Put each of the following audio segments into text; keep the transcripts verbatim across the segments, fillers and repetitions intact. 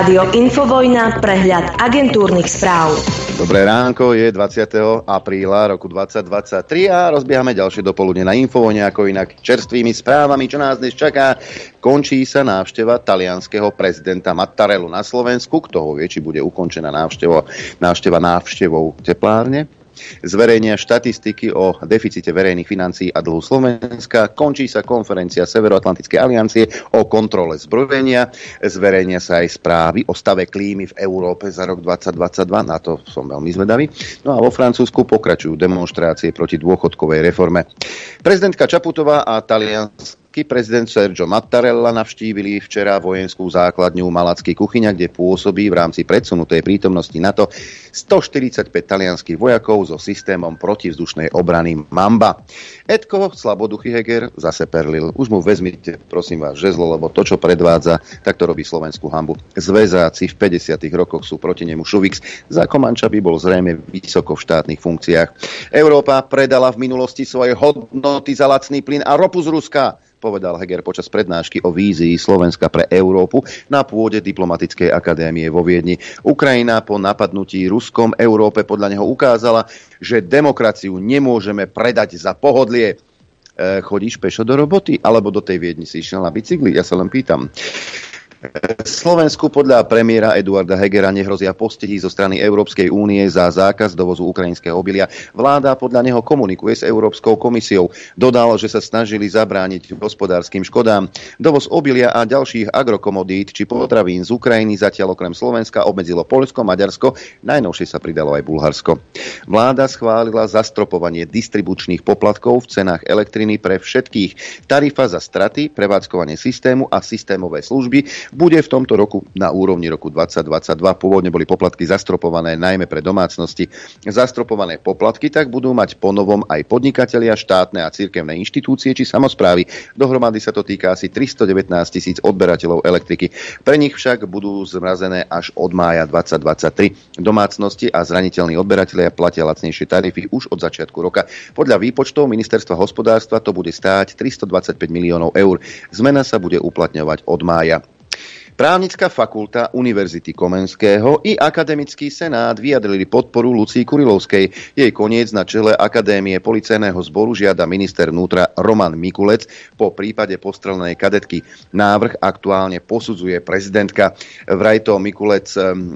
Rádio Infovojna, prehľad agentúrnych správ. Dobré ránko, je dvadsiateho apríla roku dvetisícdvadsaťtri a rozbiehame ďalšie dopoludne na Infovojne, ako inak čerstvými správami, čo nás dnes čaká. Končí sa návšteva talianskeho prezidenta Mattarellu na Slovensku. Kto ho vie, či bude ukončená návšteva, návšteva návštevou teplárne. Zverejnia štatistiky o deficite verejných financií a dlhu Slovenska, končí sa konferencia Severoatlantickej aliancie o kontrole zbrojenia, zverejnia sa aj správy o stave klímy v Európe za rok dvetisícdvadsaťdva, na to som veľmi zvedavý. No a vo Francúzsku pokračujú demonštrácie proti dôchodkovej reforme. Prezidentka Čaputová a talianska prezident Sergio Mattarella navštívili včera vojenskú základňu Malacký Kuchyňa, kde pôsobí v rámci predsunutej prítomnosti NATO stoštyridsaťpäť talianskych vojakov so systémom protivzdušnej obrany Mamba. Edko, slaboduchý Heger, zase perlil. Už mu vezmite, prosím vás, žezlo, lebo to, čo predvádza, tak to robí slovenskú hanbu. Zväzáci v päťdesiatych rokoch sú proti nemu šuvix. Za Komanča by bol zrejme vysoko v štátnych funkciách. Európa predala v minulosti svoje hodnoty za lacný plyn a ropu z Ruska, povedal Heger počas prednášky o vízii Slovenska pre Európu na pôde Diplomatickej akadémie vo Viedni. Ukrajina po napadnutí Ruskom Európe podľa neho ukázala, že demokraciu nemôžeme predať za pohodlie. E, chodíš pešo do roboty? Alebo do tej Viedni si išiel na bicykli? Ja sa len pýtam. Slovensku podľa premiéra Eduarda Hegera nehrozia postihy zo strany Európskej únie za zákaz dovozu ukrajinského obilia. Vláda podľa neho komunikuje s Európskou komisiou. Dodal, že sa snažili zabrániť hospodárskym škodám. Dovoz obilia a ďalších agrokomodít či potravín z Ukrajiny zatiaľ okrem Slovenska obmedzilo Poľsko, Maďarsko, najnovšie sa pridalo aj Bulharsko. Vláda schválila zastropovanie distribučných poplatkov v cenách elektriny pre všetkých. Tarifa za straty, prevádzkovanie systému a systémové služby bude v tomto roku na úrovni roku dvetisícdvadsaťdva. Pôvodne boli poplatky zastropované najmä pre domácnosti. Zastropované poplatky tak budú mať ponovom aj podnikatelia, štátne a cirkevné inštitúcie či samosprávy. Dohromady sa to týka asi tristodevätnásť tisíc odberateľov elektriky. Pre nich však budú zmrazené až od mája dvetisícdvadsaťtri. Domácnosti a zraniteľní odberatelia platia lacnejšie tarify už od začiatku roka. Podľa výpočtov ministerstva hospodárstva to bude stáť tristodvadsaťpäť miliónov eur. Zmena sa bude uplatňovať od mája. Právnická fakulta Univerzity Komenského i Akademický senát vyjadrili podporu Lucii Kurilovskej. Jej koniec na čele Akadémie policajného zboru žiada minister vnútra Roman Mikulec po prípade postrelenej kadetky. Návrh aktuálne posudzuje prezidentka. Vraj to Mikulec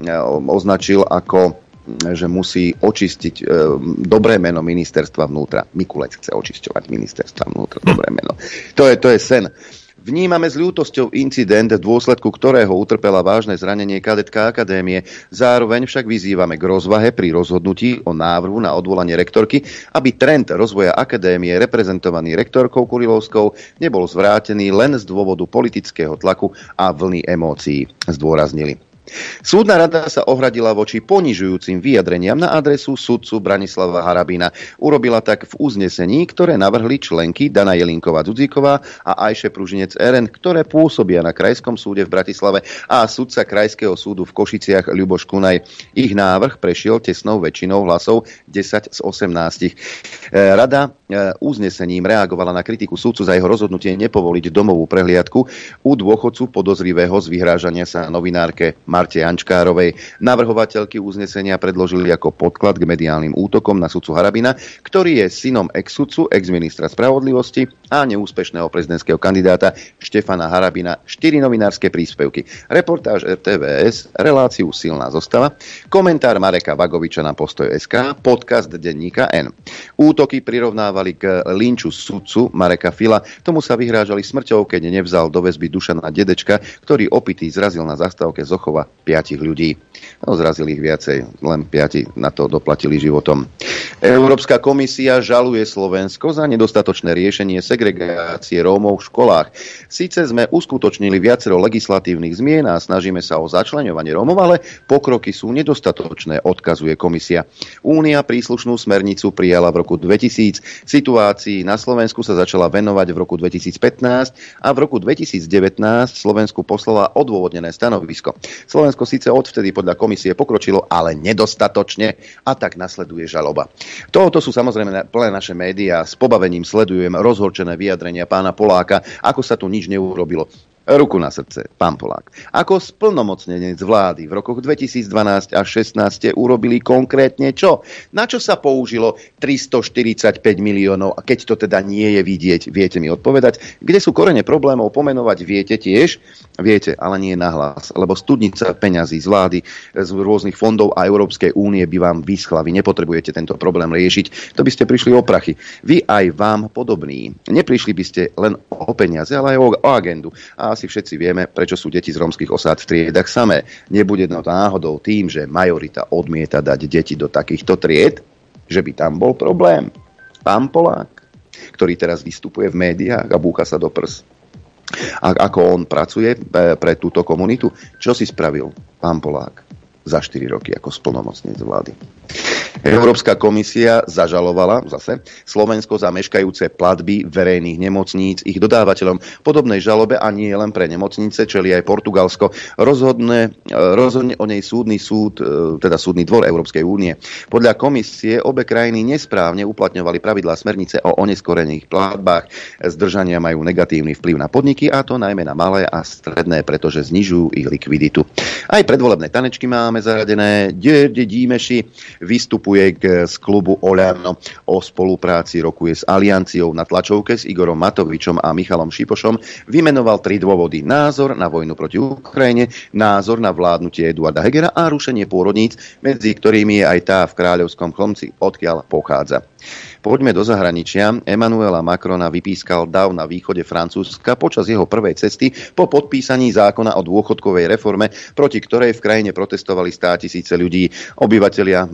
označil ako že musí očistiť e, dobré meno ministerstva vnútra. Mikulec chce očisťovať ministerstva vnútra. Dobré meno. To je, to je sen. Vnímame s ľútosťou incident, v dôsledku ktorého utrpela vážne zranenie kadetka akadémie. Zároveň však vyzývame k rozvahe pri rozhodnutí o návrhu na odvolanie rektorky, aby trend rozvoja akadémie reprezentovaný rektorkou Kurilovskou nebol zvrátený len z dôvodu politického tlaku a vlny emócií, zdôraznili. Súdna rada sa ohradila voči ponižujúcim vyjadreniam na adresu sudcu Branislava Harabina. Urobila tak v uznesení, ktoré navrhli členky Dana Jelinková-Dzudzíková a Ajše Pružinec-Eren, ktoré pôsobia na Krajskom súde v Bratislave, a sudca Krajského súdu v Košiciach Ľuboš Kunaj. Ich návrh prešiel tesnou väčšinou hlasov desať z osemnástich. Rada uznesením reagovala na kritiku sudcu za jeho rozhodnutie nepovoliť domovú prehliadku u dôchodcu podozrivého z vyhrážania sa novinárke Marte Jančkárovej. Navrhovateľky uznesenia predložili ako podklad k mediálnym útokom na sudcu Harabina, ktorý je synom ex-sudcu, ex-ministra spravodlivosti a neúspešného prezidentského kandidáta Štefana Harabina. Štyri novinárske príspevky, reportáž er té vé es, reláciu Silná zostava, komentár Mareka Vagoviča na Postoj bodka es ká, podcast denníka N. Útoky prirovnávali k linču sudcu Mareka Fila. Tomu sa vyhrážali smrťou, keď nevzal do väzby Dušana Dedečka, ktorý opitý zrazil na zastávke Zochova piatich ľudí. No, zrazili ich viacej, len piati na to doplatili životom. Európska komisia žaluje Slovensko za nedostatočné riešenie segregácie Rómov v školách. Síce sme uskutočnili viacero legislatívnych zmien a snažíme sa o začleňovanie Rómov, ale pokroky sú nedostatočné, odkazuje komisia. Únia príslušnú smernicu prijala v roku dvetisíc. Situácii na Slovensku sa začala venovať v roku dvetisícpätnásť a v roku dvetisícdevätnásť Slovensku poslala odôvodnené stanovisko. Slovensko síce odvtedy podľa komisie pokročilo, ale nedostatočne, a tak nasleduje žaloba. Tohoto sú samozrejme plné naše médiá. S pobavením sledujem rozhorčené vyjadrenia pána Poláka, ako sa tu nič neurobilo. Ruku na srdce, pán Polák. Ako splnomocnenec vlády v rokoch dvetisícdvanásť až šestnásť ste urobili konkrétne čo? Na čo sa použilo tristoštyridsaťpäť miliónov? A keď to teda nie je vidieť, viete mi odpovedať? Kde sú korene problémov pomenovať, viete tiež? Viete, ale nie nahlas, lebo studnica peňazí z vlády, z rôznych fondov a Európskej únie by vám vyschla. Vy nepotrebujete tento problém riešiť. To by ste prišli o prachy. Vy aj vám podobní. Neprišli by ste len o peniaze, ale aj o, o agendu. A asi všetci vieme, prečo sú deti z rómskych osád v triedach samé. Nebude to náhodou tým, že majorita odmieta dať deti do takýchto tried, že by tam bol problém. Pán Polák, ktorý teraz vystupuje v médiách a búcha sa do prs. A ako on pracuje pre túto komunitu, čo si spravil pán Polák za štyri roky ako splnomocnenec vlády? Európska komisia zažalovala zase Slovensko za meškajúce platby verejných nemocníc ich dodávateľom. Podobnej žalobe a nie len pre nemocnice čeli aj Portugalsko. Rozhodne, rozhodne o nej súdny súd, teda súdny dvor Európskej únie. Podľa komisie obe krajiny nesprávne uplatňovali pravidlá smernice o oneskorených platbách. Zdržania majú negatívny vplyv na podniky, a to najmä na malé a stredné, pretože znižujú ich likviditu. Aj predvolebné tanečky máme zaradené. Ďerde Dímeši vystupuje z klubu Oľano. O spolupráci rokuje s Alianciou. Na tlačovke s Igorom Matovičom a Michalom Šipošom vymenoval tri dôvody. Názor na vojnu proti Ukrajine, názor na vládnutie Eduarda Hegera a rušenie pôrodníc, medzi ktorými je aj tá v Kráľovskom Chlomci, odkiaľ pochádza. Poďme do zahraničia. Emmanuela Macrona vypískal dav na východe Francúzska počas jeho prvej cesty po podpísaní zákona o dôchodkovej reforme, proti ktorej v krajine protestovali státisíce ľudí. Obyvatelia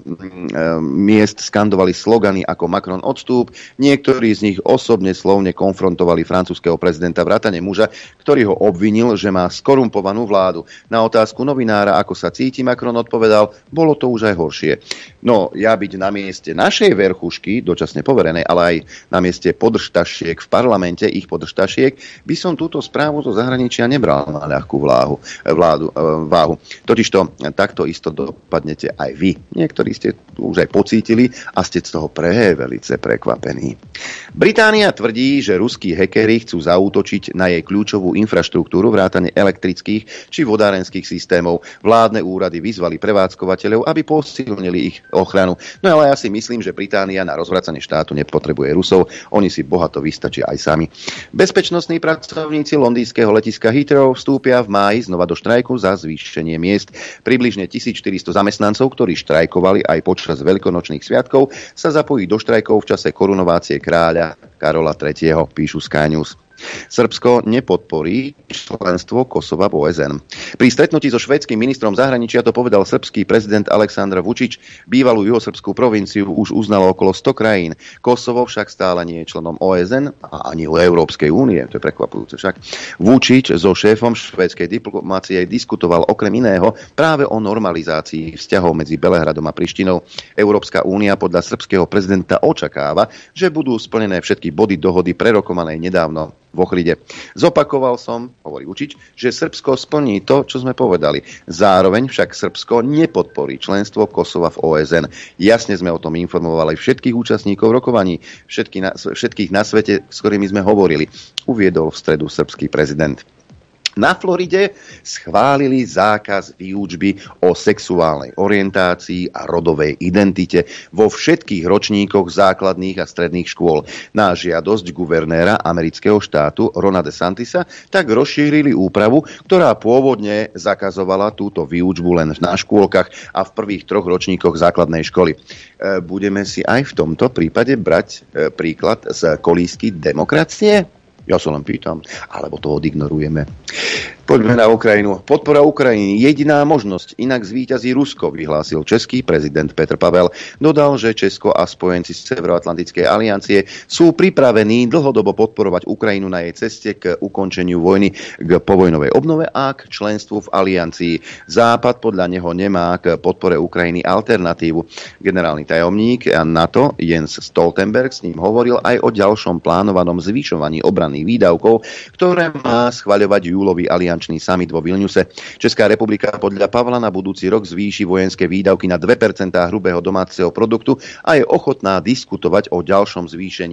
miest skandovali slogany ako Macron odstúp. Niektorí z nich osobne slovne konfrontovali francúzskeho prezidenta vrátane muža, ktorý ho obvinil, že má skorumpovanú vládu. Na otázku novinára, ako sa cíti, Macron odpovedal, bolo to už aj horšie. No, ja byť na mieste našej verchušky, dočasne poverenej, ale aj na mieste podržtašiek v parlamente, ich podržtašiek, by som túto správu zo zahraničia nebral na ľahkú vláhu, vládu, váhu. Totižto takto isto dopadnete aj vy. Niektorí ste už aj pocítili a ste z toho pre velice prekvapení. Británia tvrdí, že ruskí hackeri chcú zaútočiť na jej kľúčovú infraštruktúru vrátane elektrických či vodárenských systémov. Vládne úrady vyzvali prevádzkovateľov, aby posilnili ich ochranu. No ale ja si myslím, že Británia na rozvracanie štátu nepotrebuje Rusov. Oni si bohato vystačia aj sami. Bezpečnostní pracovníci londýnskeho letiska Heathrow vstúpia v máji znova do štrajku za zvýšenie miest. Približne tisícštyristo zamestnancov, ktorí štrajkovali aj počas veľkonočných sviatkov, sa zapojí do štrajkov v čase korunovácie kráľa Karola tretieho, píšu Sky News. Srbsko nepodporí členstvo Kosova v ó es en. Pri stretnutí so švédskym ministrom zahraničia to povedal srbský prezident Aleksandar Vučić. Bývalú juhosrbskú provinciu už uznalo okolo sto krajín. Kosovo však stále nie je členom ó es en a ani Európskej únie. To je prekvapujúce však. Vučić so šéfom švédskej diplomácie diskutoval okrem iného práve o normalizácii vzťahov medzi Belehradom a Prištinou. Európska únia podľa srbského prezidenta očakáva, že budú splnené všetky body dohody prerokovanej nedávno v Ochride. Zopakoval som, hovorí Vučić, že Srbsko splní to, čo sme povedali. Zároveň však Srbsko nepodporí členstvo Kosova v ó es en. Jasne sme o tom informovali všetkých účastníkov rokovaní, všetky na, všetkých na svete, s ktorými sme hovorili, uviedol v stredu srbský prezident. Na Floride schválili zákaz výučby o sexuálnej orientácii a rodovej identite vo všetkých ročníkoch základných a stredných škôl. Na žiadosť guvernéra amerického štátu Rona DeSantisa tak rozšírili úpravu, ktorá pôvodne zakazovala túto výučbu len na škôlkach a v prvých troch ročníkoch základnej školy. Budeme si aj v tomto prípade brať príklad z kolísky demokracie? Ja sa len pýtam, alebo to odignorujeme. Poďme na Ukrajinu. Podpora Ukrajiny. Jediná možnosť, inak zvíťazí Rusko, vyhlásil český prezident Petr Pavel. Dodal, že Česko a spojenci z Severoatlantickej aliancie sú pripravení dlhodobo podporovať Ukrajinu na jej ceste k ukončeniu vojny, k povojnovej obnove a k členstvu v aliancii. Západ podľa neho nemá k podpore Ukrajiny alternatívu. Generálny tajomník NATO Jens Stoltenberg s ním hovoril aj o ďalšom plánovanom zvyšovaní obranných výdavkov, ktoré má schvaľovať júlový aliančný summit vo Vilniuse. Česká republika podľa Pavla na budúci rok zvýši vojenské výdavky na dve percentá hrubého domáceho produktu a je ochotná diskutovať o ďalšom zvýšení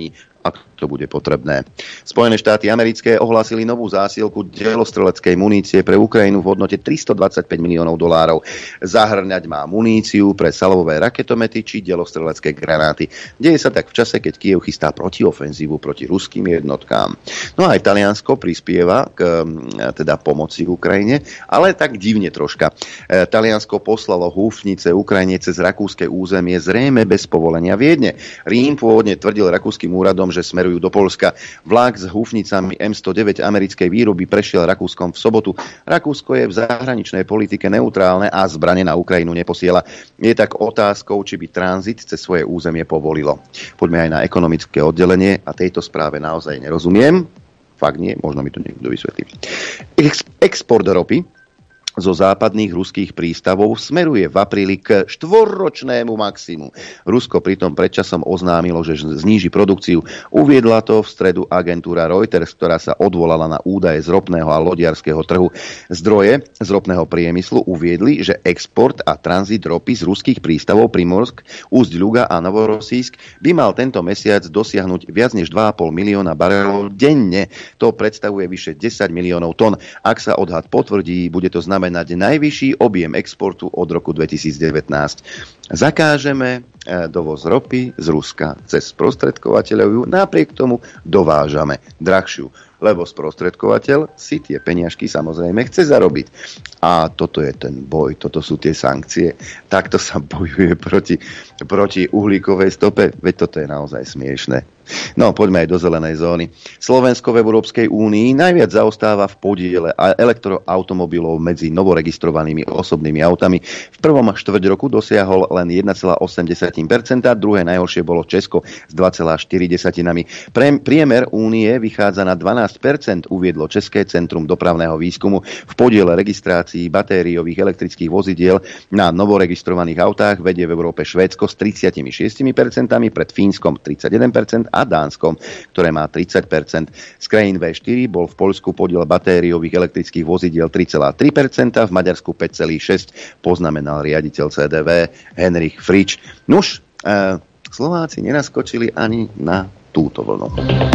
ak to bude potrebné. Spojené štáty americké ohlásili novú zásielku delostreleckej munície pre Ukrajinu v hodnote tristodvadsaťpäť miliónov dolárov. Zahŕňať má muníciu pre salvové raketomety či delostrelecké granáty. Deje sa tak v čase, keď Kyjev chystá protiofenzívu proti ruským jednotkám. No a aj Taliansko prispieva k teda pomoci Ukrajine, ale tak divne troška. E, Taliansko poslalo húfnice Ukrajine cez rakúske územie zrejme bez povolenia Viedne. Rím pôvodne tvrdil rakúskym úradom, že smerujú do Poľska. Vlak s húfnicami em sto deväť americkej výroby prešiel Rakúskom v sobotu. Rakúsko je v zahraničnej politike neutrálne a zbrane na Ukrajinu neposiela. Je tak otázkou, či by tranzit cez svoje územie povolilo. Poďme aj na ekonomické oddelenie a tejto správe naozaj nerozumiem. Fakt nie, možno mi to niekto vysvetlí. Ex- export ropy zo západných ruských prístavov smeruje v apríli k štvorročnému maximu. Rusko pritom predčasom oznámilo, že zníži produkciu. Uviedla to v stredu agentúra Reuters, ktorá sa odvolala na údaje z ropného a lodiarského trhu. Zdroje z ropného priemyslu uviedli, že export a tranzit ropy z ruských prístavov Primorsk, Úsť-Ľuga a Novorosísk by mal tento mesiac dosiahnuť viac než dva a pol milióna barelov denne. To predstavuje vyše desať miliónov tón. Ak sa odhad potvrdí, bude to znamenať najvyšší objem exportu od roku dvetisícdevätnásť. Zakážeme dovoz ropy z Ruska cez sprostredkovateľov, napriek tomu dovážame drahšiu, lebo sprostredkovateľ si tie peniažky samozrejme chce zarobiť. A toto je ten boj, toto sú tie sankcie. Takto sa bojuje proti, proti uhlíkovej stope, veď toto je naozaj smiešné. No, poďme aj do zelenej zóny. Slovensko v Európskej únii najviac zaostáva v podiele elektroautomobilov medzi novoregistrovanými osobnými autami. V prvom štvrť roku dosiahol len jeden celá osem percenta, druhé najhoršie bolo Česko s dva celé štyri percenta. Priemer únie vychádza na dvanásť percent, uviedlo České centrum dopravného výskumu. V podiele registrácií batériových elektrických vozidiel na novoregistrovaných autách vedie v Európe Švédsko s tridsaťšesť percent, pred Fínskom tridsaťjeden percent a Dánskom, ktoré má tridsať percent. Z krajín vé štyri bol v Poľsku podiel batériových elektrických vozidiel tri celé tri percenta, v Maďarsku päť celé šesť percenta, poznamenal riaditeľ cé dé vé Henrik Frič. Nuž, e, Slováci nenaskočili ani na túto vlnu.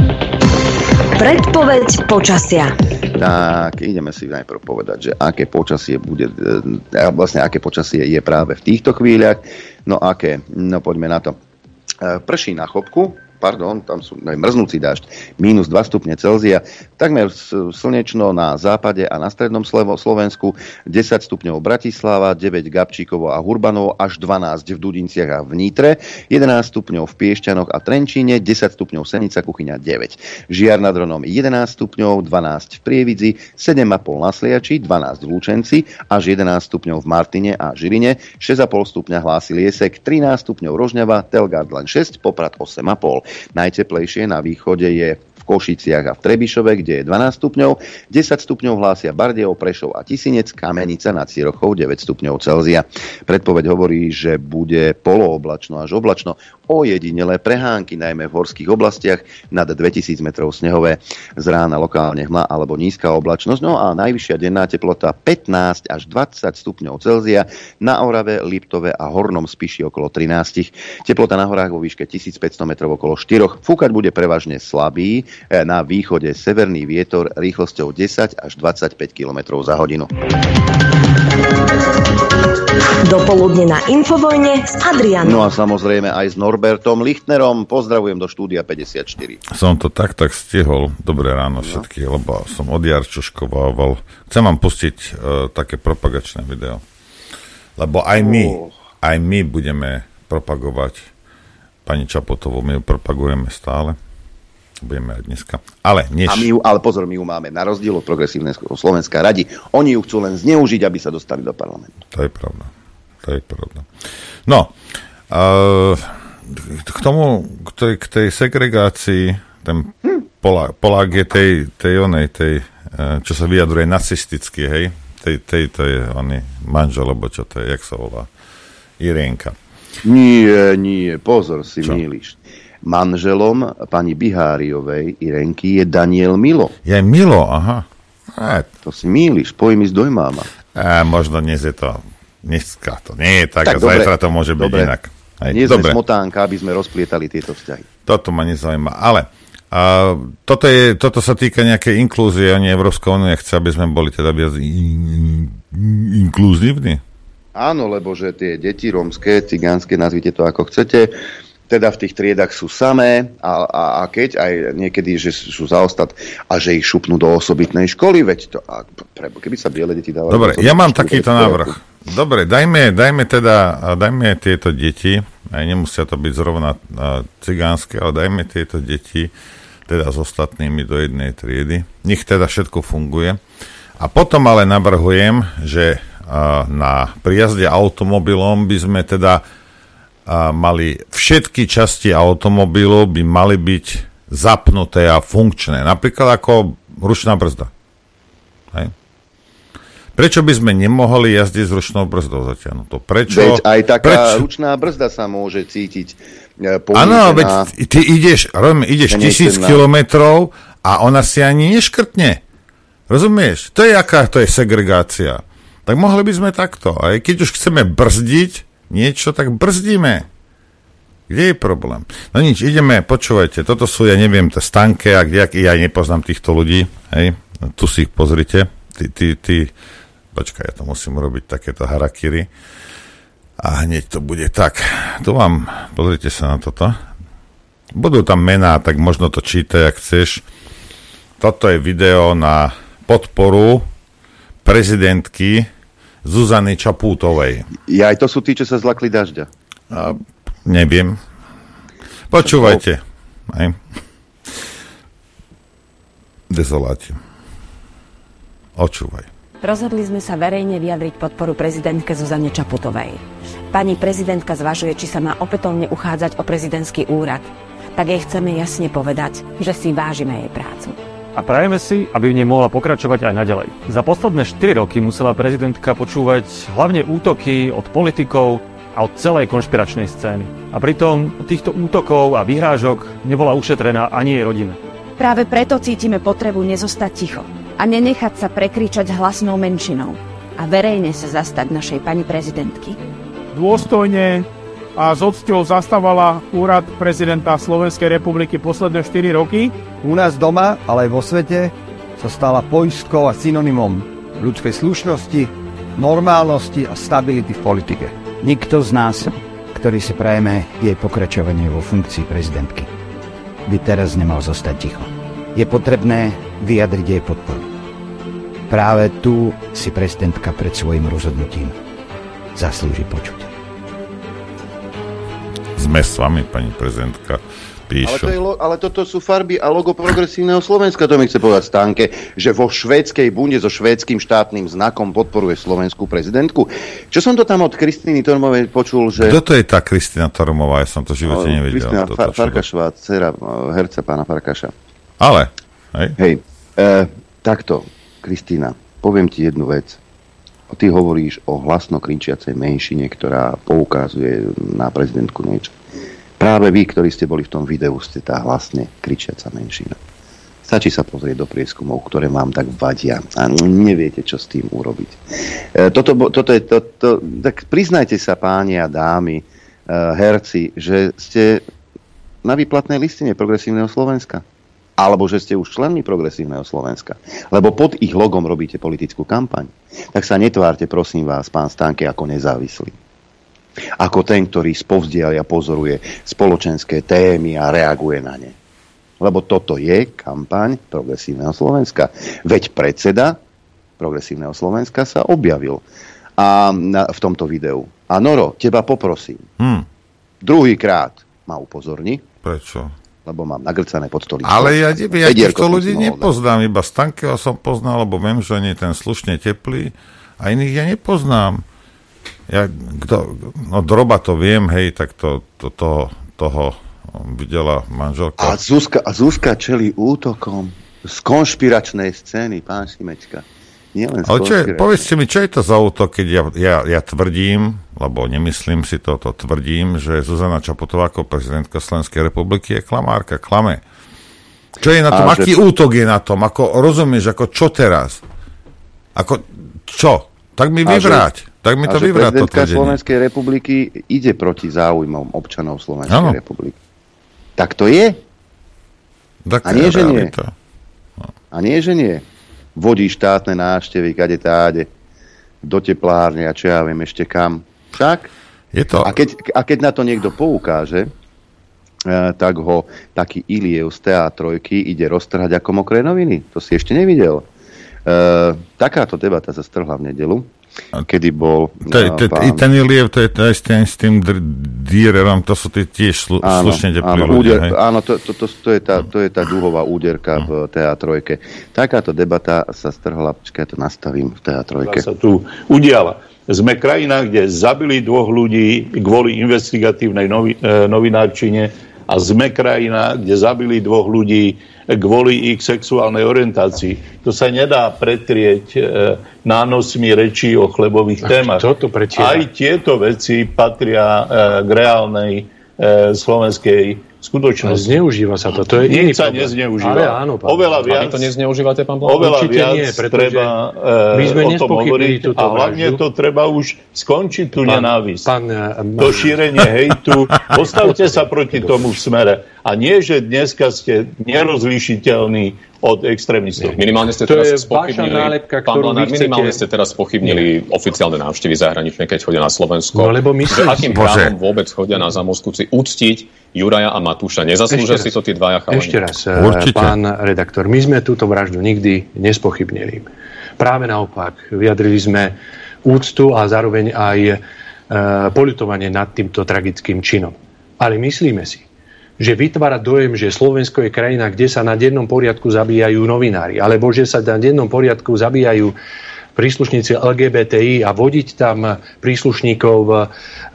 Predpoveď počasia. Tak, ideme si najprv povedať, že aké počasie bude, e, vlastne aké počasie je práve v týchto chvíľach. No aké? No poďme na to. E, prší na chopku, pardon, tam sú aj mrznúci dážď, mínus dva stupne Celzia, takmer slnečno na západe a na strednom Slovensku, desať stupňov Bratislava, deväť Gabčíkovo a Hurbanovo, až dvanásť v Dudinciach a v Nitre, jedenásť stupňov v Piešťanoch a Trenčíne, desať stupňov Senica, Kuchyňa deväť. Žiar nad Hronom jedenásť stupňov, dvanásť v Prievidzi, sedem a pol na Sliači, dvanásť v Lučenci, až jedenásť stupňov v Martine a Žiline, šesť a pol stupňa Hlásy Liesek, trinásť stupňov Rožňava, Telgard len šesť, Poprad osem a pol. Najteplejšie na východe je v Košiciach a v Trebišove, kde je dvanásť stupňov, desať stupňov hlásia Bardejov, Prešov a Tisinec, Kamenica nad Cirochou deväť stupňov Celzia. Predpoveď hovorí, že bude polooblačno až oblačno, ojedinelé prehánky, najmä v horských oblastiach nad dvetisíc metrov snehové, z rána lokálne hmla alebo nízka oblačnosť, no a najvyššia denná teplota pätnásť až dvadsať stupňov Celzia, na Orave, Liptove a Hornom Spiši okolo trinásť. Teplota na horách vo výške tisícpäťsto metrov okolo štyri. Fúkať bude prevažne slabý, na východe severný vietor rýchlosťou desať až dvadsaťpäť kilometrov za hodinu. Dopoludne na Infovojne s Adrianom. No a samozrejme aj s Norbertom Lichtnerom. Pozdravujem do štúdia päťdesiatštyri. Som to tak tak stihol. Dobré ráno všetky, no. Lebo som od Jarčuškovával. Chcem vám pustiť uh, také propagačné video. Lebo aj my, oh. aj my budeme propagovať pani Čaputovú. My ju propagujeme stále. Budeme aj dneska. Ale, než... A my ju, ale pozor, my ju máme na rozdiel od progresívneho Slovenska radi. Oni ju chcú len zneužiť, aby sa dostali do parlamentu. To je pravda. To je pravda. No, uh, k tomu, k tej, k tej segregácii, ten hm. Polák, Polák je tej, tej onej, tej, uh, čo sa vyjadruje nacisticky, hej? Tej, tej, to je oný manžel, alebo čo to je, jak sa volá? Irienka. Nie, nie, pozor, si čo? Mýliš. Manželom pani Biháriovej Irenky je Daniel Milo. Je Milo, aha. A, to si mýliš, pojmi s dojmáma. A, možno dnes je to, dneska to nie je tak, tak a dobre, zajtra to môže byť dobre. Inak. Aj, nie sme smotánka, aby sme rozplietali tieto vzťahy. Toto ma nezaujíma. Ale a toto, je, toto sa týka nejakej inklúzie, oni Európska únia chce, aby sme boli teda viac in, in, inkluzívni. Áno, lebo že tie deti rómske, cigánske, nazvite to ako chcete, teda v tých triedach sú samé a, a, a keď aj niekedy, že sú zaostať a že ich šupnú do osobitnej školy, veď to, a pre, keby sa biele deti dávali... Dobre, ja mám takýto návrh. Dobre, dajme, dajme teda, dajme tieto deti, aj nemusia to byť zrovna cigánske, ale dajme tieto deti teda s ostatnými do jednej triedy. Nech teda všetko funguje. A potom ale navrhujem, že na príjazde automobilom by sme teda mali všetky časti automobilu by mali byť zapnuté a funkčné. Napríklad ako ručná brzda. Hej. Prečo by sme nemohli jazdiť s ručnou brzdou zatiaľ? Prečo? Veď aj taká prečo? ručná brzda sa môže cítiť ponížená. Áno, veď ty ideš, rozumiem, ideš tisíc kilometrov a ona si ani neškrtne. Rozumieš? To je aká, to je segregácia. Tak mohli by sme takto. A keď už chceme brzdiť niečo, tak brzdíme. Kde je problém? No nič, ideme, počúvajte, toto sú, ja neviem, to Stanke, a kde, ja nepoznám týchto ľudí, hej, tu si ich pozrite, ty, ty, ty, počkaj, ja to musím urobiť takéto harakiri a hneď to bude tak. Tu vám, pozrite sa na toto. Budú tam mená, tak možno to čítaj, ak chceš. Toto je video na podporu prezidentky Zuzany Čapútovej. Ja aj to sú tí, čo sa zlakli dažďa. A, neviem. Počúvajte. Aj. Dezoláte. Očúvaj. Rozhodli sme sa verejne vyjadriť podporu prezidentke Zuzane Čaputovej. Pani prezidentka zvažuje, či sa má opätovne uchádzať o prezidentský úrad. Tak jej chceme jasne povedať, že si vážime jej prácu. A prajeme si, aby v nej mohla pokračovať aj naďalej. Za posledné štyri roky musela prezidentka počúvať hlavne útoky od politikov a od celej konšpiračnej scény. A pritom od týchto útokov a vyhrážok nebola ušetrená ani jej rodina. Práve preto cítime potrebu nezostať ticho a nenechať sa prekričať hlasnou menšinou a verejne sa zastať našej pani prezidentky. Dôstojne a s odsťou zastávala úrad prezidenta Slovenskej republiky posledné štyri roky. U nás doma, ale aj vo svete, sa stala poistkou a synonymom ľudskej slušnosti, normálnosti a stability v politike. Nikto z nás, ktorý si prajeme jej pokračovanie vo funkcii prezidentky, by teraz nemal zostať ticho. Je potrebné vyjadriť jej podporu. Práve tu si prezidentka pred svojím rozhodnutím zaslúži počuť. Sme s vami, pani prezidentka. Ale, to je, ale toto sú farby a logo progresívneho Slovenska, to mi chce povedať Stanke, že vo švédskej bunde so švédskym štátnym znakom podporuje slovenskú prezidentku. Čo som to tam od Kristýny Tormovej počul, že... Kto to je tá Kristína Tormová? Ja som to v živote nevedel. Kristína Far- Farkašová, dcera herca pána Farkaša. Ale, hej? Hej, e, takto, Kristína, poviem ti jednu vec. Ty hovoríš o hlasno kričiacej menšine, ktorá poukazuje na prezidentku niečo. Práve vy, ktorí ste boli v tom videu, ste tá hlasne kričiaca menšina. Stačí sa pozrieť do prieskumov, ktoré vám tak vadia a neviete, čo s tým urobiť. E, toto, toto je, to, to, tak priznajte sa, páni a dámy, e, herci, že ste na výplatnej listine Progresívneho Slovenska. Alebo že ste už členmi Progresívneho Slovenska. Lebo pod ich logom robíte politickú kampaň. Tak sa netvárte, prosím vás, pán Stanke, ako nezávislý. Ako ten, ktorý spovzdialia pozoruje spoločenské témy a reaguje na ne. Lebo toto je kampaň Progresívneho Slovenska. Veď predseda Progresívneho Slovenska sa objavil a na, v tomto videu. A Noro, teba poprosím. Hmm. Druhýkrát ma upozorni. Prečo? Lebo mám nagrcané pod stoličkou. Ale ja, ja týchto ľudí nepoznám. Iba Stankeho som poznal, lebo viem, že oni ten slušne teplý a iných ja nepoznám. Ja, kto, no Droba to viem, hej, tak to, to, to, toho videla manželka. A Zuzka, a Zuzka čelí útokom z konšpiračnej scény, pán Šimečka. Ale čo je, povedzte mi, čo je to za útok, keď ja, ja, ja tvrdím, lebo nemyslím si to, to tvrdím, že Zuzana Čaputová ako prezidentka Slovenskej republiky je klamárka, klame. Čo je na tom, a aký že... útok je na tom, ako rozumieš, ako čo teraz? Ako čo? Tak mi vyvráť. Tak mi to vyvráť. A že prezidentka Slovenskej republiky ide proti záujmom občanov Slovenskej ano. republiky. Tak to je. Tak a nie, že nie. No. A nie, že nie. Vodí štátne návštevy, kade táde, do teplárne a čo ja viem ešte kam. Však? Je to... A, keď, a keď na to niekto poukáže, e, tak ho taký Iliev z té á tri ide roztrhať ako mokré noviny. To si ešte nevidel. E, takáto debata sa strhla v nedeľu, kedy bol to je, to, pán... Ten Iliev, to je to aj s tým, s tým Diererom, to sú tí tiež slu, áno, slušne teplí áno, ľudia. Úder, áno, to, to, to, to, je tá, to je tá dúhová úderka v té á tri. Takáto debata sa strhla, počkaj, to nastavím v té á tri. Sa tu udiala. Sme krajina, kde zabili dvoch ľudí kvôli investigatívnej novi, e, novinárčine a sme krajina, kde zabili dvoch ľudí kvôli ich sexuálnej orientácii. To sa nedá pretrieť e, nánosmi rečí o chlebových témach. Aj tieto veci patria e, k reálnej e, slovenskej skutočnosti. Zneužíva sa to. To je Nič sa nezneužíva. Ale áno, pán. Oveľa viac, a vy to nezneužívate, pán Blanko? oveľa Určite viac nie, treba e, my sme o tom hovoriť a hlavne vraždu. to treba už skončiť tú Pán, nenávisť. Pán, to šírenie hejtu. Postavte sa proti tomu v Smere. A nie, že dneska ste nerozlíšiteľní od extrémistov. Minimálne ste to teraz je vaša spochybnili, nálepka, pán ktorú Blanár, vy minimálne chcete... ste teraz spochybnili oficiálne návštevy zahraničné, keď chodia na Slovensko. No lebo myslím, že akým právom vôbec chodia na Zamoskúci uctiť Juraja a Matúša? Nezaslúžia si to tí dvaja chalani? Ešte raz, Určite. Pán redaktor, my sme túto vraždu nikdy nespochybnili. Práve naopak, vyjadrili sme úctu a zároveň aj e, poľutovanie nad týmto tragickým činom. Ale myslíme si, že vytvára dojem, že Slovensko je krajina, kde sa na dennom poriadku zabíjajú novinári, alebo že sa na dennom poriadku zabíjajú príslušníci el gé bé té í a vodiť tam príslušníkov e, e,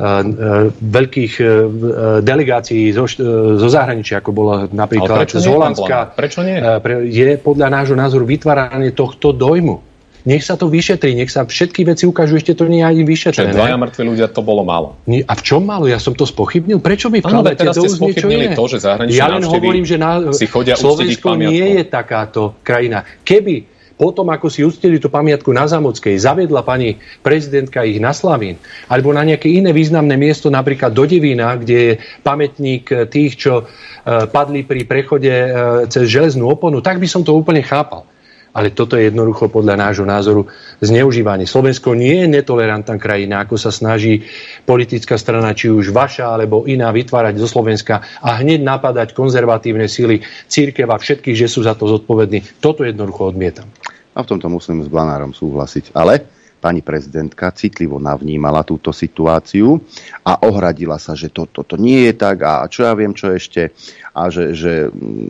veľkých e, delegácií zo, zo zahraničia, ako bolo napríklad z Holandska, prečo nie? E, je podľa nášho názoru vytváranie tohto dojmu. Nech sa to vyšetrí, nech sa všetky veci ukážu, ešte to nie je ani vyšetrené. Čiže dvaja mŕtvi ľudia, to bolo málo. A v čom málo? Ja som to spochybnil. Prečo mi vkladáte do úst niečo iné? To, že zahraničné ja len hovorím, že na si chodia Slovensko nie je takáto krajina. Keby potom, ako si uctili tú pamiatku na Zámockej, zaviedla pani prezidentka ich na Slavín, alebo na nejaké iné významné miesto, napríklad do Devína, kde je pamätník tých, čo uh, padli pri prechode uh, cez železnú oponu, tak by som to úplne chápal. Ale toto je jednoducho podľa nášho názoru zneužívanie. Slovensko nie je netolerantná krajina, ako sa snaží politická strana, či už vaša alebo iná, vytvárať zo Slovenska a hneď napadať konzervatívne síly, cirkev a všetkých, že sú za to zodpovední. Toto jednoducho odmietam. A v tomto musím s Blanárom súhlasiť. Ale pani prezidentka citlivo navnímala túto situáciu a ohradila sa, že toto to, to nie je tak a čo ja viem, čo ešte a že, že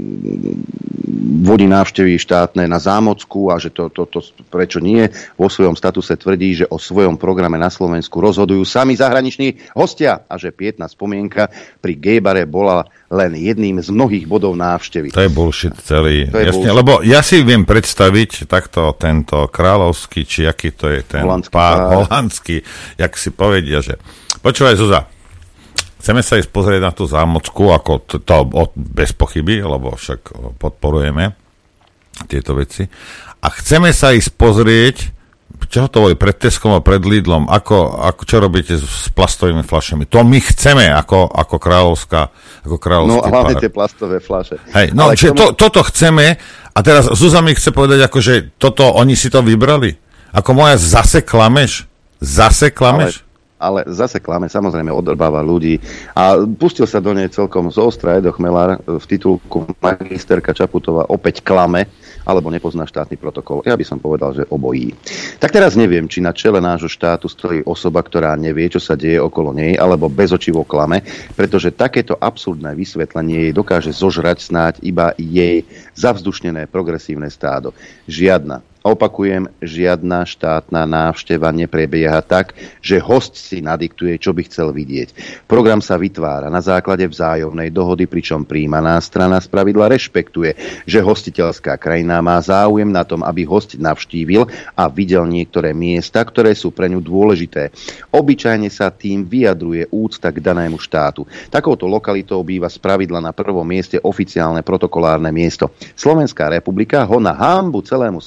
vodí návštevy štátne na Zámocku a že to, to, to prečo nie. Vo svojom statuse tvrdí, že o svojom programe na Slovensku rozhodujú sami zahraniční hostia a že pietná spomienka pri Gejbare bola len jedným z mnohých bodov návštevy. To je bullshit celý. To je Jasne, bullshit. lebo ja si viem predstaviť takto tento kráľovský, či aký to je ten Holandský pár, pár. holandský, jak si povedia, že počúvaj Zuzá, chceme sa ísť pozrieť na tú Zámocku, ako to, to bez pochyby, lebo však podporujeme tieto veci. A chceme sa ísť pozrieť, čo to boli pred Teskom a pred Lidlom, ako, ako, čo robíte s plastovými fľašami. To my chceme ako, ako kráľovská, ako kráľovský No a hlavne pár. tie plastové fľaše. Hej, no, čiže tomu... to, toto chceme a teraz Zuzá mi chce povedať, ako, že toto, oni si to vybrali. Ako moja zase klameš? Zase klameš? Ale... Ale zase klame, samozrejme odrbáva ľudí a pustil sa do nej celkom z ostra Edo Chmelár v titulku Magisterka Čaputová opäť klame, alebo nepozná štátny protokol. Ja by som povedal, že obojí. Tak teraz neviem, či na čele nášho štátu stojí osoba, ktorá nevie, čo sa deje okolo nej, alebo bezočivo klame, pretože takéto absurdné vysvetlenie jej dokáže zožrať snáď iba jej zavzdušnené progresívne stádo. Žiadna. Opakujem, žiadna štátna návšteva neprebieha tak, že host si nadiktuje, čo by chcel vidieť. Program sa vytvára na základe vzájomnej dohody, pričom prijímaná strana spravidla rešpektuje, že hostiteľská krajina má záujem na tom, aby host navštívil a videl niektoré miesta, ktoré sú pre ňu dôležité. Obyčajne sa tým vyjadruje úcta k danému štátu. Takouto lokalitou býva spravidla na prvom mieste oficiálne protokolárne miesto. Slovenská republika ho na hanbu celému svetu nemá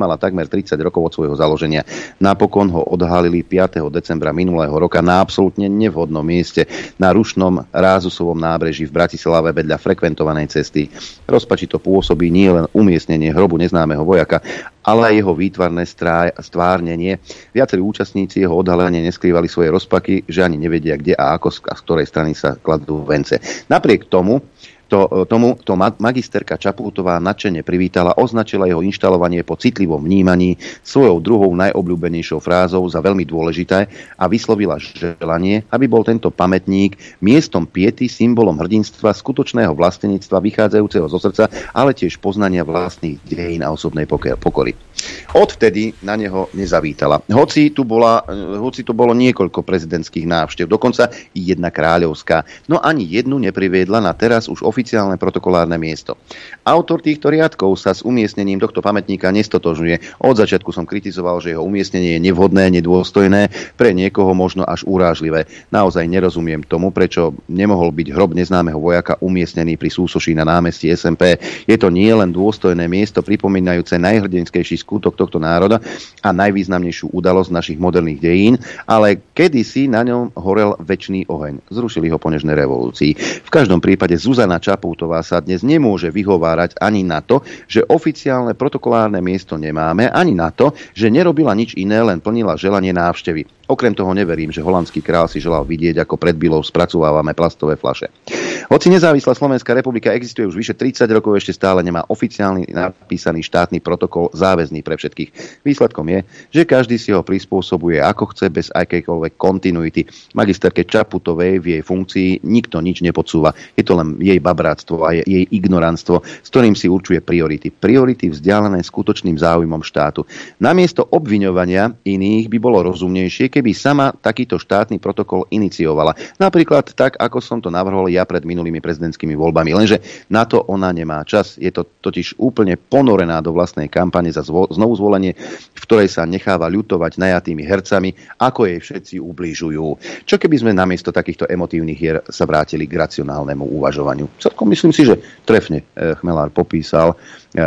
nemala takmer tridsať rokov od svojho založenia. Napokon ho odhalili piateho decembra minulého roka na absolútne nevhodnom mieste na rušnom Rázusovom nábreží v Bratislave vedľa frekventovanej cesty. Rozpačito pôsobí nie len umiestnenie hrobu neznámeho vojaka, ale aj jeho výtvarné stvárnenie. Viacerí účastníci jeho odhalenia neskrývali svoje rozpaky, že ani nevedia, kde a ako a z ktorej strany sa kladú vence. Napriek tomu To, tomu to magisterka Čaputová nadšene privítala, označila jeho inštalovanie po citlivom vnímaní svojou druhou najobľúbenejšou frázou za veľmi dôležité a vyslovila želanie, aby bol tento pamätník miestom piety, symbolom hrdinstva, skutočného vlastenectva vychádzajúceho zo srdca, ale tiež poznania vlastných dejín a osobnej pokory. Odvtedy na neho nezavítala. Hoci tu, bola, hoci tu bolo niekoľko prezidentských návštev, dokonca i jedna kráľovská, no ani jednu nepriviedla na teraz už oficiálne protokolárne miesto. Autor týchto riadkov sa s umiestnením tohto pamätníka nestotožňuje. Od začiatku som kritizoval, že jeho umiestnenie je nevhodné, nedôstojné, pre niekoho možno až urážlivé. Naozaj nerozumiem tomu, prečo nemohol byť hrob neznámeho vojaka umiestnený pri súsoší na námestí es em pé. Je to nie len dôstojné miesto pripomínajúce najhrdinskejší skutok tohto národa a najvýznamnejšiu udalosť našich moderných dejín, ale kedysi na ňom horel večný oheň. Zrušili ho po nežnej revolúcii. V každom prípade Zuzana Čaputová sa dnes nemôže vyhovárať ani na to, že oficiálne protokolárne miesto nemáme, ani na to, že nerobila nič iné, len plnila želanie návštevy. Okrem toho neverím, že holandský král si želal vidieť, ako pred Bylou spracovávame plastové fľaše. Hoci nezávislá Slovenská republika existuje už vyše tridsať rokov, ešte stále nemá oficiálny napísaný štátny protokol záväzný pre všetkých. Výsledkom je, že každý si ho prispôsobuje ako chce bez akejkoľvek kontinuity. Magisterke Čaputovej v jej funkcii nikto nič nepodsúva. Je to len jej babráctvo a jej ignoranstvo, s ktorým si určuje priority. Priority vzdialené skutočným záujmom štátu. Namiesto obviňovania iných by bolo rozumnejšie, keby sama takýto štátny protokol iniciovala. Napríklad tak, ako som to navrhol ja pred minulými prezidentskými voľbami. Lenže na to ona nemá čas. Je to totiž úplne ponorená do vlastnej kampane za zvo- znovu zvolenie, v ktorej sa necháva ľutovať najatými hercami, ako jej všetci ubližujú. Čo keby sme namiesto takýchto emotívnych hier sa vrátili k racionálnemu uvažovaniu? Celkom myslím si, že trefne Chmelár popísal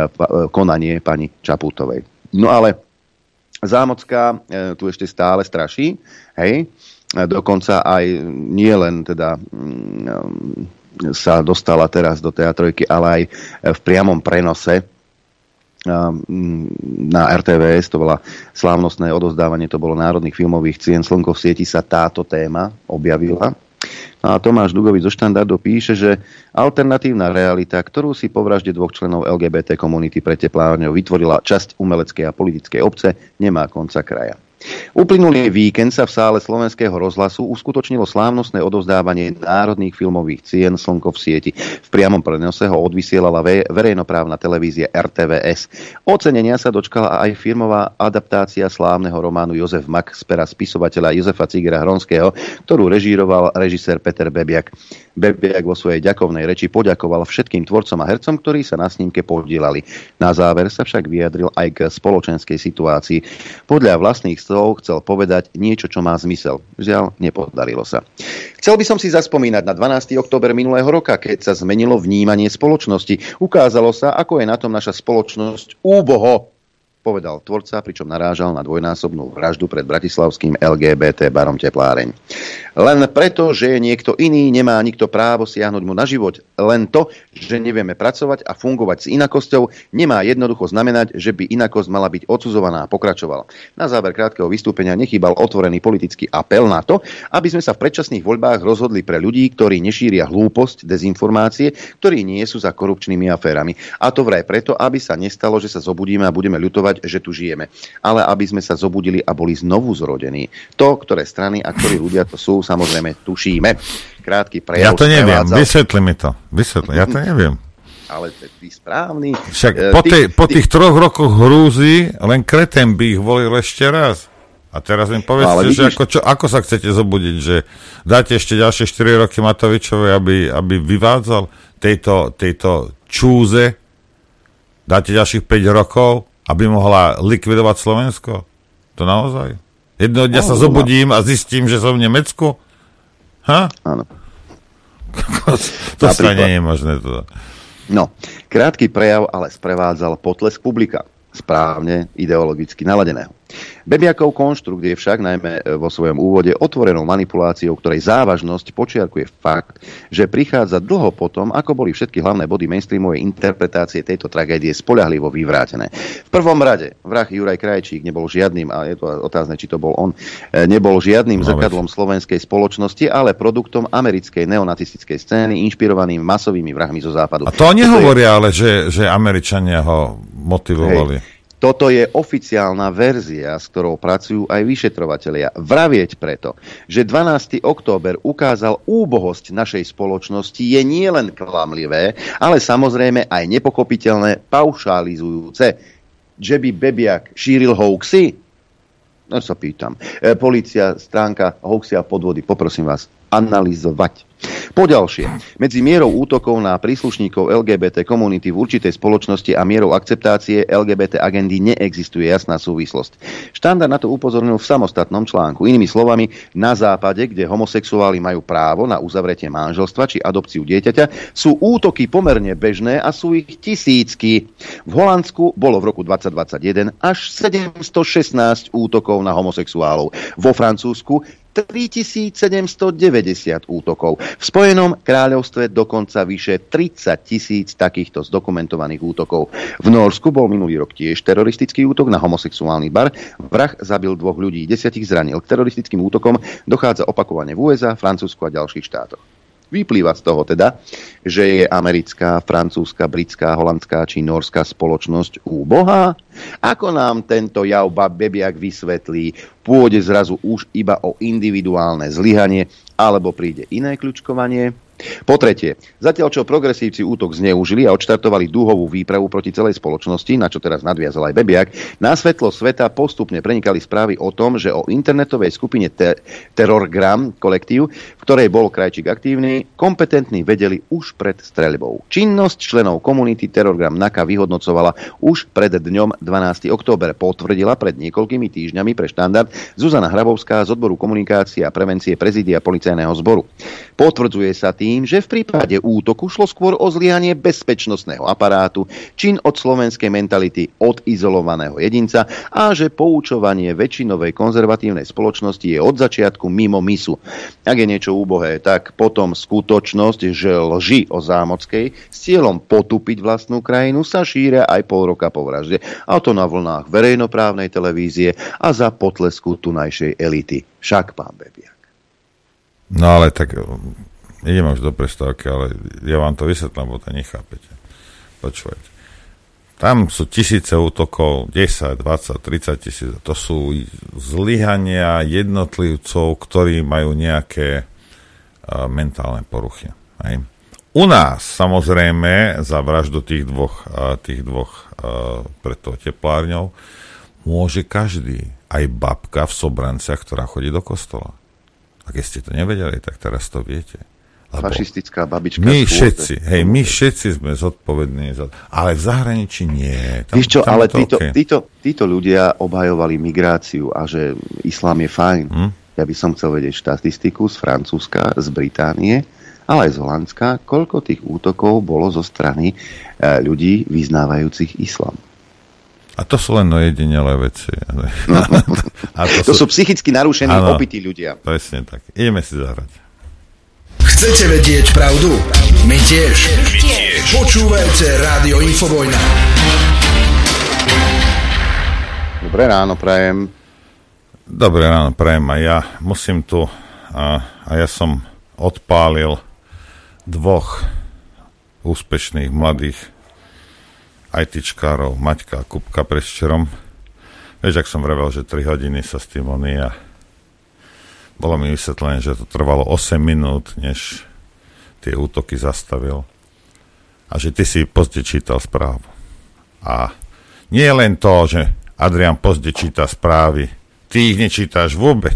konanie pani Čaputovej. No ale Zámocká e, tu ešte stále straší, hej, dokonca aj nie len teda mm, sa dostala teraz do teatrojky, ale aj v priamom prenose na er té vé es, to bola slávnostné odozdávanie, to bolo národných filmových cien Slnko v sieti, sa táto téma objavila. A Tomáš Dugovič zo Štandardu píše, že alternatívna realita, ktorú si po vražde dvoch členov el gé bé té komunity pre teplárňou vytvorila časť umeleckej a politickej obce, nemá konca kraja. Uplynulý víkend sa v sále Slovenského rozhlasu uskutočnilo slávnostné odovzdávanie národných filmových cien Slnko v sieti. V priamom prenose ho odvysielala verejnoprávna televízia er té vé es. Ocenenia sa dočkala aj filmová adaptácia slávneho románu Jozef Mak z pera spisovateľa Jozefa Cigera Hronského, ktorú režíroval režisér Peter Bebiak. Bebiak vo svojej ďakovnej reči poďakoval všetkým tvorcom a hercom, ktorí sa na snímke podielali. Na záver sa však vyjadril aj k spoločenskej situácii. Podľa vlastných slov chcel povedať niečo, čo má zmysel. Žiaľ, nepodarilo sa. Chcel by som si zaspomínať na dvanásteho október minulého roka, keď sa zmenilo vnímanie spoločnosti. Ukázalo sa, ako je na tom naša spoločnosť úboho, povedal tvorca, pričom narážal na dvojnásobnú vraždu pred bratislavským el gé bé té barom Tepláreň. Len preto, že je niekto iný, nemá nikto právo siahnuť mu na život. Len to, že nevieme pracovať a fungovať s inakosťou, nemá jednoducho znamenať, že by inakosť mala byť odsudzovaná a pokračovala. Na záver krátkeho vystúpenia nechýbal otvorený politický apel na to, aby sme sa v predčasných voľbách rozhodli pre ľudí, ktorí nešíria hlúposť, dezinformácie, ktorí nie sú za korupčnými aférami. A to vraj preto, aby sa nestalo, že sa zobudíme a budeme ľutovať, že tu žijeme, ale aby sme sa zobudili a boli znovu zrodení. To, ktoré strany a ktorí ľudia to sú, samozrejme tušíme. Krátky prejav. Ja to neviem, sprevádzal... vysvetli mi to. Vysvetli, ja to neviem. Ale ty správny. Však po, ty, po tých ty... troch rokoch hrúzy len kreten by ich volil ešte raz. A teraz mi povedzte, no, že ako, čo, ako sa chcete zobudiť, že dáte ešte ďalšie štyri roky Matovičovi, aby, aby vyvádzal tejto, tejto čúze, dáte ďalších päť rokov, aby mohla likvidovať Slovensko? To naozaj? Jedného dňa no, sa zobudím a zistím, že som v Nemecku? Ha? Áno. To sa nie je možné. To. No, krátky prejav, ale sprevádzal potlesk publika. správne ideologicky naladeného. Bebiakov konštrukt je však najmä vo svojom úvode otvorenou manipuláciou, ktorej závažnosť počiarkuje fakt, že prichádza dlho potom, ako boli všetky hlavné body mainstreamovej interpretácie tejto tragédie spoľahlivo vyvrátené. V prvom rade vrah Juraj Krajčík nebol žiadnym, a je to otázne, či to bol on, nebol žiadnym zrkadlom slovenskej spoločnosti, ale produktom americkej neonacistickej scény, inšpirovaným masovými vrahmi zo západu. A to nehovoria, ale že, že Američania ho motivovali. Hej. Toto je oficiálna verzia, s ktorou pracujú aj vyšetrovatelia. Vravieť preto, že dvanásteho október ukázal úbohosť našej spoločnosti, je nielen klamlivé, ale samozrejme aj nepochopiteľné, paušalizujúce. Že by Bebiak šíril hoaxy? No sa pýtam. E, Polícia, stránka hoaxy a podvody, poprosím vás, analyzovať. Poďalšie, medzi mierou útokov na príslušníkov el gé bé té komunity v určitej spoločnosti a mierou akceptácie el gé bé té agendy neexistuje jasná súvislosť. Štandard na to upozornil v samostatnom článku. Inými slovami, na západe, kde homosexuáli majú právo na uzavretie manželstva či adopciu dieťaťa, sú útoky pomerne bežné a sú ich tisícky. V Holandsku bolo v roku dvadsať dvadsaťjeden až sedemstošestnásť útokov na homosexuálov. Vo Francúzsku tritisícsedemstodeväťdesiat útokov. V Spojenom kráľovstve dokonca vyše tridsať tisíc takýchto zdokumentovaných útokov. V Nórsku bol minulý rok tiež teroristický útok na homosexuálny bar. Vrah zabil dvoch ľudí, desiatich zranil. K teroristickým útokom dochádza opakovane v ú es á, Francúzsku a ďalších štátoch. Vyplýva z toho teda, že je americká, francúzska, britská, holandská či norská spoločnosť úbohá. Ako nám tento jav Bebiak vysvetlí, pôjde zrazu už iba o individuálne zlyhanie, alebo príde iné kľučkovanie? Po tretie, zatiaľ čo progresívci útok zneužili a odštartovali dúhovú výpravu proti celej spoločnosti, na čo teraz nadviazal aj Bebiak, na svetlo sveta postupne prenikali správy o tom, že o internetovej skupine te- Terrorgram kolektív, v ktorej bol Krajčík aktívny, kompetentní vedeli už pred streľbou. Činnosť členov komunity Terrorgram NAKA vyhodnocovala už pred dňom dvanásteho október, potvrdila pred niekoľkými týždňami pre Štandard Zuzana Hrabovská z odboru komunikácie a prevencie prezídia policajného zboru. Potvrdzuje sa tým, že v prípade útoku šlo skôr o zlyhanie bezpečnostného aparátu, čin od slovenskej mentality od izolovaného jedinca a že poučovanie väčšinovej konzervatívnej spoločnosti je od začiatku mimo misu. Ak je niečo úbohé, tak potom skutočnosť, že lži o Zámockej s cieľom potupiť vlastnú krajinu sa šíria aj pol roka po vražde. A to na vlnách verejnoprávnej televízie a za potlesku tunajšej elity. Však, pán Bebiak. No ale tak idem už do prestávky, ale ja vám to vysvetlím, bo to nechápete. Počúvajte. Tam sú tisíce útokov, desať, dvadsať, tridsať tisíc. To sú zlyhania jednotlivcov, ktorí majú nejaké uh, mentálne poruchy. Hej. U nás, samozrejme, za vraždu tých dvoch, uh, tých dvoch uh, pred tou teplárňou, môže každý, aj babka v Sobranciach, ktorá chodí do kostola. A keď ste to nevedeli, tak teraz to viete. Lebo fašistická babička. My všetci, hej, my všetci sme zodpovední za... Ale v zahraničí nie. Tam, Víš čo, ale títo, okay. títo, títo ľudia obhajovali migráciu a že islám je fajn. Hm? Ja by som chcel vedieť štatistiku z Francúzska, z Británie, ale aj z Holandska, koľko tých útokov bolo zo strany e, ľudí vyznávajúcich islám. A to sú len ojedinelé veci. No. A to, to sú, sú psychicky narušení, ano, opití ľudia. Presne tak. Ideme si zahrať. Chcete vedieť pravdu? My tiež. My tiež. Počúvajte Rádio Infovojna. Dobré ráno, prajem. Dobré ráno, prajem a ja musím tu a, a ja som odpálil dvoch úspešných mladých ITčkárov, Maťka a Kupka predvčerom. Vieš, ak som vravel, že tri hodiny sa s tým oni a bolo mi vysvetlené, že to trvalo osem minút, než tie útoky zastavil. A že ty si pozde čítal správu. A nie je len to, že Adrián pozde číta správy. Ty ich nečítáš vôbec.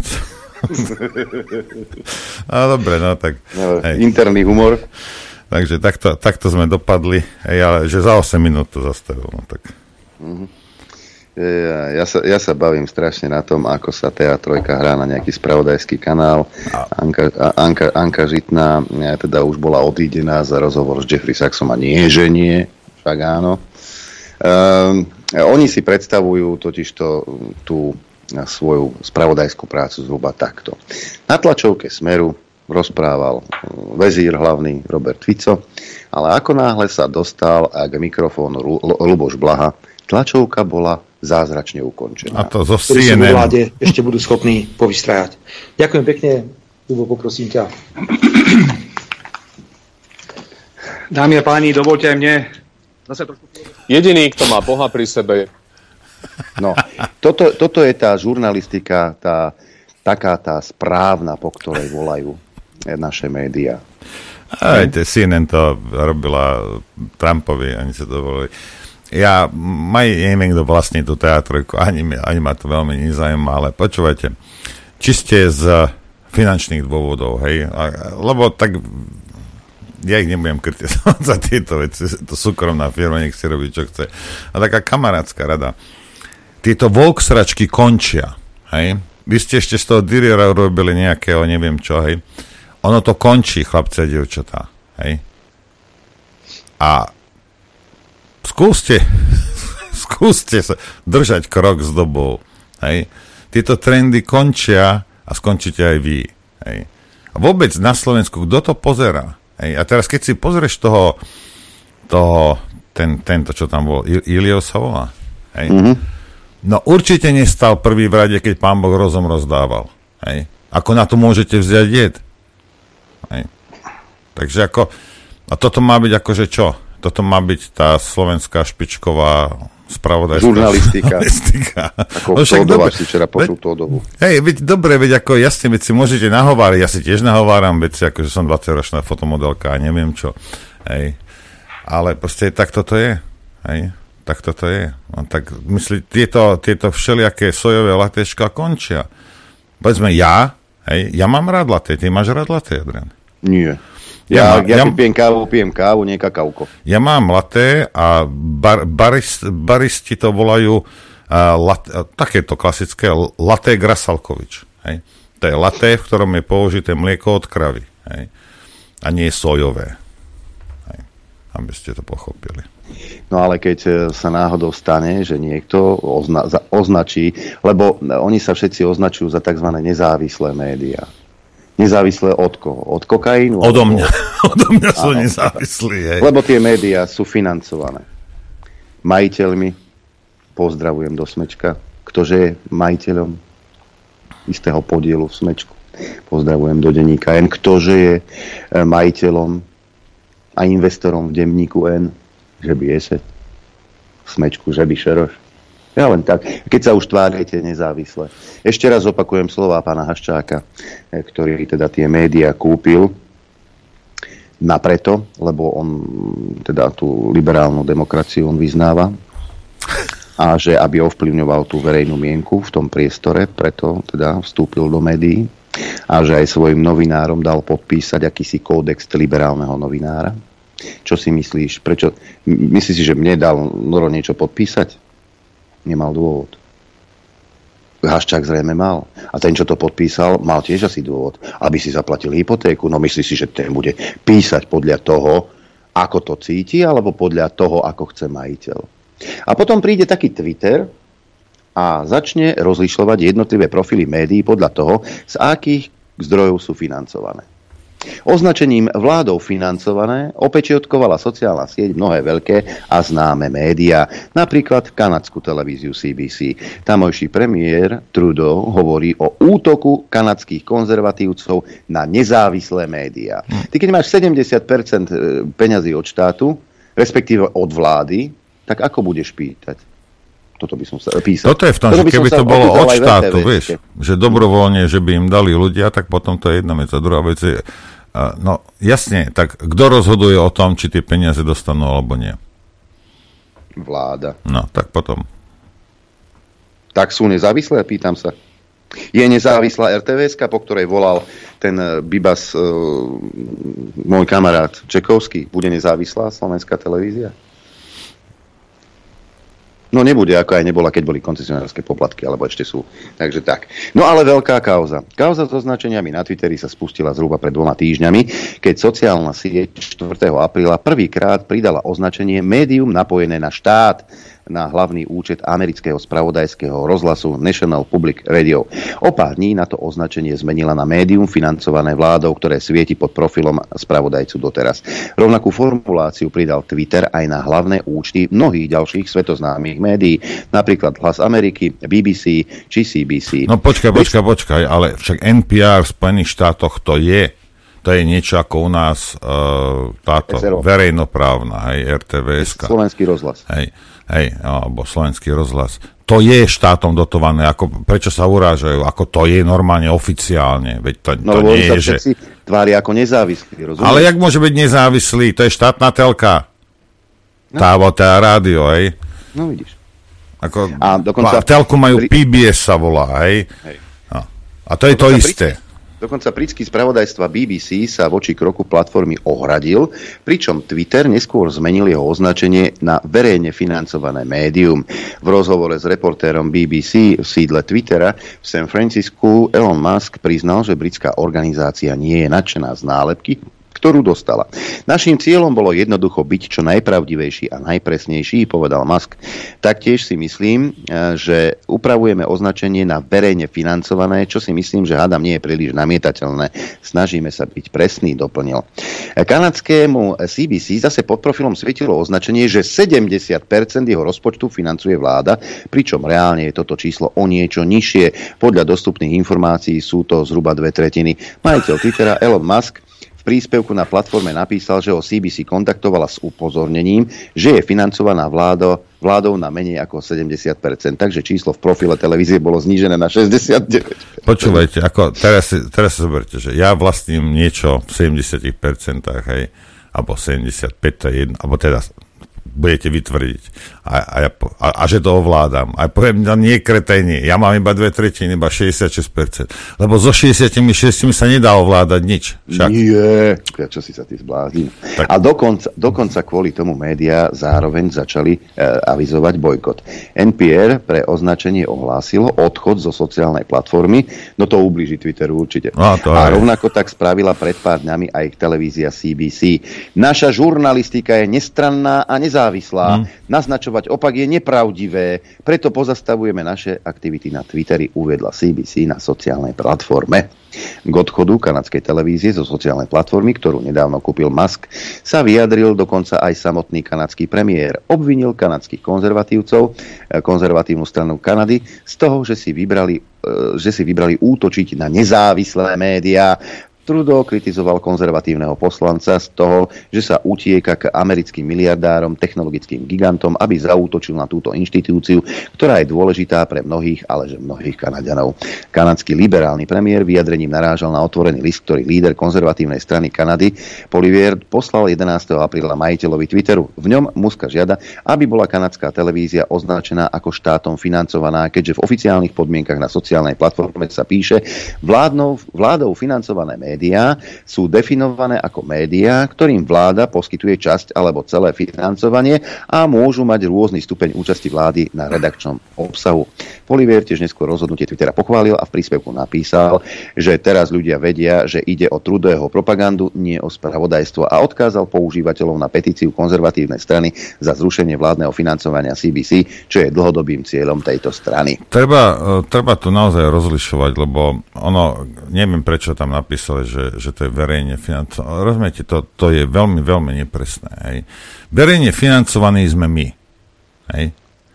No dobre, no tak... No, interný humor. Takže takto, takto sme dopadli, hej, ale že za osem minút to zastavil. No tak. Mm-hmm. Ja, ja, sa, ja sa bavím strašne na tom, ako sa té á tri hrá na nejaký spravodajský kanál. Anka, Anka, Anka Žitná ja teda už bola odídená za rozhovor s Jeffrey Sachsom a nie, že nie, však áno. Um, Oni si predstavujú totižto tú svoju spravodajskú prácu zhruba takto. Na tlačovke Smeru rozprával vezír hlavný Robert Fico, ale ako náhle sa dostal k mikrofónu Ľuboš Blaha, tlačovka bola zázračne ukončená. A to zo C N N. Ktorí sú vo vláde ešte budú schopní povystrajať. Ďakujem pekne, Ľubo, poprosím ťa. Dámy a páni, dovoľte aj mne. Zase trošku... Jediný, kto má Boha pri sebe. No, toto, toto je tá žurnalistika, tá, taká tá správna, po ktorej volajú naše médiá. Aj te C N N to robila Trumpovi, ani sa to volili. Ja maj, neviem, kto vlastní tú teatrojku, ani, ani ma to veľmi nezaujíma, ale počúvajte, čiste z finančných dôvodov, hej, a, lebo tak ja ich nebudem kritizovať za tieto veci, to súkromná firma, nech si robí, čo chce. A taká kamarátska rada. Tieto Volksračky končia, hej. Vy ste ešte z toho Diriera robili nejakého, neviem čo, hej. Ono to končí, chlapci a dievčatá, hej. A skúste, skúste sa držať krok s dobou, hej. Tieto trendy končia a skončíte aj vy, hej. A vôbec na Slovensku, kto to pozerá? Hej, a teraz, keď si pozrieš toho, toho ten, tento, čo tam bol, Il- Ilio sa volá, hej? Mm-hmm. No určite nestal prvý v rade, keď pán Boh rozum rozdával, hej? Ako na to môžete vziať jed? Hej? Takže ako, a toto má byť akože čo? Toto má byť tá slovenská špičková spravodajská žurnalistika. žurnalistika. Ako no, Tódovač si včera počul Tódovu. Hej, veď dobre, veď ako jasne, veď si môžete nahovárať, ja si tiež nahováram, veď si akože som dvadsaťročná fotomodelka a neviem čo. Hej. Ale proste tak toto je. Hej. Tak toto je. No, tak myslí, tieto, tieto všelijaké sojové latečka končia. Povedzme, ja, hej, ja mám rád laté, ty máš rád laté, Adrian? Nie. Ja, ja, ja, ja pijem kávu, pijem kávu, nie kakauko. Ja mám laté a bar, barist, baristi to volajú uh, lat, uh, takéto klasické laté Grasalkovič. Hej. To je laté, v ktorom je použité mlieko od kravy. Hej. A nie sojové. Hej. Aby ste to pochopili. No ale keď sa náhodou stane, že niekto ozna, za, označí, lebo oni sa všetci označujú za tzv. Nezávislé médiá. Nezávislé od koho? Od kokainu? Odo mňa. Odo mňa sú áno, nezávislí. Hej. Lebo tie médiá sú financované majiteľmi. Pozdravujem do Smečka. Ktože je majiteľom istého podielu v Smečku? Pozdravujem do denníka N. Ktože je majiteľom a investorom v denníku N? Že by jese v Smečku, že by šeroš. Ja len tak, keď sa už tvárite nezávisle. Ešte raz opakujem slova pána Haščáka, ktorý teda tie médiá kúpil napreto, lebo on teda tú liberálnu demokraciu on vyznáva a že aby ovplyvňoval tú verejnú mienku v tom priestore, preto teda vstúpil do médií a že aj svojim novinárom dal podpísať akýsi kódex liberálneho novinára. Čo si myslíš? Prečo? Myslíš si, že mne dal Noro niečo podpísať? Nemal dôvod. Haščák zrejme mal. A ten, čo to podpísal, mal tiež asi dôvod. Aby si zaplatil hypotéku. No myslíš si, že ten bude písať podľa toho, ako to cíti, alebo podľa toho, ako chce majiteľ. A potom príde taký Twitter a začne rozlišovať jednotlivé profily médií podľa toho, z akých zdrojov sú financované. Označením vládou financované opečiotkovala sociálna sieť mnohé veľké a známe médiá, napríklad kanadskú televíziu C B C. Tamojší premiér Trudeau hovorí o útoku kanadských konzervatívcov na nezávislé médiá. Ty keď máš sedemdesiat percent peňazí od štátu, respektíve od vlády, tak ako budeš pýtať? Toto by som sa písal. Toto je v tom, Toto že keby to bolo od štátu, vieš, že dobrovoľne, že by im dali ľudia, tak potom to je jedna vec. A druhá vec je, no jasne, tak kto rozhoduje o tom, či tie peniaze dostanú alebo nie? Vláda. No, tak potom. Tak sú nezávislé, pýtam sa. Je nezávislá er té véska, po ktorej volal ten Bibas, uh, môj kamarát Čekovský. Bude nezávislá slovenská televízia? No nebude, ako aj nebola, keď boli koncesionárske poplatky, alebo ešte sú. Takže tak. No ale veľká kauza. Kauza s označeniami na Twitteri sa spustila zhruba pred dvoma týždňami, keď sociálna sieť štvrtého apríla prvýkrát pridala označenie médium napojené na štát. na hlavný účet amerického spravodajského rozhlasu National Public Radio. O pár dní na to označenie zmenila na médium financované vládou, ktoré svieti pod profilom spravodajcu doteraz. Rovnakú formuláciu pridal Twitter aj na hlavné účty mnohých ďalších svetoznámych médií, napríklad Hlas Ameriky, bé bé cé či C B C. No počkaj, počkaj, počkaj, ale však N P R v Spojených štátoch to je To je niečo ako u nás uh, táto es er o. Verejnoprávna, hej, er té vé eska. Slovenský rozhlas. Hej, hej, alebo Slovenský rozhlas. To je štátom dotované, ako, prečo sa urážajú, ako to je normálne oficiálne. Veď to, no, to lebo nie sa je, že... tvária ako nezávislí, rozumieš? Ale jak môže byť nezávislý? To je štátna telka. No. Tá, tá rádio, hej. No vidíš. Ako, a dokonca... Telku majú P B S sa volá, hej. hej. No. A to je dokonca to isté. Pri... Dokonca britský spravodajstva bé bé cé sa voči kroku platformy ohradil, pričom Twitter neskôr zmenil jeho označenie na verejne financované médium. V rozhovore s reportérom bé bé cé v sídle Twittera v San Francisku Elon Musk priznal, že britská organizácia nie je nadšená z nálepky, ktorú dostala. Naším cieľom bolo jednoducho byť čo najpravdivejší a najpresnejší, povedal Musk. Taktiež si myslím, že upravujeme označenie na verejne financované, čo si myslím, že hádam nie je príliš namietateľné. Snažíme sa byť presný, doplnil. Kanadskému C B C zase pod profilom svietilo označenie, že sedemdesiat percent jeho rozpočtu financuje vláda, pričom reálne je toto číslo o niečo nižšie. Podľa dostupných informácií sú to zhruba dve tretiny. Majiteľ Twittera Elon Musk príspevku na platforme napísal, že ho C B C kontaktovala s upozornením, že je financovaná vládo, vládou na menej ako sedemdesiat percent. Takže číslo v profile televízie bolo znížené na šesťdesiatdeväť percent. Počúvajte, ako teraz si, teraz si zoberte, že ja vlastním niečo v sedemdesiat percent, hej, alebo sedemdesiatpäť, to je jedno, alebo teda budete vytvrdiť. A, a, ja, a, a že to ovládam. A poviem, no nie kreténie. Ja mám iba dve tretiny, iba šesťdesiatšesť percent. Lebo zo šesťdesiatšesť sa nedá ovládať nič. Však. Nie. Ja, čo si sa ty zbláznil. A dokonca, dokonca kvôli tomu médiá zároveň začali e, avizovať bojkot. N P R pre označenie ohlásilo odchod zo sociálnej platformy. No to ublíži Twitteru určite. No, to a rovnako tak spravila pred pár dňami aj televízia C B C. Naša žurnalistika je nestranná a nezávislá. Závislá. Hmm. Naznačovať opak je nepravdivé, preto pozastavujeme naše aktivity na Twitteri, uviedla C B C na sociálnej platforme. K odchodu kanadskej televízie zo sociálnej platformy, ktorú nedávno kúpil Musk, sa vyjadril dokonca aj samotný kanadský premiér. Obvinil kanadských konzervatívcov, konzervatívnu stranu Kanady, z toho, že si vybrali, že si vybrali útočiť na nezávislé médiá. Trudeau kritizoval konzervatívneho poslanca z toho, že sa utieka k americkým miliardárom, technologickým gigantom, aby zaútočil na túto inštitúciu, ktorá je dôležitá pre mnohých, ale že mnohých Kanaďanov. Kanadský liberálny premiér vyjadrením narážal na otvorený list, ktorý líder konzervatívnej strany Kanady Poilievre poslal jedenásteho apríla majiteľovi Twitteru. V ňom Muska žiada, aby bola kanadská televízia označená ako štátom financovaná, keďže v oficiálnych podmienkach na sociálnej platforme sa píše, vládnou, vládou financované médiá Médiá sú definované ako médiá, ktorým vláda poskytuje časť alebo celé financovanie a môžu mať rôzny stupeň účasti vlády na redakčnom obsahu. Poilievre tiež neskôr rozhodnutie Twittera pochválil a v príspevku napísal, že teraz ľudia vedia, že ide o Trudeauho propagandu, nie o spravodajstvo a odkázal používateľov na petíciu konzervatívnej strany za zrušenie vládneho financovania C B C, čo je dlhodobým cieľom tejto strany. Treba, treba tu naozaj rozlišovať, lebo ono, neviem prečo tam napísali, Že, že to je verejne financované. Rozumiete, to, to je veľmi, veľmi nepresné. Hej. Verejne financovaní sme my. Hej.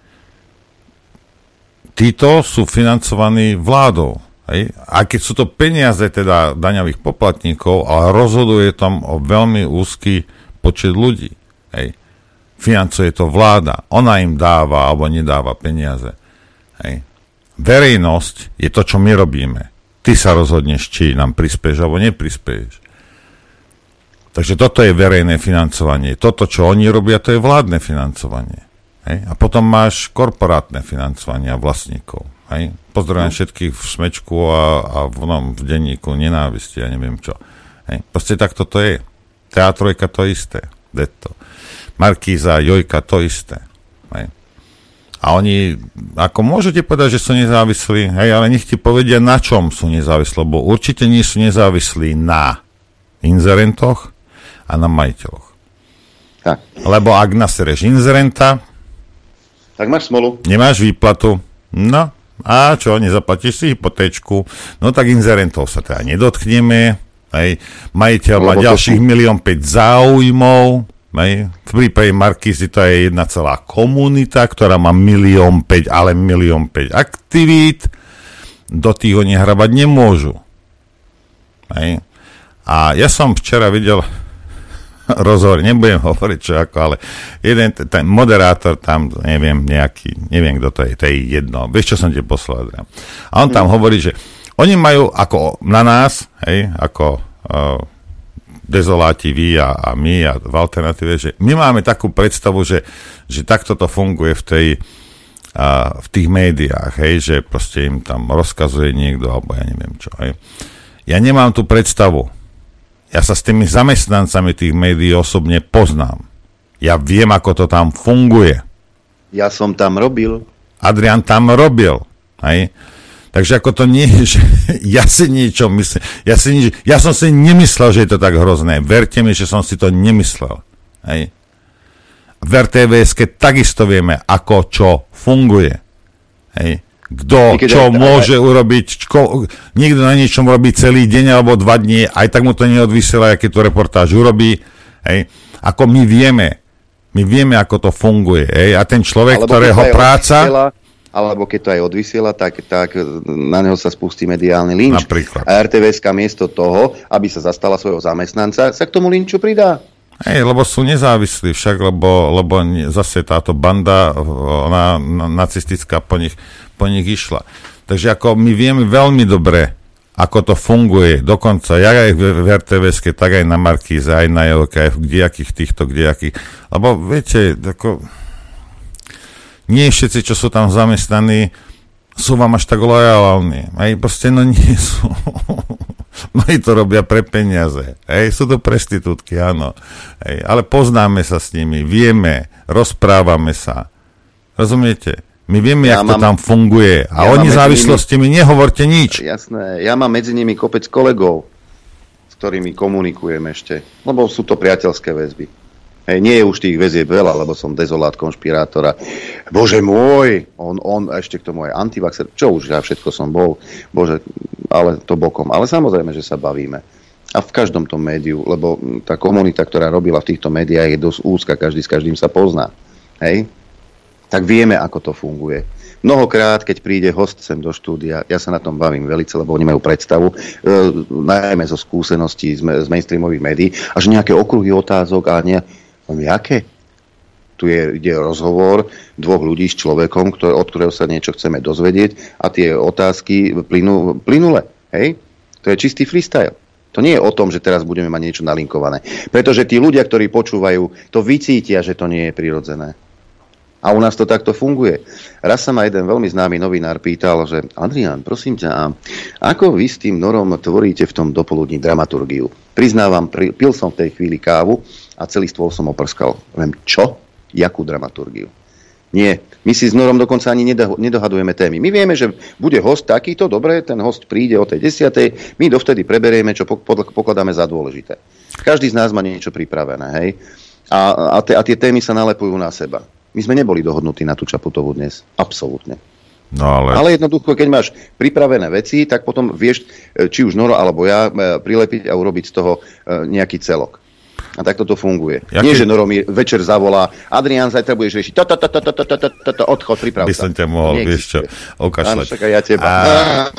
Títo sú financovaní vládou. Hej. A keď sú to peniaze teda daňových poplatníkov, ale rozhoduje tam o veľmi úzky počet ľudí. Hej. Financuje to vláda. Ona im dáva alebo nedáva peniaze. Hej. Verejnosť je to, čo my robíme. Ty sa rozhodneš, či nám prispieš alebo neprispieš. Takže toto je verejné financovanie. Toto, čo oni robia, to je vládne financovanie. Hej? A potom máš korporátne financovanie a vlastníkov. Hej? Pozdravujem no. všetkých v Smečku a, a v, no, v denníku nenávisti, ja neviem čo. Hej? Proste takto to je. Teatrojka to isté. Detto. Markíza, Jojka to isté. Hej? A oni, ako môžete povedať, že sú nezávislí, hej, ale nech ti povedia, na čom sú nezávislí, lebo určite nie sú nezávislí na inzerentoch a na majiteľoch. Tak. Lebo ak nasereš inzerenta, Tak máš smolu. Nemáš výplatu. No, a čo, nezaplatíš si hypotéčku? No tak inzerentov sa teda nedotkneme. Hej. Majiteľ má ďalších milión päť záujmov. Hej. V prípade Markízy to je jedna celá komunita, ktorá má milión päť, ale milión päť aktivít. Do tých oni hrabať nemôžu. Hej. A ja som včera videl rozhovor, nebudem hovoriť čo ako, ale jeden ten moderátor tam, neviem, nejaký, neviem kto to je, to je jedno. Vieš, čo som ti poslal? A on tam mm. hovorí, že oni majú ako na nás, hej, ako uh, dezoláti vy a, a my a v alternatíve, že my máme takú predstavu, že, že takto to funguje v tej uh, v tých médiách, hej, že proste im tam rozkazuje niekto, alebo ja neviem čo, hej. Ja nemám tú predstavu. Ja sa s tými zamestnancami tých médií osobne poznám. Ja viem, ako to tam funguje. Ja som tam robil. Adrian tam robil. Hej? Takže ako to nie je, že ja si niečo myslím. Ja, si nič, ja som si nemyslel, že je to tak hrozné. Verte mi, že som si to nemyslel. Hej? V er té vé eske takisto vieme, ako čo funguje. Hej? Kto, čo môže urobiť, čo, niekto na niečom robí celý deň alebo dva dní, aj tak mu to neodvysiela, aké tú reportáž urobí. Hej. Ako my vieme, my vieme, ako to funguje. Hej. A ten človek, alebo ktorého práca... Odvysiela, alebo keď to aj odvysiela, tak, tak na neho sa spustí mediálny lynč. Napríklad. A er té vé eska miesto toho, aby sa zastala svojho zamestnanca, sa k tomu lynču pridá. Hej, lebo sú nezávislí však, lebo, lebo zase táto banda ona, nacistická po nich po nich išla. Takže ako my vieme veľmi dobre, ako to funguje. Dokonca ja aj v er té vé eske, tak aj na Markíze, aj na Jelke, aj v kdejakých týchto, kdejakých. Lebo viete, ako, nie všetci, čo sú tam zamestnaní, sú vám až tak lojálni. Aj proste no nie sú. Mnohí to robia pre peniaze. Hej, sú to prostitútky, áno. Hej, ale poznáme sa s nimi, vieme, rozprávame sa. Rozumiete? My vieme, ja jak mám, to tam funguje. A ja o nezávislosti mi nehovorte nič. Jasné, ja mám medzi nimi kopec kolegov, s ktorými komunikujem ešte. Lebo sú to priateľské väzby. Hej, nie je už tých väzieb veľa, lebo som dezolát konšpirátora. Bože môj, on, on ešte k tomu aj antivaxer. Čo už, ja všetko som bol. Bože, ale to bokom. Ale samozrejme, že sa bavíme. A v každom tom médiu, lebo tá komunita, ktorá robila v týchto médiách, je dosť úzka, každý s každým sa pozná. Hej? Tak vieme, ako to funguje. Mnohokrát, keď príde host sem do štúdia, ja sa na tom bavím velice, lebo oni majú predstavu, e, najmä zo skúseností z, z mainstreamových médií, a že nejaké okruhy otázok a nie... Jaké? Tu je, ide rozhovor dvoch ľudí s človekom, ktoré, od ktorého sa niečo chceme dozvedieť a tie otázky plynú, plynule. Hej? To je čistý freestyle. To nie je o tom, že teraz budeme mať niečo nalinkované. Pretože tí ľudia, ktorí počúvajú, to vycítia, že to nie je prirodzené. A u nás to takto funguje. Raz sa ma jeden veľmi známy novinár pýtal, že Adrián, prosím ťa, ako vy s tým Norom tvoríte v tom dopoludní dramaturgiu? Priznávam, pil som v tej chvíli kávu a celý stôl som oprskal. Viem, čo? Jakú dramaturgiu? Nie. My si s Norom dokonca ani nedohadujeme témy. My vieme, že bude host takýto, dobre, ten host príde o tej desiatej, my dovtedy preberieme, čo pokladáme za dôležité. Každý z nás má niečo pripravené, hej? A, a, te, a tie témy sa nalepujú na seba. My sme neboli dohodnutí na tú Čaputovú dnes. Absolútne. No ale... ale jednoducho, keď máš pripravené veci, tak potom vieš, či už Noro alebo ja, prilepiť a urobiť z toho nejaký celok. A takto to funguje. Jaký... Nie, že Noro mi večer zavolá, Adrián, zajtra budeš riešiť to, to, to, to, to, to, to, to, odchod, priprav sa. By som ťa mohol, vieš čo, okašľať. Áno, však aj ja teba. A...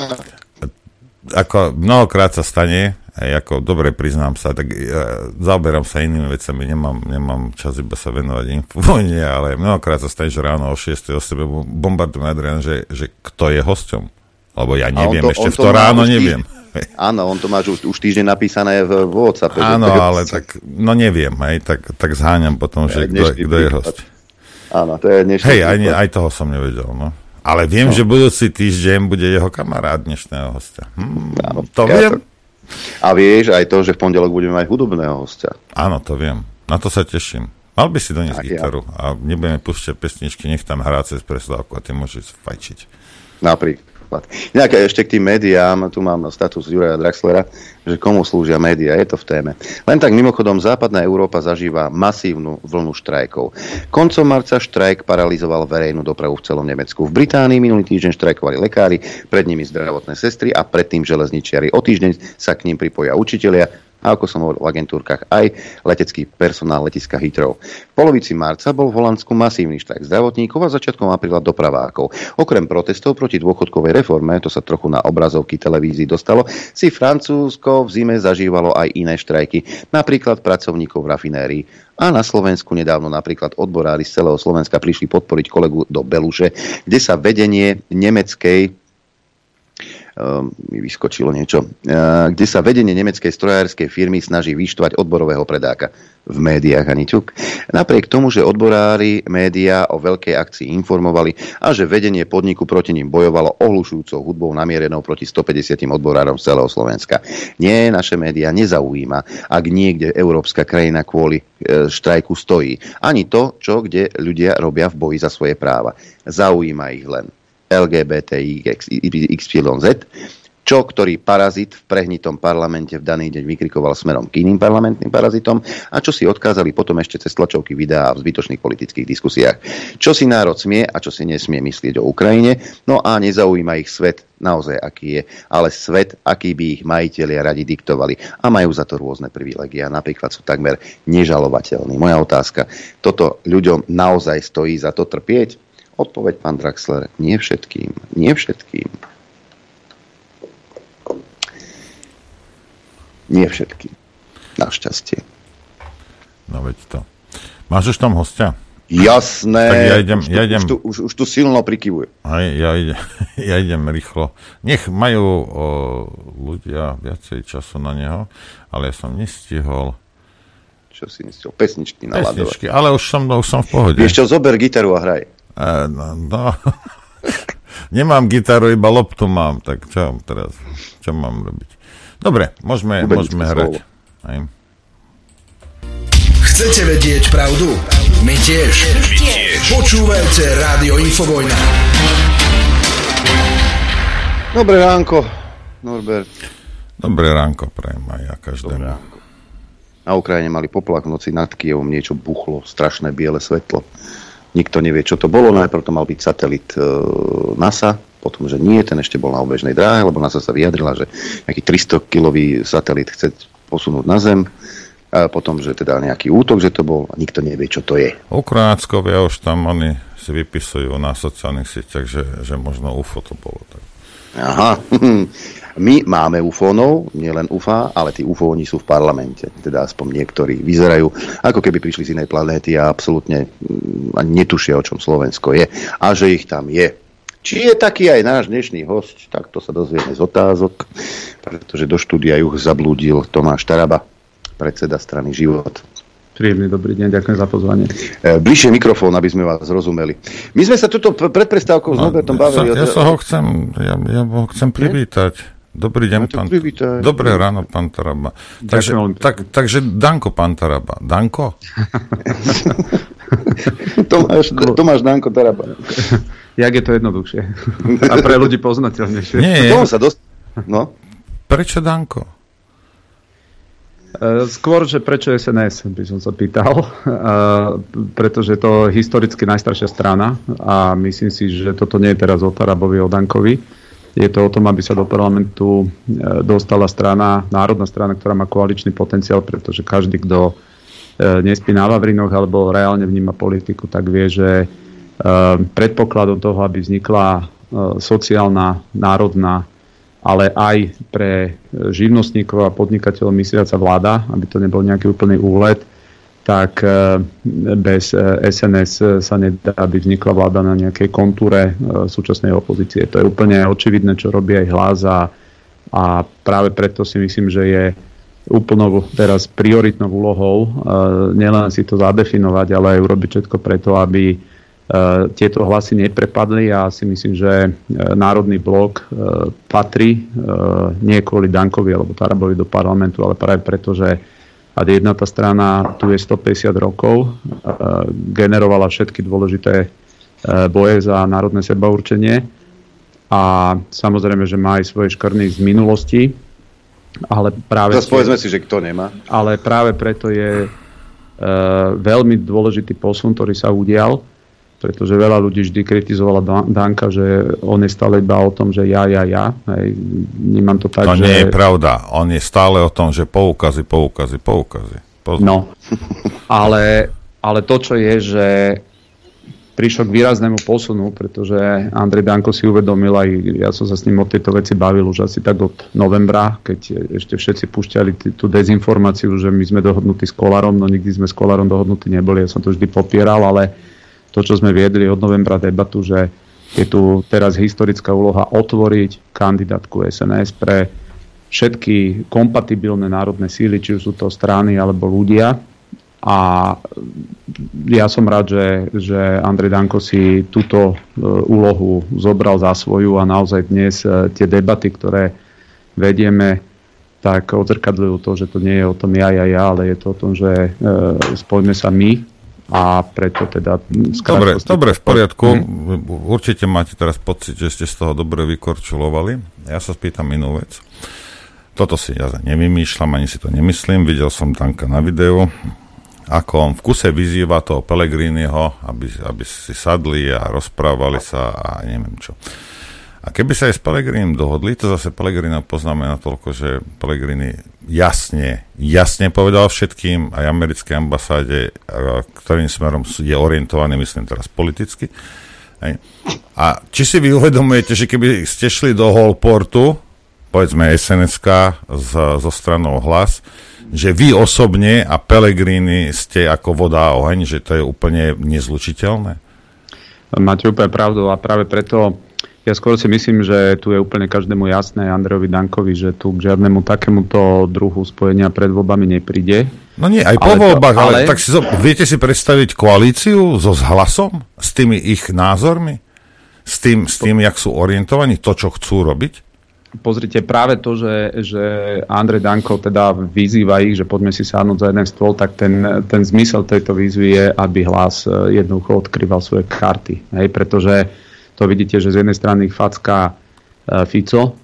Ako mnohokrát sa stane, aj ako dobre priznám sa, tak ja zaoberám sa inými vecami, nemám, nemám čas iba sa venovať infovojne, ale mnohokrát sa stane, že ráno o šiestej o sebe bombardujem Adrián, že, že kto je hosťom. Lebo ja neviem, to, ešte v to, to ráno neviem. Týždeň, áno, on to má už, už týždeň napísané v, v WhatsApp. Áno, ale tak, no neviem, hej, tak, tak zháňam potom, že kto, kto je hosť. Áno, to je dnešný Hej, aj, aj toho som nevedel, no. Ale viem, no. že budúci týždeň bude jeho kamarát dnešného hostia. Hm, áno, to viem. A vieš aj to, že v pondelok budeme mať hudobného hostia. Áno, to viem. Na to sa teším. Mal by si doniesť gitaru ja. a nebudeme púšťať pesničky, nech tam hrá cez prestávku a ty môžeš fajčiť. Napríklad. záchvat. Inak ešte k tým médiám, tu mám status Juraja Draxlera, že komu slúžia médiá, je to v téme. Len tak mimochodom, západná Európa zažíva masívnu vlnu štrajkov. Koncom marca štrajk paralizoval verejnú dopravu v celom Nemecku. V Británii minulý týždeň štrajkovali lekári, pred nimi zdravotné sestry a predtým železničiari. O týždeň sa k ním pripoja učitelia a ako som hovoril v agentúrkach aj letecký personál letiska Heathrow. V polovici marca bol v Holandsku masívny štrajk zdravotníkov a začiatkom apríla dopravákov. Okrem protestov proti dôchodkovej reforme, to sa trochu na obrazovky televízií dostalo, si Francúzsko v zime zažívalo aj iné štrajky, napríklad pracovníkov v rafinérii. A na Slovensku nedávno napríklad odborári z celého Slovenska prišli podporiť kolegu do Beluše, kde sa vedenie nemeckej mi vyskočilo niečo, kde sa vedenie nemeckej strojárskej firmy snaží vyštvať odborového predáka. V médiách ani ťuk. Napriek tomu, že odborári médiá o veľkej akcii informovali a že vedenie podniku proti ním bojovalo ohlušujúcou hudbou namierenou proti stopäťdesiatim odborárom z celého Slovenska. Nie, naše médiá nezaujíma, ak niekde európska krajina kvôli e, štrajku stojí. Ani to, čo kde ľudia robia v boji za svoje práva. Zaujíma ich len el gé bé té í iks ypsilon zet, čo ktorý parazit v prehnitom parlamente v daný deň vykrikoval smerom k iným parlamentným parazitom a čo si odkázali potom ešte cez tlačovky videá v zbytočných politických diskusiách. Čo si národ smie a čo si nesmie myslieť o Ukrajine, no a nezaujíma ich svet naozaj aký je, ale svet, aký by ich majitelia radi diktovali a majú za to rôzne privilegia, napríklad sú takmer nežalovateľní. Moja otázka, toto ľuďom naozaj stojí za to trpieť? Odpoveď, pán Draxler, nie všetkým. Nie všetkým. Nie všetkým. Našťastie. No veď to. Máš už tam hostia? Jasné. Tak ja idem, už, tu, ja idem, už, tu, už, už tu silno prikyvuje. Aj, ja, idem, ja idem rýchlo. Nech majú o, ľudia viacej času na neho, ale ja som nestihol. Čo si nestihol? Pesničky naladovať. Pesničky, ale už som, už som v pohode. Vieš čo, zober gitaru a hraj. Uh, no, no. Nemám gitaru, iba loptu mám, tak čo teraz, čo mám robiť? Dobre, môžeme, môžeme hrať. Aj. Chcete vedieť pravdu? My tiež. My tiež. Počúvajte Rádio Infovojna. Dobré ránko, Norbert. Dobré ránko, prajem aj ja každému. Na Ukrajine mali poplach v noci nad Kyjevom, niečo buchlo, strašné biele svetlo. Nikto nevie, čo to bolo. Najprv to mal byť satelit e, NASA, potom, že nie, ten ešte bol na obežnej dráhe, lebo NASA sa vyjadrila, že nejaký tristokilový satelit chce posunúť na Zem. A potom, že teda nejaký útok, že to bol, a nikto nevie, čo to je. Ukrajinackovia už tam oni si vypisujú na sociálnych sieťach, že, že možno ú ef ó to bolo. Tak. Aha, my máme ufónov, nielen ú ef á, ale tí ufóni sú v parlamente. Teda aspoň niektorí vyzerajú, ako keby prišli z inej planéty a absolútne ani netušia, o čom Slovensko je. A že ich tam je. Či je taký aj náš dnešný hosť, tak to sa dozvieme z otázok, pretože do štúdia Juh zablúdil Tomáš Taraba, predseda strany Život. Príjemný dobrý deň, ďakujem za pozvanie. Bližšie mikrofón, aby sme vás zrozumeli. My sme sa tuto pred prestávkou s Norbertom bavili. Ja, ja sa ho chcem, ja, ja ho chcem privítať. Dobrý deň, pán Taraba. Dobré ráno, pán Taraba. Takže, tak, takže Danko, pán Taraba. Danko? Tomáš, Tomáš Danko Taraba. Jak je to jednoduchšie. A pre ľudí poznateľnejšie. Nie, no, sa dost... no. Prečo Danko? Skôr, že prečo es en es, by som sa pýtal, pretože to je historicky najstaršia strana a myslím si, že toto nie je teraz o Tarabovi, o Dankovi. Je to o tom, aby sa do parlamentu dostala strana, národná strana, ktorá má koaličný potenciál, pretože každý, kto nespí na Vavrinoch alebo reálne vníma politiku, tak vie, že predpokladom toho, aby vznikla sociálna, národná, ale aj pre živnostníkov a podnikateľov mysliaca vláda, aby to nebol nejaký úplný úlet, tak bez es en es sa nedá, aby vznikla vláda na nejakej kontúre súčasnej opozície. To je úplne očividné, čo robí aj Hlas a, a práve preto si myslím, že je úplnou teraz prioritnou úlohou nielen si to zadefinovať, ale aj urobiť všetko preto, aby tieto hlasy neprepadli a si myslím, že Národný blok patrí nie kvôli Dankovi alebo Tarabovi do parlamentu, ale práve preto, že jedna tá strana tu je stopäťdesiat rokov, generovala všetky dôležité boje za národné sebaurčenie a samozrejme, že má aj svoje škrny z minulosti, ale práve... Zas povedzme si, že kto nemá. Ale práve preto je uh, veľmi dôležitý posun, ktorý sa udial, pretože veľa ľudí vždy kritizovala Danka, že on je stále iba o tom, že ja, ja, ja. Hej, nemám to tak, to že... nie je pravda. On je stále o tom, že poukazy, poukazy, poukazy. Pozor. No, ale, ale to, čo je, že prišlo k výraznému posunu, pretože Andrej Danko si uvedomil, aj ja som sa s ním o tejto veci bavil už asi tak od novembra, keď ešte všetci púšťali t- tú dezinformáciu, že my sme dohodnutí s Kolárom, no nikdy sme s Kolárom dohodnutí neboli, ja som to vždy popieral, ale to, čo sme viedli od novembra debatu, že je tu teraz historická úloha otvoriť kandidátku es en es pre všetky kompatibilné národné síly, či už sú to strany alebo ľudia. A ja som rád, že, že Andrej Danko si túto úlohu zobral za svoju a naozaj dnes tie debaty, ktoré vedieme, tak odzrkadľujú to, že to nie je o tom ja, ja, ja, ale je to o tom, že e, spojme sa my. A preto teda... Dobre, dobre, v poriadku. Mm. Určite máte teraz pocit, že ste z toho dobre vykorčulovali. Ja sa spýtam inú vec. Toto si ja nevymýšľam, ani si to nemyslím. Videl som Danka na videu, ako on v kuse vyzýva toho Pellegriniho, aby, aby si sadli a rozprávali sa a neviem čo. A keby sa aj s Pellegrinim dohodli, to zase Pellegrina poznáme na toľko, že Pellegrini jasne, jasne povedal všetkým, aj americkej ambasáde, ktorým smerom je orientovaný, myslím teraz politicky. A či si vy uvedomujete, že keby ste šli do Hallportu, povedzme es en es ká zo stranou Hlas, že vy osobne a Pellegrini ste ako voda a oheň, že to je úplne nezlučiteľné? Máte úplne pravdu a práve preto ja skôr si myslím, že tu je úplne každému jasné, Andrejovi Dankovi, že tu k žiadnemu takémuto druhu spojenia pred voľbami nepríde. No nie, aj po voľbách, ale, ale tak si, viete si predstaviť koalíciu so s Hlasom? S tými ich názormi? S tým, s tým, jak sú orientovaní? To, čo chcú robiť? Pozrite, práve to, že, že Andrej Danko teda vyzýva ich, že poďme si sadnúť za jeden stôl, tak ten, ten zmysel tejto výzvy je, aby Hlas jednoducho odkrýval svoje karty. Hej, pretože to vidíte, že z jednej strany facká Fico,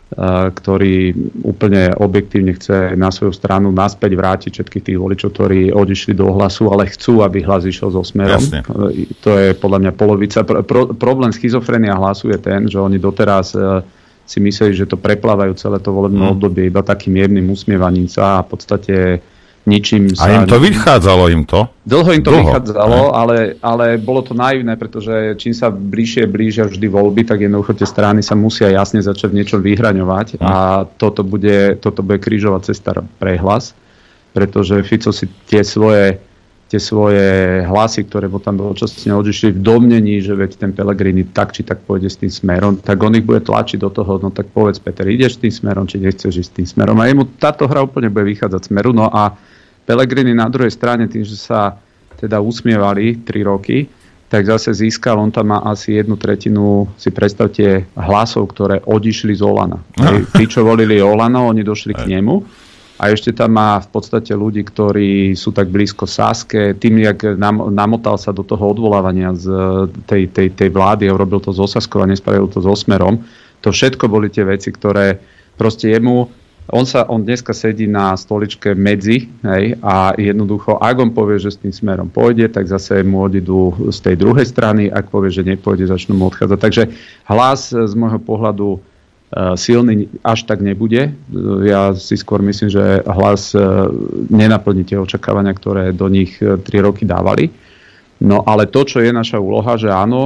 ktorý úplne objektívne chce na svoju stranu naspäť vrátiť všetkých tých voličov, ktorí odišli do Hlasu, ale chcú, aby Hlas išiel so Smerom. Jasne. To je podľa mňa polovica. Pro, problém schizofrénia Hlasu je ten, že oni doteraz si mysleli, že to preplávajú celé to volebné mm. obdobie iba takým jemným usmievaním sa a v podstate ničím sa... A im to vychádzalo im to? Dlho im to Dlho. vychádzalo, ale, ale bolo to naivné, pretože čím sa bližšie blížia vždy voľby, tak jednoducho tie strany sa musia jasne začať v niečom vyhraňovať mm. a toto bude, toto bude krížová cesta pre Hlas, pretože Fico si tie svoje, tie svoje hlasy, ktoré mu tam dočasne odišli v domnení, že veď ten Pellegrini tak či tak pôjde s tým smerom, tak on ich bude tlačiť do toho, no tak povedz Peter, ideš s tým smerom, či nechceš ísť s tým smerom a jemu táto hra úplne bude vychádzať smeru, no a Pellegrini na druhej strane, tým, že sa teda usmievali tri roky, tak zase získal, on tam má asi jednu tretinu, si predstavte, hlasov, ktoré odišli z Olana. No. Tí, čo volili Olano, oni došli k nemu a ešte tam má v podstate ľudí, ktorí sú tak blízko Saske, tým, jak nam, namotal sa do toho odvolávania z tej, tej, tej vlády a urobil to z Osaskou a nespravil to so Smerom, to všetko boli tie veci, ktoré proste jemu On, sa, on dneska sedí na stoličke medzi, hej, a jednoducho, ak on povie, že s tým smerom pôjde, tak zase mu odídu z tej druhej strany, ak povie, že nepôjde, začnú mu odchádzať. Takže Hlas z môjho pohľadu uh, silný až tak nebude. Uh, ja si skôr myslím, že Hlas uh, nenaplní tie očakávania, ktoré do nich uh, tri roky dávali. No ale to, čo je naša úloha, že áno,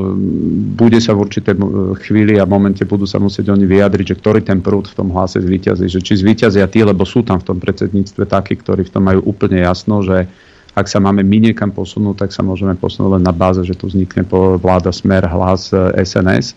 bude sa v určitej chvíli a momente budú sa musieť oni vyjadriť, že ktorý ten prúd v tom Hlase zvíťazí, že či zvíťazia tí, lebo sú tam v tom predsedníctve takí, ktorí v tom majú úplne jasno, že ak sa máme my niekam posunúť, tak sa môžeme posunúť len na báze, že tu vznikne vláda Smer, Hlas, es en es.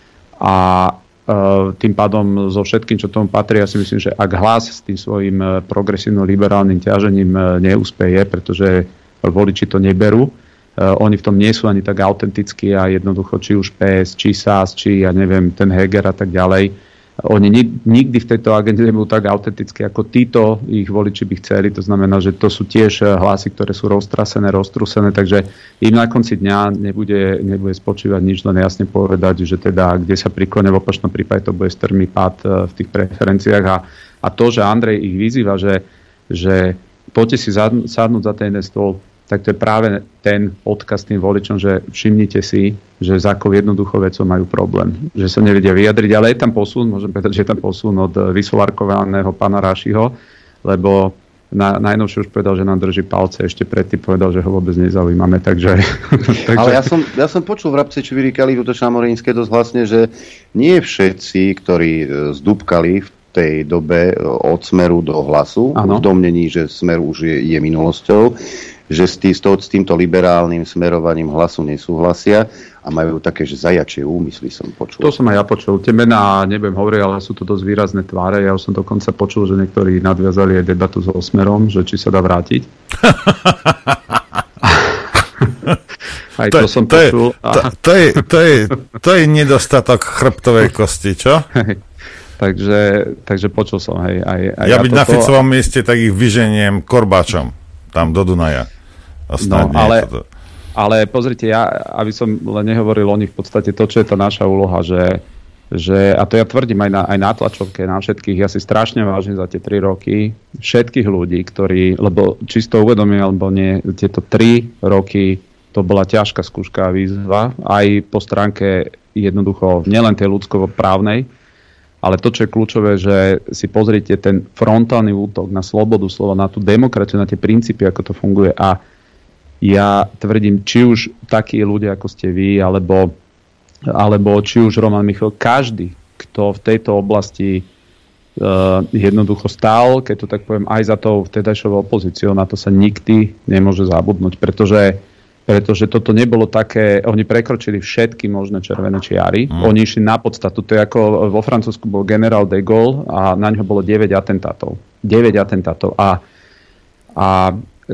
A tým pádom so všetkým, čo tomu patrí, ja si myslím, že ak Hlas s tým svojím progresívno-liberálnym ťažením neúspeje, pretože voliči to neberú. Uh, oni v tom nie sú ani tak autentickí a jednoducho či už pé es, či es á es, či ja neviem, ten Heger a tak ďalej, oni nikdy v tejto agende nebudú tak autentické, ako títo ich voliči by chceli. To znamená, že to sú tiež hlasy, ktoré sú roztrasené, roztrúsené, takže im na konci dňa nebude, nebude spočívať nič, len jasne povedať, že teda kde sa priklonia, v opačnom prípade to bude strmý pád v tých preferenciách. A, a to, že Andrej ich vyzýva, že, že poďte si sadnúť za ten jeden stôl, tak to je práve ten odkaz tým voličom, že všimnite si, že s akou jednoduchou vecou majú problém. Že sa nevedia vyjadriť, ale je tam posun, môžem povedať, že je tam posun od vysolárkovaného pána Rášiho, lebo na, najnovšie už povedal, že nám drží palce, ešte predtým povedal, že ho vôbec nezaujímame, takže... takže... Ale ja som, ja som počul v Rabci, či vyrýkali túto Šamorínske dosť hlasne, že nie všetci, ktorí zdúbkali v tej dobe od Smeru do Hlasu, v domnení, že Smer už je, je minulosťou, že s, tý, s týmto liberálnym smerovaním Hlasu nesúhlasia a majú také, že zajačie úmysly, som počul. To som aj ja počul. Tie mená nebudem hovoriť, ale sú to dosť výrazné tváre. Ja už som dokonca počul, že niektorí nadviazali aj debatu so Smerom, že či sa dá vrátiť. Aj to, to som to počul. Je, to, to, je, to, je, to je nedostatok chrbtovej kosti, čo? takže, takže počul som aj, aj, aj ja, ja byť toto. Na Ficovom mieste, tak ich vyženiem korbáčom tam do Dunaja. No, ale, ale pozrite, ja, aby som len nehovoril o nich v podstate to, čo je to naša úloha, že, že a to ja tvrdím aj na, aj na tlačovke, na všetkých, ja si strašne vážim za tie tri roky všetkých ľudí, ktorí, lebo čisto uvedomím, alebo nie, tieto tri roky to bola ťažká skúška a výzva, aj po stránke jednoducho nielen tej ľudskoprávnej, ale to, čo je kľúčové, že si pozrite ten frontálny útok na slobodu slova, na tú demokraciu, na tie princípy, ako to funguje. A ja tvrdím, či už takí ľudia, ako ste vy, alebo, alebo či už Roman Michal, každý, kto v tejto oblasti uh, jednoducho stál, keď to tak poviem, aj za tou vtedajšou opozíciou, na to sa nikdy nemôže zabudnúť, pretože pretože toto nebolo také, oni prekročili všetky možné červené čiary, mm. oni išli na podstatu, to je ako vo Francúzsku bol generál de Gaulle a na ňo bolo deväť atentátov. deväť atentátov a, a e,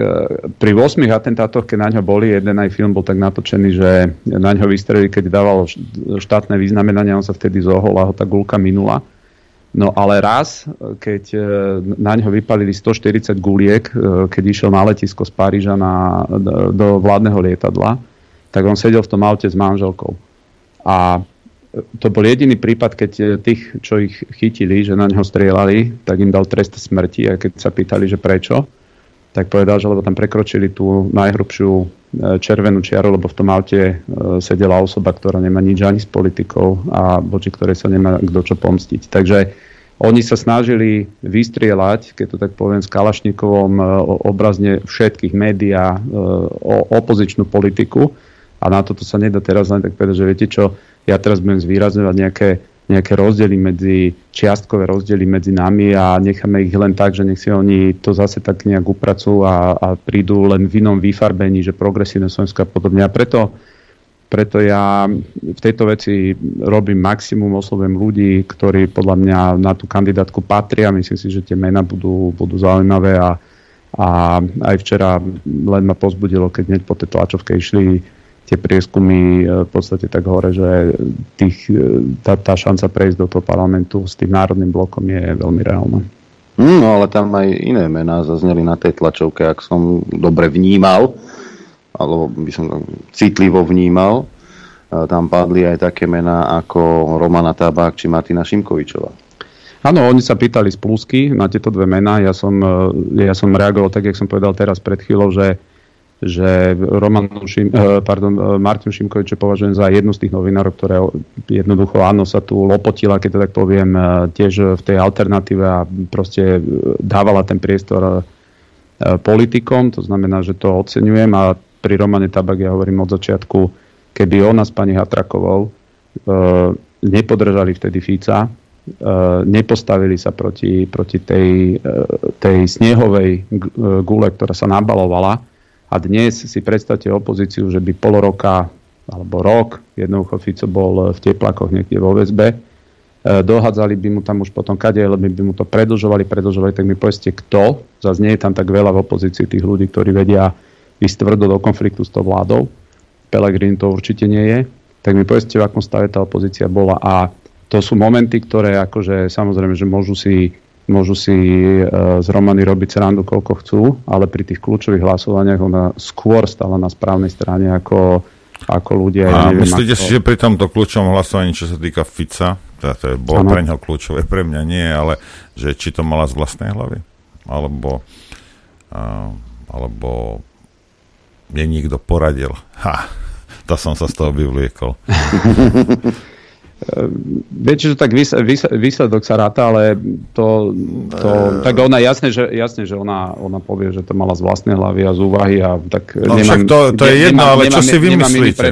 pri ôsmich atentátoch, keď na ňo boli, jeden aj film bol tak natočený, že na ňo vystrelili, keď dával štátne vyznamenania, on sa vtedy zohol a ho tá guľka minula. No ale raz, keď na ňo vypalili stoštyridsať guliek, keď išiel na letisko z Paríža na, do vládneho lietadla, tak on sedel v tom aute s manželkou. A to bol jediný prípad, keď tých, čo ich chytili, že na ňo strieľali, tak im dal trest smrti. A keď sa pýtali, že prečo, tak povedal, že lebo tam prekročili tú najhrubšiu červenú čiaru, lebo v tom aute sedela osoba, ktorá nemá nič ani s politikou a voči ktorej sa nemá kto čo pomstiť. Takže oni sa snažili vystrieľať, keď to tak poviem, s Kalašníkovom obrazne všetkých médiá o opozičnú politiku a na toto sa nedá teraz len tak povedať, že viete čo, ja teraz budem zvýrazňovať nejaké nejaké rozdiely medzi, čiastkové rozdiely medzi nami a necháme ich len tak, že nech si oni to zase tak nejak upracujú a, a prídu len v inom vyfarbení, že progresívne Slovensko a podobne. A preto, preto ja v tejto veci robím maximum, oslovujem ľudí, ktorí podľa mňa na tú kandidátku patria. Myslím si, že tie mená budú, budú zaujímavé a, a aj včera len ma povzbudilo, keď hneď po tej tlačovke išli tie prieskumy v podstate tak hore, že tých, tá, tá šanca prejsť do toho parlamentu s tým národným blokom je veľmi reálna. No ale tam aj iné mená zazneli na tej tlačovke, ak som dobre vnímal, alebo by som citlivo vnímal. Tam padli aj také mená ako Romana Tabák či Martina Šimkovičová. Áno, oni sa pýtali z plusky na tieto dve mená. Ja som, ja som reagoval tak, jak som povedal teraz pred chvíľou, že že Roman Šim, pardon, Martin Šimkovič považujem za jednu z tých novinárov, ktoré jednoducho áno sa tu lopotila, keď to tak poviem, tiež v tej alternatíve a proste dávala ten priestor politikom, to znamená, že to oceňujem a pri Romane Tabak ja hovorím od začiatku, keby ona s pani Hatrakovou nepodržali vtedy Fica, nepostavili sa proti, proti tej, tej snehovej gule, ktorá sa nabalovala. A dnes si predstavte opozíciu, že by pol roka alebo rok jednoducho Fico bol v teplakoch niekde vo väzbe. Dohádzali by mu tam už potom kade, lebo by mu to predĺžovali, predĺžovali, tak mi povedzte, kto. Zase nie je tam tak veľa v opozícii tých ľudí, ktorí vedia ísť tvrdo do konfliktu s tou vládou. Pellegrini to určite nie je. Tak mi povedzte, v akom stave tá opozícia bola. A to sú momenty, ktoré akože samozrejme, že môžu si, môžu si uh, z Romany robiť srandu, koľko chcú, ale pri tých kľúčových hlasovaniach ona skôr stala na správnej strane ako, ako ľudia. A ja neviem, myslíte ako... si, že pri tomto kľúčovom hlasovaní, čo sa týka Fica, teda to je bolo pre ňoho kľúčové, pre mňa nie, ale že či to mala z vlastnej hlavy? Alebo, uh, alebo mne niekto poradil. Ha, to som sa z toho vyvliekol. Viete, že tak výsledok sa ráta, ale to, to tak ona jasne, že, jasne, že ona, ona povie, že to mala z vlastnej hlavy a z úvahy a tak no nemám, však to, to je jedno, nemám, ale čo nemám, si vymyslíte?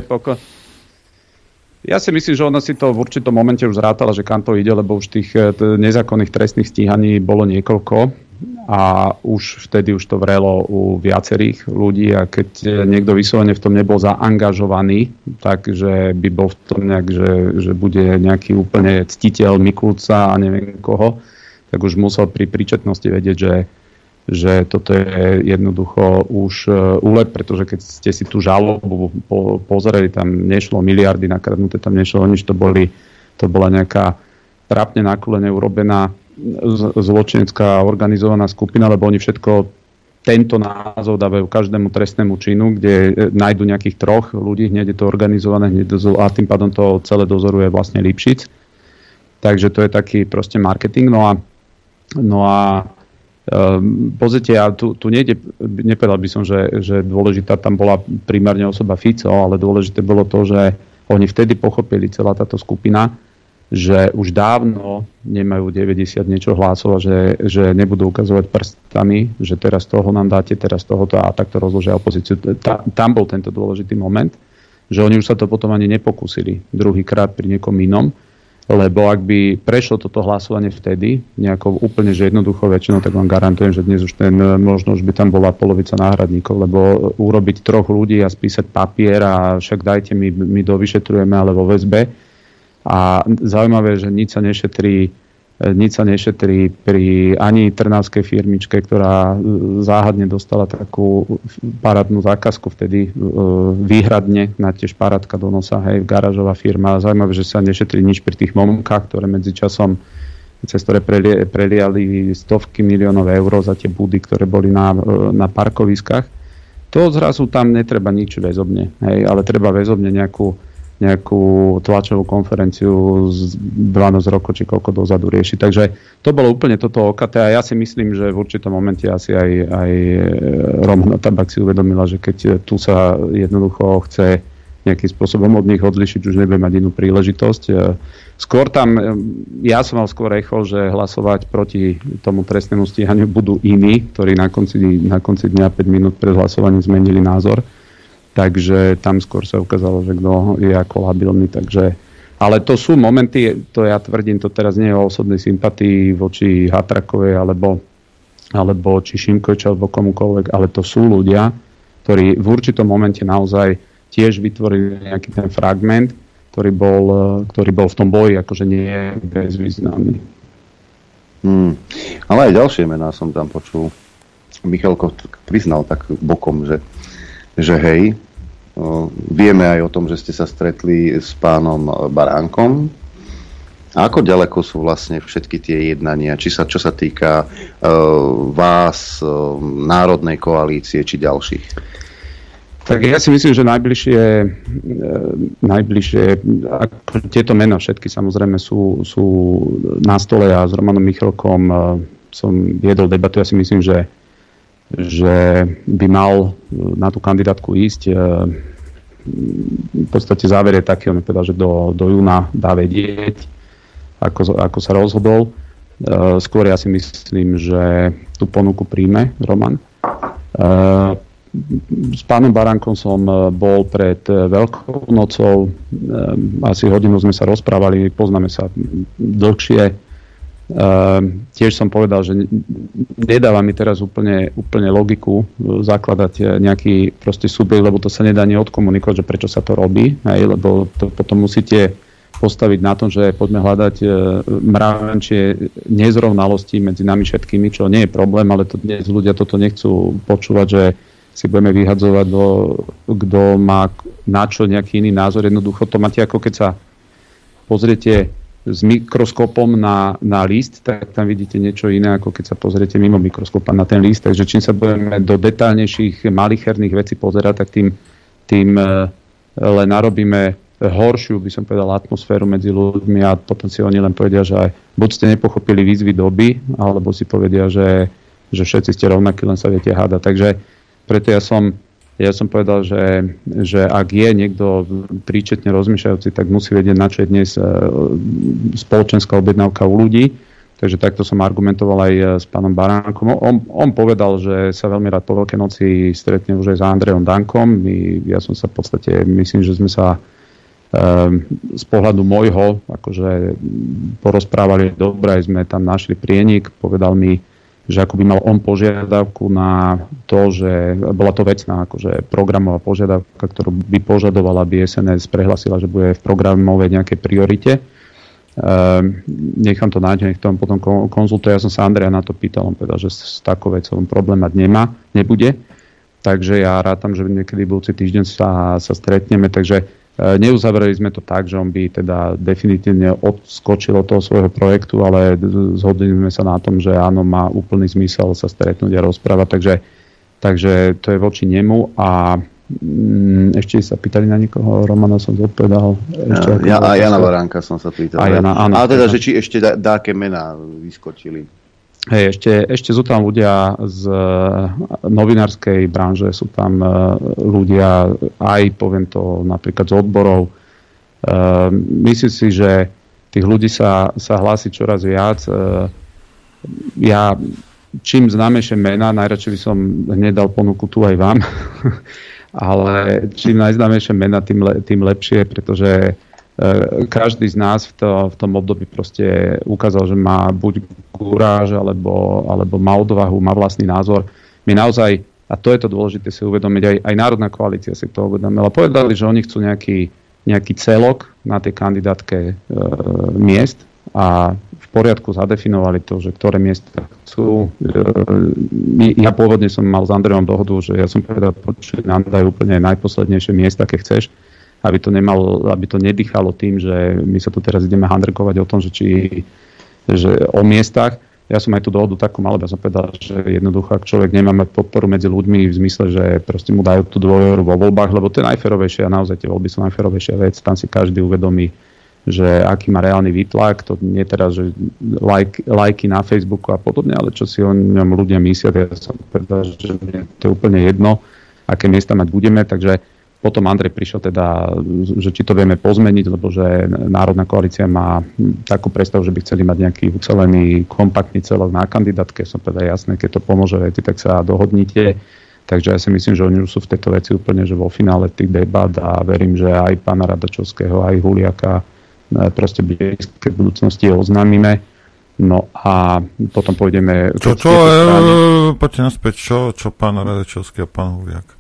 Ja si myslím, že ona si to v určitom momente už zrátala, že kam to ide, lebo už tých t- nezákonných trestných stíhaní bolo niekoľko a už vtedy už to vrelo u viacerých ľudí a keď niekto vyslovene v tom nebol zaangažovaný, takže by bol v tom nejak, že, že bude nejaký úplne ctiteľ Mikulca a neviem koho, tak už musel pri príčetnosti vedieť, že že toto je jednoducho už úlet, pretože keď ste si tú žalobu po, pozreli, tam nešlo miliardy nakradnuté, tam nešlo nič, to, boli, to bola nejaká trápne nakúlene urobená zločinecká organizovaná skupina, lebo oni všetko tento názov dávajú každému trestnému činu, kde nájdu nejakých troch ľudí, hneď je to organizované, hneď a tým pádom to celé dozoruje vlastne Lipšic. Takže to je taký proste marketing. No a, no a Um, pozrite, ja tu, tu nejde, nepovedal by som, že, že dôležitá tam bola primárne osoba Fico, ale dôležité bolo to, že oni vtedy pochopili, celá táto skupina, že už dávno nemajú deväťdesiat niečo hlasov a že, že nebudú ukazovať prstami, že teraz toho nám dáte, teraz tohoto a takto rozložia opozíciu. Ta, tam bol tento dôležitý moment, že oni už sa to potom ani nepokúsili druhýkrát pri niekom inom, lebo ak by prešlo toto hlasovanie vtedy nejakou úplne že jednoduchou väčšinou, tak vám garantujem, že dnes už ten, možno už by tam bola polovica náhradníkov, lebo urobiť troch ľudí a spísať papier a však dajte, my, my dovyšetrujeme, ale vo väzbe. A zaujímavé, že nič sa nešetrí, nič sa nešetrí pri ani trnavskej firmičke, ktorá záhadne dostala takú parádnu zákazku vtedy výhradne na tiež parádka do nosa, hej, garážová firma. Zaujímavé, že sa nešetrí nič pri tých momkách, ktoré medzičasom cez ktoré prelie, preliali stovky miliónov eur za tie budy, ktoré boli na, na parkoviskách. To zrazu tam netreba nič väzobne, hej, ale treba väzobne nejakú nejakú tlačovú konferenciu z dvanásť rokov, či koľko dozadu rieši. Takže to bolo úplne toto okaté a ja si myslím, že v určitom momente asi aj, aj Romana Tabak si uvedomila, že keď tu sa jednoducho chce nejakým spôsobom od nich odlišiť, už nebude mať inú príležitosť. Skôr tam, ja som mal skôr echo, že hlasovať proti tomu trestnému stíhaniu budú iní, ktorí na konci, na konci dňa päť minút pred hlasovaním zmenili názor. Takže tam skôr sa ukázalo, že kto je ako labilný. Takže, ale to sú momenty, to ja tvrdím, to teraz nie je o osobnej sympatii voči Hatrakovej alebo, alebo či Šimkovič alebo komukoľvek, ale to sú ľudia, ktorí v určitom momente naozaj tiež vytvorili nejaký ten fragment, ktorý bol, ktorý bol v tom boji, akože nie je bezvýznamný. Hmm. Ale aj ďalšie mená som tam počul. Michalko priznal tak bokom, že že hej, vieme aj o tom, že ste sa stretli s pánom Baránkom. A ako ďaleko sú vlastne všetky tie jednania, či sa, čo sa týka uh, vás, uh, Národnej koalície, či ďalších? Tak ja si myslím, že najbližšie, e, najbližšie ako tieto mená všetky samozrejme sú, sú na stole a s Romanom Michalkom e, som viedol debatu. Ja si myslím, že že by mal na tú kandidátku ísť. V podstate záver je taký, on mi povedal, že do, do júna dá vedieť, ako, ako sa rozhodol. Skôr ja si myslím, že tú ponuku príjme Roman. S pánom Baránkom som bol pred Veľkou nocou, asi hodinu sme sa rozprávali, poznáme sa dlhšie. Uh, tiež som povedal, že nedáva mi teraz úplne, úplne logiku zakladať nejaký proste subjekt, lebo to sa nedá ani odkomunikovať, že prečo sa to robí, hej, lebo to potom musíte postaviť na tom, že poďme hľadať uh, mravenčie nezrovnalosti medzi nami všetkými, čo nie je problém, ale to dnes ľudia toto nechcú počúvať, že si budeme vyhadzovať, kto má na čo nejaký iný názor. Jednoducho to máte, ako keď sa pozriete s mikroskopom na, na list, tak tam vidíte niečo iné, ako keď sa pozriete mimo mikroskopa na ten list. Takže čím sa budeme do detailnejších malicherných vecí pozerať, tak tým, tým len narobíme horšiu, by som povedal, atmosféru medzi ľuďmi a potom si oni len povedia, že aj buď ste nepochopili výzvy doby, alebo si povedia, že, že všetci ste rovnakí, len sa viete hádať. Takže preto ja som Ja som povedal, že, že ak je niekto príčetne rozmýšľajúci, tak musí vedieť, na čo je dnes spoločenská objednávka u ľudí. Takže takto som argumentoval aj s pánom Baránkom. On, on povedal, že sa veľmi rád po Veľkej noci stretne už aj s Andrejom Dankom. My, ja som sa v podstate, myslím, že sme sa um, z pohľadu môjho akože porozprávali dobre, aj sme tam našli prienik. Povedal mi, že ako by mal on požiadavku na to, že bola to vecná akože programová požiadavka, ktorú by požadovala, aby es en es prehlasila, že bude v programovej nejakej priorite. Ehm, nechám to nájsť, nech to on potom konzultuje. Ja som sa Andreja na to pýtal, on povedal, že s takou vecou problém mať nemá, nebude. Takže ja rátam, že niekedy budúci týždeň sa, sa stretneme, takže neuzavreli sme to tak, že on by teda definitívne odskočil od toho svojho projektu, ale zhodli sme sa na tom, že áno, má úplný zmysel sa stretnúť a rozprávať, takže, takže to je voči nemu. A mm, ešte sa pýtali na niekoho, Romana som zodpovedal. Ešte ja, ja, a Jana Baránka som sa pýtal. A Jana, áno, a teda, že či ešte dá, dáke mená vyskočili. Hej, ešte, ešte sú tam ľudia z novinárskej branže, sú tam ľudia aj, poviem to, napríklad z odborov. Myslím si, že tých ľudí sa, sa hlási čoraz viac. Ja čím známejšie mená, najradšej by som hneď dal ponuku tu aj vám, ale čím najznámejšie mená, tým, le, tým lepšie, pretože každý z nás v, to, v tom období proste ukázal, že má buď guráž, alebo, alebo má odvahu, má vlastný názor. My naozaj, a to je to dôležité si uvedomiť, aj, aj Národná koalícia si to uvedomila, povedali, že oni chcú nejaký, nejaký celok na tej kandidátke e, miest a v poriadku zadefinovali to, že ktoré miesta chcú. E, ja pôvodne som mal s Andrejom dohodu, že ja som povedal, počuť, nám daj úplne najposlednejšie miesta, keď chceš, aby to nemalo, aby to nedýchalo tým, že my sa tu teraz ideme handrkovať o tom, že či že o miestach. Ja som aj tú dohodu takú mal, ja som povedal, že jednoducho, ak človek nemá mať podporu medzi ľuďmi v zmysle, že proste mu dajú tú dôveru vo voľbách, lebo to je najférovejšie a naozaj tie voľby sú najférovejšia vec, tam si každý uvedomí, že aký má reálny výtlak, to nie teraz, že like, lajky na Facebooku a podobne, ale čo si o ňom ľudia myslia, ja som povedal, že to je úplne jedno, aké miesta mať budeme, takže potom Andrej prišiel teda, že či to vieme pozmeniť, lebo že Národná koalícia má takú predstavu, že by chceli mať nejaký ucelený, kompaktný celok na kandidátke. Som teda jasné, keď to pomôže veci, tak sa dohodnite. Takže ja si myslím, že oni už sú v tejto veci úplne že vo finále tých debat a verím, že aj pána Radačovského, aj Huliaka proste v blízkej budúcnosti oznámime. No a potom pôjdeme... Čo, čo, poďte naspäť, čo, čo pán Radačovský a pán Huliak?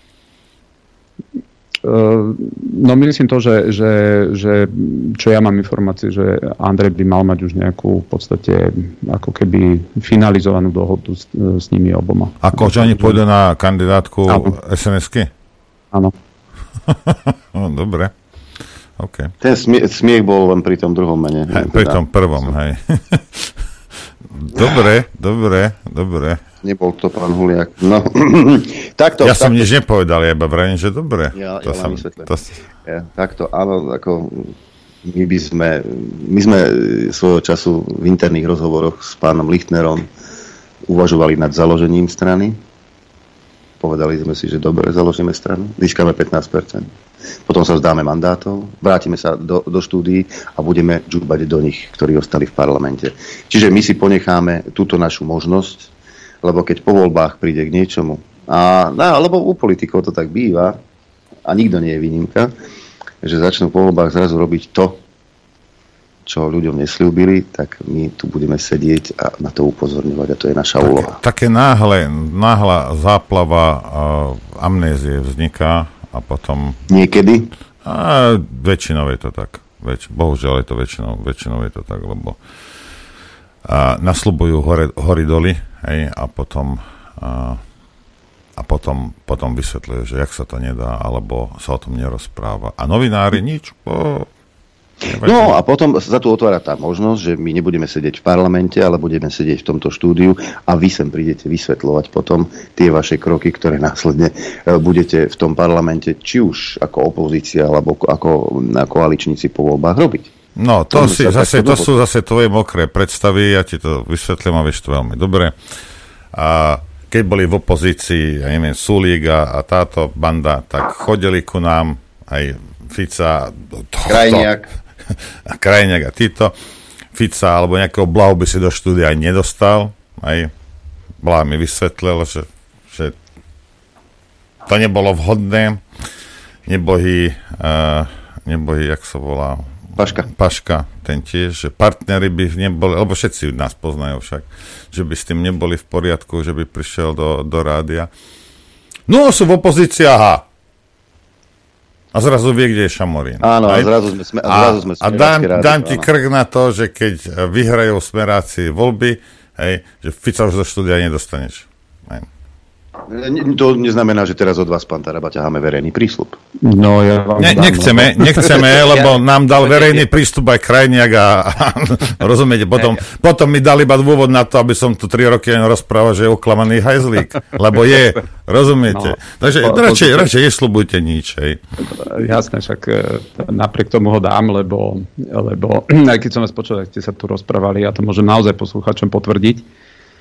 No myslím to, že, že, že čo ja mám informácie, že Andrej by mal mať už nejakú v podstate ako keby finalizovanú dohodu s, s nimi oboma. Ako, že oni pôjdu na kandidátku es en esky? Áno. No, dobre. Okay. Ten smie- smiech bol len pri tom druhom mene. Hej, pri tom prvom, hej. Dobre, dobre, dobre. Nebol to pán Huliak. No. takto, ja takto. som nič nepovedal, ja iba vravím, že dobre. Ja, to ja som, to... ja, takto, áno, ako my by sme, my sme svojho času v interných rozhovoroch s pánom Lichtnerom uvažovali nad založením strany. Povedali sme si, že dobre, založíme stranu, získame pätnásť percent. Potom sa vzdáme mandátov, vrátime sa do, do štúdií a budeme džubať do nich, ktorí ostali v parlamente. Čiže my si ponecháme túto našu možnosť, lebo keď po voľbách príde k niečomu, a, a lebo u politikov to tak býva, a nikto nie je výnimka, že začnú po voľbách zrazu robiť to, čo ľuďom nesľúbili, tak my tu budeme sedieť a na to upozorňovať a to je naša také, úloha. Také náhle, náhla záplava uh, amnézie vzniká a potom... Niekedy? A väčšinou je to tak. Väč, bohužiaľ je to väčšinou, väčšinou je to tak, lebo a nasľubujú hore, hory doly, hej, a potom a, a potom, potom vysvetľujú, že jak sa to nedá, alebo sa o tom nerozpráva. A novinári nič, o, No a potom sa tu otvára tá možnosť, že my nebudeme sedieť v parlamente, ale budeme sedieť v tomto štúdiu a vy sem prídete vysvetľovať potom tie vaše kroky, ktoré následne budete v tom parlamente, či už ako opozícia, alebo ako na koaličníci po voľbách robiť. No, to, si, zase, to sú zase tvoje mokré predstavy, ja ti to vysvetlím a vieš to veľmi dobre. A keď boli v opozícii, ja neviem, Sulík a, a táto banda, tak chodili ku nám aj Fica, Krajniak. A Krajniak a títo. Fica alebo nejakého Blahu by si do štúdia aj nedostal. Aj Blah mi vysvetlil, že, že to nebolo vhodné. Nebohý, uh, nebohý, jak sa volá? Paška. Paška, ten tiež, že partneri by neboli, lebo všetci nás poznajú však, že by s tým neboli v poriadku, že by prišiel do, do rádia. No, sú v opozícii, aha. A zrazu vie, kde je Šamorín. Áno, a zrazu sme, sme, a zrazu sme a dám, dám ti krk na to, že keď vyhrajú smeráci voľby, hej, že Fica už do štúdia nedostaneš. Hej. To neznamená, že teraz od vás, pán Taraba, ťaháme verejný prísľub. No, ja vám ne, nechceme, nechceme, lebo nám dal verejný prístup aj Krajniak a, a rozumiete, potom, potom mi dal iba dôvod na to, aby som tu tri roky rozprával, že je oklamaný hajzlík, lebo je, rozumiete. No, Takže po, radšej, po, radšej neslubujte nič. Hej. Jasné, však napriek tomu ho dám, lebo, lebo aj keď som vás počul, ak ste sa tu rozprávali, ja to môžem naozaj poslucháčom potvrdiť,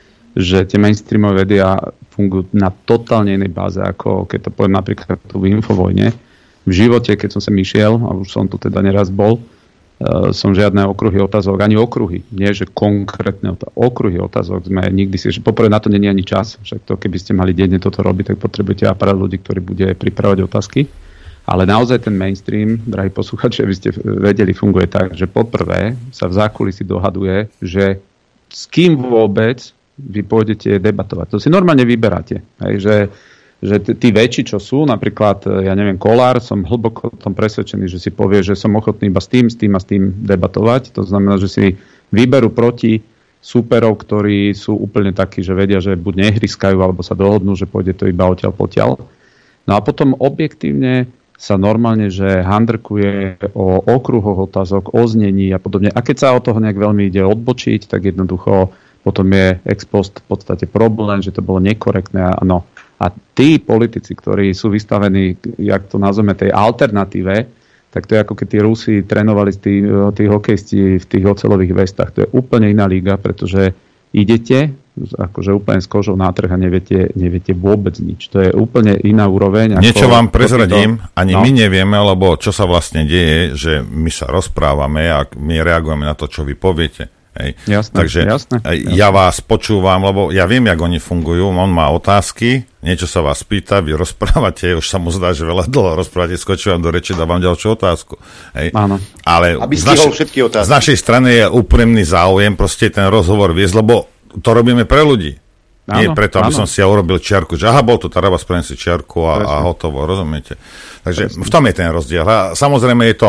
že tie mainstreamové médiá fungujú na totálne inej báze, ako keď to poviem napríklad tu v Infovojne. V živote, keď som sem išiel, a už som tu teda neraz bol, uh, som žiadne okruhy otázok, ani okruhy, nie že konkrétne otázok, okruhy otázok sme nikdy si, že poprvé na to nie je ani čas, však to keby ste mali denne toto robiť, tak potrebujete aparát ľudí, ktorí bude pripravať otázky. Ale naozaj ten mainstream, drahí posluchači, aby ste vedeli, funguje tak, že poprvé sa v zákulisí dohaduje, že s kým vôbec vy pôjdete debatovať. To si normálne vyberáte. Hej, že, že tí väčší, čo sú, napríklad, ja neviem, Kollár, som hlboko o tom presvedčený, že si povie, že som ochotný iba s tým, s tým a s tým debatovať. To znamená, že si vyberú proti súperov, ktorí sú úplne takí, že vedia, že buď nehryskajú, alebo sa dohodnú, že pôjde to iba odtiaľ potiaľ. No a potom objektívne sa normálne, že handrkuje o okruhoch otázok, o znení a podobne. A keď sa o toho nejak veľmi ide odbočiť, tak jednoducho potom je ex post v podstate problém, že to bolo nekorektné. No. A tí politici, ktorí sú vystavení, jak to nazveme, tej alternatíve, tak to je ako keď tí Rusi trénovali tí, tí hokejisti v tých oceľových vestách. To je úplne iná liga, pretože idete akože úplne s kožou na trh a neviete, neviete vôbec nič. To je úplne iná úroveň. Ako, Niečo vám prezradím, to, ani no. my nevieme, lebo čo sa vlastne deje, že my sa rozprávame a my reagujeme na to, čo vy poviete. Hej. Jasné, Takže jasné, ja jasné. vás počúvam, lebo ja viem, jak oni fungujú. On má otázky, niečo sa vás pýta, vy rozprávate, už sa mu zdá, že veľa dlho rozprávate, skočí vám do reči, dávam ďalšiu otázku. Hej. Áno. Ale Aby z, naši, všetky otázky. z našej strany je úprimný záujem proste ten rozhovor viesť, lebo to robíme pre ľudí. Áno, Nie preto, aby áno. som si ja urobil čiarku, že aha, bol tu Taraba, spravím si čiarku a, a hotovo, rozumiete? Takže Presne. v tom je ten rozdiel. A samozrejme je to,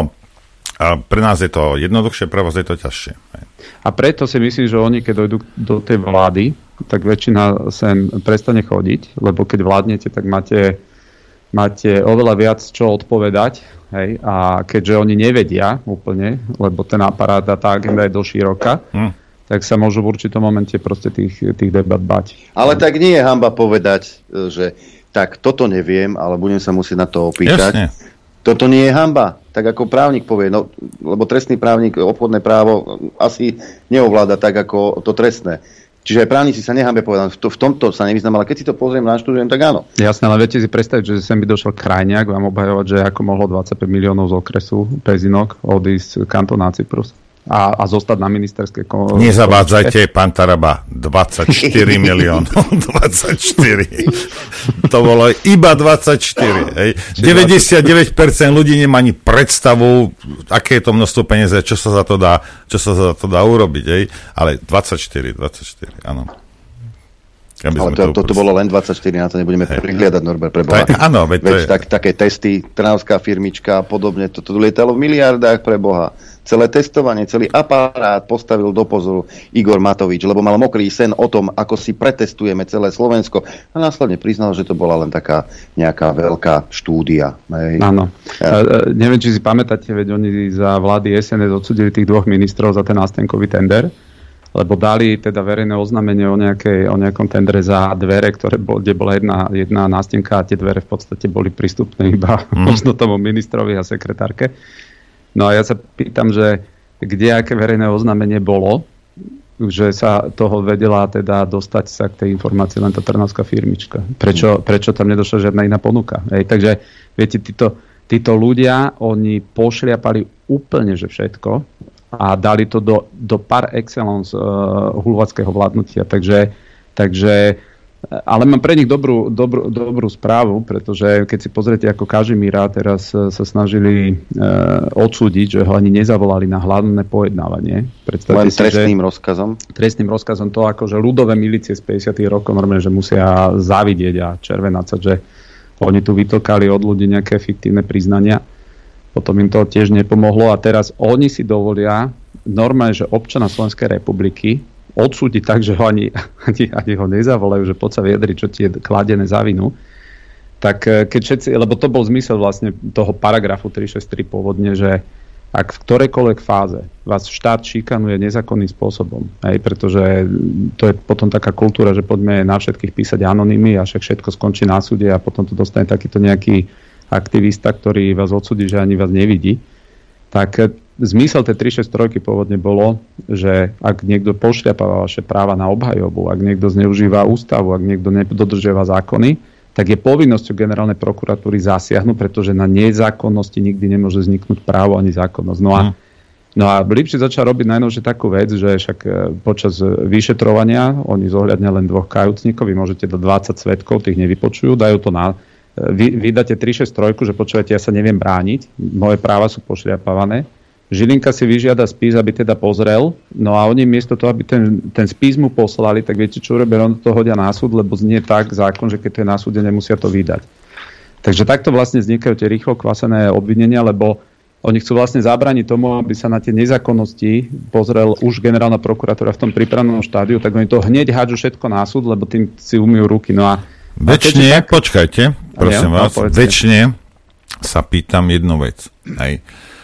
a pre nás je to jednoduchšie, pre vás je to ťažšie. A preto si myslím, že oni, keď dojdú do tej vlády, tak väčšina sem prestane chodiť, lebo keď vládnete, tak máte, máte oveľa viac čo odpovedať. Hej? A keďže oni nevedia úplne, lebo ten aparát a tá agenda je dosť široká, hm. tak sa môžu v určitom momente proste tých, tých debat bať. Ale tak nie je hanba povedať, že tak toto neviem, ale budem sa musieť na to opýtať. Jasne. Toto nie je hanba. Tak ako právnik povie, no, lebo trestný právnik obchodné právo asi neovláda tak ako to trestné. Čiže aj právnici sa nehanbia povedať, v tomto sa nevyznám, ale keď si to pozriem, naštudujem, tak áno. Jasné, ale viete si predstaviť, že sem by došiel Krajniak vám obhajovať, že ako mohlo dvadsaťpäť miliónov z okresu Pezinok odísť kanton na Cyprus a, a zostať na ministerskej kon... Nezavádzajte, pán Taraba, dvadsaťštyri miliónov. dvadsaťštyri. To bolo iba dvadsaťštyri. Hej. deväťdesiatdeväť percent ľudí nemá ani predstavu, aké je to množstvo peniaze, čo sa za to dá, čo sa za to dá urobiť. Hej. Ale dvadsaťštyri, dvadsaťštyri, áno. Ale to, to, to bolo len dvadsaťštyri, na to nebudeme hey. prihliadať, Norbert, pre Boha. Áno, veď, veď tak, také testy, trnavská firmička a podobne, to, to lietalo v miliardách, pre Boha. celé testovanie, celý aparát postavil do pozoru Igor Matovič, lebo mal mokrý sen o tom, ako si pretestujeme celé Slovensko a následne priznal, že to bola len taká nejaká veľká štúdia. Hej. Áno. Ja. E, neviem, či si pamätáte, veď oni za vlády es en es odsúdili tých dvoch ministrov za ten nástenkový tender, lebo dali teda verejné oznámenie o, nejakej, o nejakom tendre za dvere, ktoré bol, kde bola jedna, jedna nástenka a tie dvere v podstate boli prístupné iba mm. možno tomu ministrovi a sekretárke. No a ja sa pýtam, že kde aké verejné oznámenie bolo, že sa toho vedela teda dostať sa k tej informácii len tá trnavská firmička. Prečo, prečo tam nedošla žiadna iná ponuka? Hej, takže viete, títo, títo ľudia, oni pošliapali úplne že všetko a dali to do, do par excellence uh, hulváckého vládnutia. Takže, takže, ale mám pre nich dobrú, dobrú, dobrú správu, pretože keď si pozriete, ako Kažimíra teraz uh, sa snažili uh, odsúdiť, že ho ani nezavolali na hlavné pojednávanie. Len si, trestným že, rozkazom? Trestným rozkazom to, ako že ľudové milície z päťdesiatych rokov normálne, že musia závidieť a červenať sa, že oni tu vytlkali od ľudí nejaké fiktívne priznania. Potom im to tiež nepomohlo a teraz oni si dovolia normálne, že občana Slovenskej republiky odsúdiť tak, že ho ani, ani, ani ho nezavolajú, že poď sa vyjadriť, čo ti je kladené za vinu. Tak keď všetci, lebo to bol zmysel vlastne toho paragrafu tri šesť tri pôvodne, že ak v ktorejkoľvek fáze vás štát šikanuje nezákonným spôsobom, hej, pretože to je potom taká kultúra, že poďme na všetkých písať anonymy a však všetko skončí na súde a potom to dostane takýto nejaký aktivista, ktorý vás odsúdi, že ani vás nevidí, tak zmysel tej tri šesť tri pôvodne bolo, že ak niekto pošliapáva vaše práva na obhajobu, ak niekto zneužíva ústavu, ak niekto nedodržiava zákony, tak je povinnosťou generálnej prokuratúry zasiahnuť, pretože na nezákonnosti nikdy nemôže vzniknúť právo ani zákonnosť. No a, hmm. no a Lipšic začal robiť najnovšie takú vec, že však počas vyšetrovania oni zohľadnia len dvoch kajúcnikov, vy môžete do dvadsať svedkov, tých nevypočujú, dajú to na Vy, vydáte tri šesť tri, že počúvate, ja sa neviem brániť, moje práva sú pošliapávané. Žilinka si vyžiada spis, aby teda pozrel, no a oni miesto toho, aby ten, ten spis mu poslali, tak viete, čo robia, on to hodia na súd, lebo znie tak zákon, že keď to je na súde, nemusia to vydať. Takže takto vlastne vznikajú tie rýchlo kvasené obvinenia, lebo oni chcú vlastne zabrániť tomu, aby sa na tie nezákonnosti pozrel už generálna prokuratúra v tom prípravnom štádiu, tak oni to hneď hádžu všetko na súd, lebo tým si umýjú ruky. No a Večne, tak... počkajte, prosím ja, vás, no, večne sa pýtam jednu vec. Hej.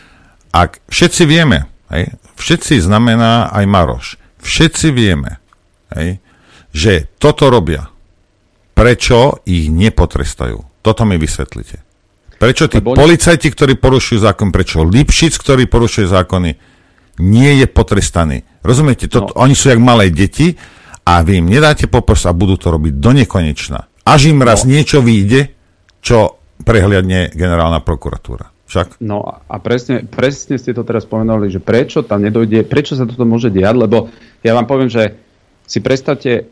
Ak všetci vieme, hej, všetci znamená aj Maroš, všetci vieme, hej, že toto robia, prečo ich nepotrestajú? Toto mi vysvetlite. Prečo tí Lebo... policajti, ktorí porušujú zákon, prečo Lipšic, ktorý porušuje zákony, nie je potrestaný? Rozumiete? Toto, no. Oni sú jak malé deti a vy im nedáte poprst a budú to robiť do nekonečna. Až im raz no. niečo vyjde, čo prehliadne generálna prokuratúra. Však? No a presne, presne ste to teraz spomenuli, že prečo tam nedojde, prečo sa toto môže diať, lebo ja vám poviem, že si predstavte,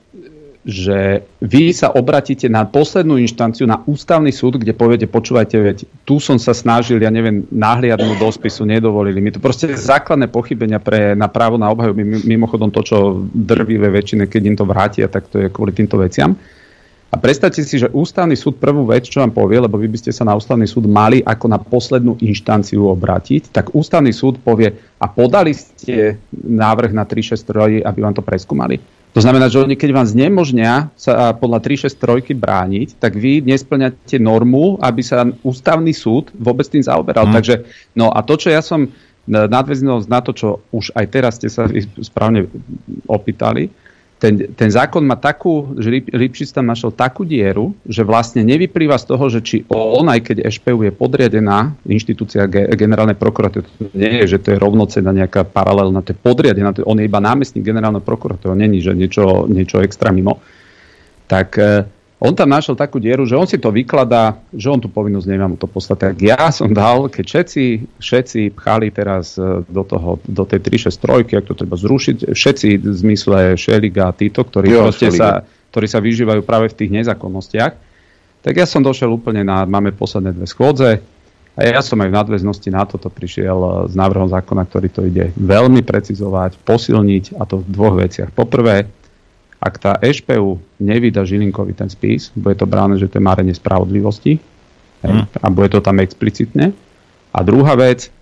že vy sa obratíte na poslednú inštanciu, na ústavný súd, kde poviete, počúvajte, veď tu som sa snažil, ja neviem, nahliadnúť do spisu, nedovolili mi to. Proste základné pochybenia pre, na právo na obhajobu, mimochodom to, čo drvivé väčšine, keď im to vrátia, tak to je kvôli týmto veciam. A predstavte si, že ústavný súd prvú vec, čo vám povie, lebo vy by ste sa na ústavný súd mali ako na poslednú inštanciu obrátiť, tak ústavný súd povie, a podali ste návrh na tri šesť tri, aby vám to preskúmali. To znamená, že oni keď vám znemožnia sa podľa tri šesť tri brániť, tak vy nesplňate normu, aby sa ústavný súd vôbec tým zaoberal. Hmm. Takže, no a to, čo ja som nadväznosť na to, čo už aj teraz ste sa správne opýtali, Ten, ten zákon má takú, že Lipšic tam našiel takú dieru, že vlastne nevyplýva z toho, že či on, aj keď eš pé ú je podriadená inštitúcia generálnej prokuratúry, nie je, že to je rovnocenná nejaká paralelná, to je podriadená, to je, on je iba námestník generálneho prokurátora, není, že niečo, niečo extra mimo. Tak on tam našiel takú dieru, že on si to vykladá, že on tú povinnosť nemá mu to poslať. Tak ja som dal, keď všetci, všetci pchali teraz do toho, do tej tri šesť tri, ak to treba zrušiť, všetci v zmysle Šeliga a títo, ktorí, jo, proste sa, ktorí sa vyžívajú práve v tých nezákonnostiach, tak ja som došiel úplne na, máme posledné dve schôdze a ja som aj v nadväznosti na toto prišiel s návrhom zákona, ktorý to ide veľmi precizovať, posilniť, a to v dvoch veciach. Poprvé, ak tá eš pé ú nevydá Žilinkovi ten spis, bude to bráne, že to je márenie spravodlivosti. Mm. A bude to tam explicitne. A druhá vec,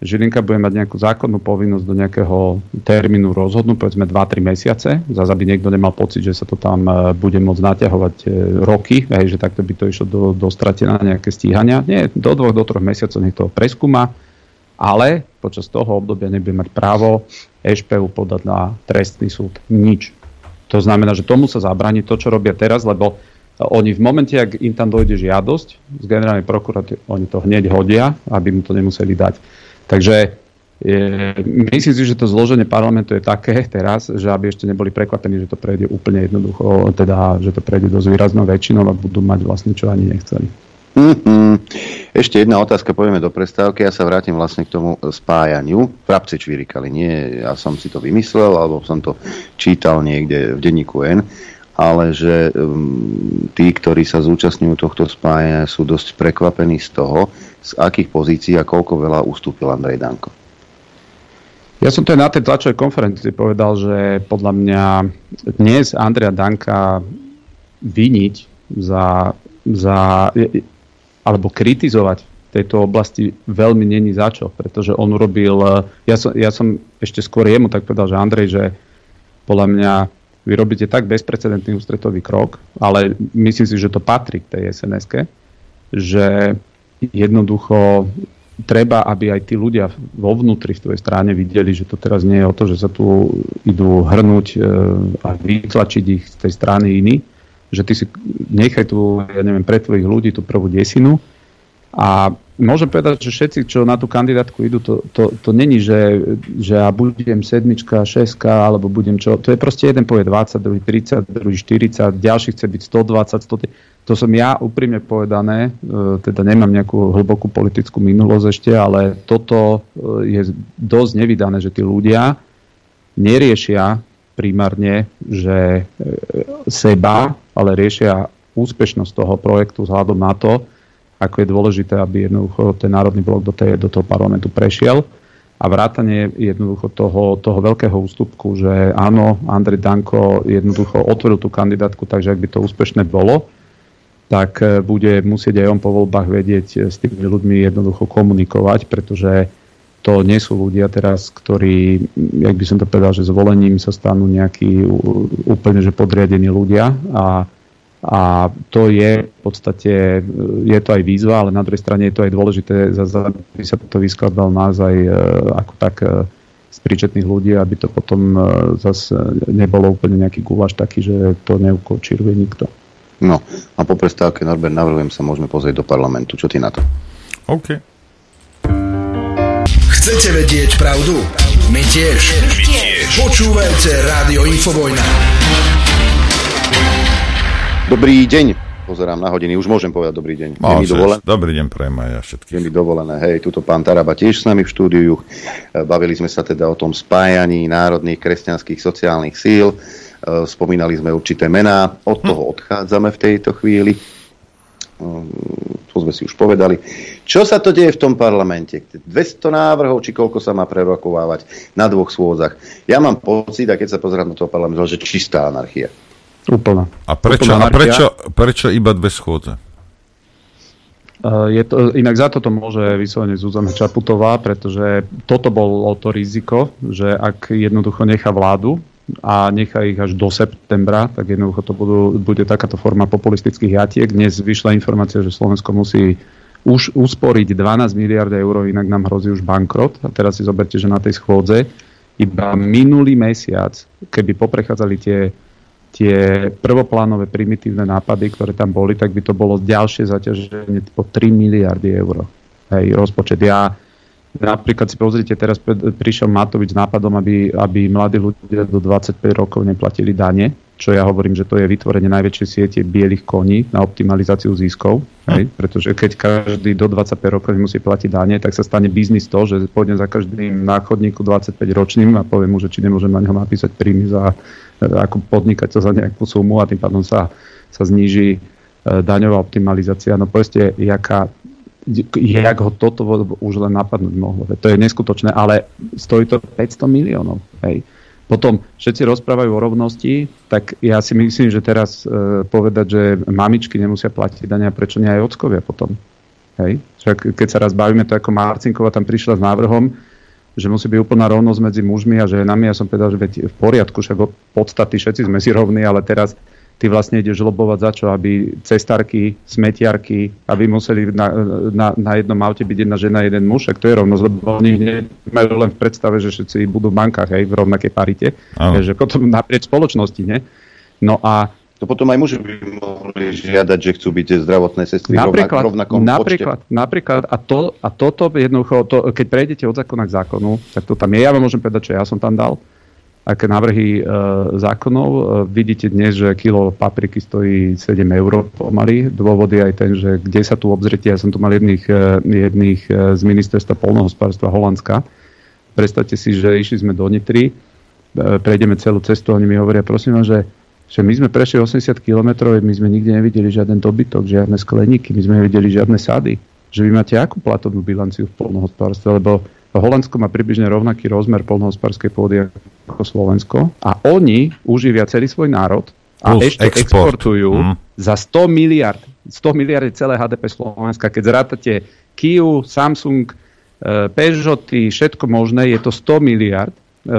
Žilinka bude mať nejakú zákonnú povinnosť do nejakého termínu rozhodnúť, povedzme dva tri mesiace. Zase aby niekto nemal pocit, že sa to tam bude môcť naťahovať roky, hej, že takto by to išlo do, do stratená nejaké stíhania. Nie, do dvoch, do troch mesiacov nech to preskúma, ale počas toho obdobia nebude mať právo eš pé ú podať na trestný súd. Nič. To znamená, že tomu sa zabráni to, čo robia teraz, lebo oni v momente, ak im tam dojde žiadosť z generálnej prokuratúry, oni to hneď hodia, aby mu to nemuseli dať. Takže je, myslím si, že to zloženie parlamentu je také teraz, že aby ešte neboli prekvapení, že to prejde úplne jednoducho, teda, že to prejde dosť výraznou väčšinou a budú mať vlastne, čo ani nechceli. Mm-hmm. Ešte jedna otázka, povieme do prestávky. Ja sa vrátim vlastne k tomu spájaniu. Vrabce čvirikali. Nie, ja som si to vymyslel, alebo som to čítal niekde v denníku N, ale že um, tí, ktorí sa zúčastňujú tohto spájania, sú dosť prekvapení z toho, z akých pozícií a koľko veľa ustúpil Andrej Danko. Ja som to aj na tej tlačovej konferencii povedal, že podľa mňa dnes Andreja Danka viniť za, za alebo kritizovať v tejto oblasti veľmi není za čo, pretože on urobil, ja som, ja som ešte skôr jemu tak povedal, že Andrej, že podľa mňa vy robíte tak bezprecedentný ústretový krok, ale myslím si, že to patrí k tej es en eske, že jednoducho treba, aby aj tí ľudia vo vnútri v tvojej strane videli, že to teraz nie je o to, že sa tu idú hrnúť a vytlačiť ich z tej strany iní, že ty si nechaj tu, ja neviem, pre tvojich ľudí tú prvú desinu. A môžem povedať, že všetci, čo na tú kandidátku idú, to, to, to není, že, že ja budem sedmička, šestka, alebo budem čo. To je proste jeden povie dvadsať, druhý tridsať, druhý štyridsať, ďalší chce byť stodvadsať, sto. To som ja úprimne povedané, teda nemám nejakú hlbokú politickú minulosť ešte, ale toto je dosť nevydané, že tí ľudia neriešia primárne, že seba, ale riešia úspešnosť toho projektu vzhľadom na to, ako je dôležité, aby jednoducho ten národný blok do, tej, do toho parlamentu prešiel. A vrátanie jednoducho toho, toho veľkého ústupku, že áno, Andrej Danko jednoducho otvoril tú kandidátku, takže ak by to úspešné bolo, tak bude musieť aj on po voľbách vedieť s tými ľuďmi jednoducho komunikovať, pretože to nie sú ľudia teraz, ktorí, jak by som to povedal, že zvolením sa stanú nejakí úplne že podriadení ľudia a A to je v podstate, je to aj výzva, ale na druhej strane je to aj dôležité, aby sa to vyskladal nás aj ako tak z príčetných ľudí, aby to potom zase nebolo úplne nejaký guláš taký, že to neukočíruje nikto. No a po prestávke, Norbert, navrhujem sa môžeme pozrieť do parlamentu. Čo ty na to? OK. Chcete vedieť pravdu? My tiež. My tiež. Počúvajte Rádio Infovojna. Dobrý deň. Pozerám na hodiny, už môžem povedať dobrý deň. Môžeš, dobrý deň prajem aj ja všetkých. Je mi dovolené, hej, tuto pán Taraba tiež s nami v štúdiu. Bavili sme sa teda o tom spájaní národných kresťanských sociálnych síl. Spomínali sme určité mená, od toho odchádzame v tejto chvíli. To sme si už povedali. Čo sa to deje v tom parlamente? dvesto návrhov, či koľko sa má prerokovávať na dvoch schôdzach. Ja mám pocit, a keď sa pozerám do toho parlamentu, že čistá anarchia. Úplne. A prečo, a prečo, prečo iba dve schôdze? Uh, je to, inak za toto môže vyslovene Zuzana Čaputová, pretože toto bolo to riziko, že ak jednoducho nechá vládu a nechá ich až do septembra, tak jednoducho to budú, bude takáto forma populistických jatiek. Dnes vyšla informácia, že Slovensko musí už usporiť dvanásť miliárd eur, inak nám hrozí už bankrot. A teraz si zoberte, že na tej schôdze iba minulý mesiac, keby poprechádzali tie tie prvoplánové primitívne nápady, ktoré tam boli, tak by to bolo ďalšie zaťaženie po tri miliardy eur. Hej, rozpočet. Ja napríklad si pozrite, teraz prišiel Matovič s nápadom, aby, aby mladí ľudia do dvadsaťpäť rokov neplatili dane, čo ja hovorím, že to je vytvorenie najväčšej siete bielých koní na optimalizáciu ziskov. Hej, pretože keď každý do dvadsaťpäť rokov musí platiť dane, tak sa stane biznis to, že pôjdem za každým na chodníku dvadsaťpäť ročným a poviem mu, že či nemôžem na neho napísať príjmy za ako podnikateľ za nejakú sumu a tým pádom sa, sa zníži e, daňová optimalizácia. No povedzte, jaká, jak ho toto už len napadnúť mohlo. To je neskutočné, ale stojí to päťsto miliónov. Hej. Potom všetci rozprávajú o rovnosti, tak ja si myslím, že teraz e, povedať, že mamičky nemusia platiť dane, a prečo nie aj ockovia potom. Hej? Však keď sa raz bavíme, to ako Marcinková tam prišla s návrhom, že musí byť úplná rovnosť medzi mužmi a ženami. Ja som povedal, že veď v poriadku, však od podstaty všetci sme si rovní, ale teraz ty vlastne ideš lobovať za čo, aby cestárky, smetiarky, aby museli na, na, na jednom aute byť jedna žena, jeden muž, ak to je rovnosť, lebo oni majú len v predstave, že všetci budú v bankách, hej, v rovnakej parite, že potom naprieč spoločnosti, ne? No a to potom aj muži by mohli žiadať, že chcú byť zdravotné sestry napríklad, v rovnakom napríklad, počte. Napríklad, a, to, a toto jednoducho, to, keď prejdete od zákona k zákonu, tak to tam je. Ja vám môžem povedať, čo ja som tam dal. Aké návrhy e, zákonov. E, vidíte dnes, že kilo papriky stojí sedem eur pomaly. Dôvod je aj ten, že kde sa tu obzrite. Ja som tu mal jedných, e, jedných e, z ministerstva poľnohospodárstva Holandska. Predstavte si, že išli sme do Nitry, e, prejdeme celú cestu a oni mi hovoria, prosím vás, že, že my sme prešli osemdesiat kilometrov, my sme nikde nevideli žiaden dobytok, žiadne skleníky, my sme nevideli žiadne sady. Že vy máte akú platovnú bilanciu v poľnohospodárstve, lebo Holandsko má približne rovnaký rozmer poľnohospodárskej pôdy ako Slovensko a oni uživia celý svoj národ a plus ešte export. exportujú mm. za sto miliard. sto miliard je celé há dé pé Slovenska. Keď zrátate Kiu, Samsung, Peugeoty, všetko možné, je to sto miliard.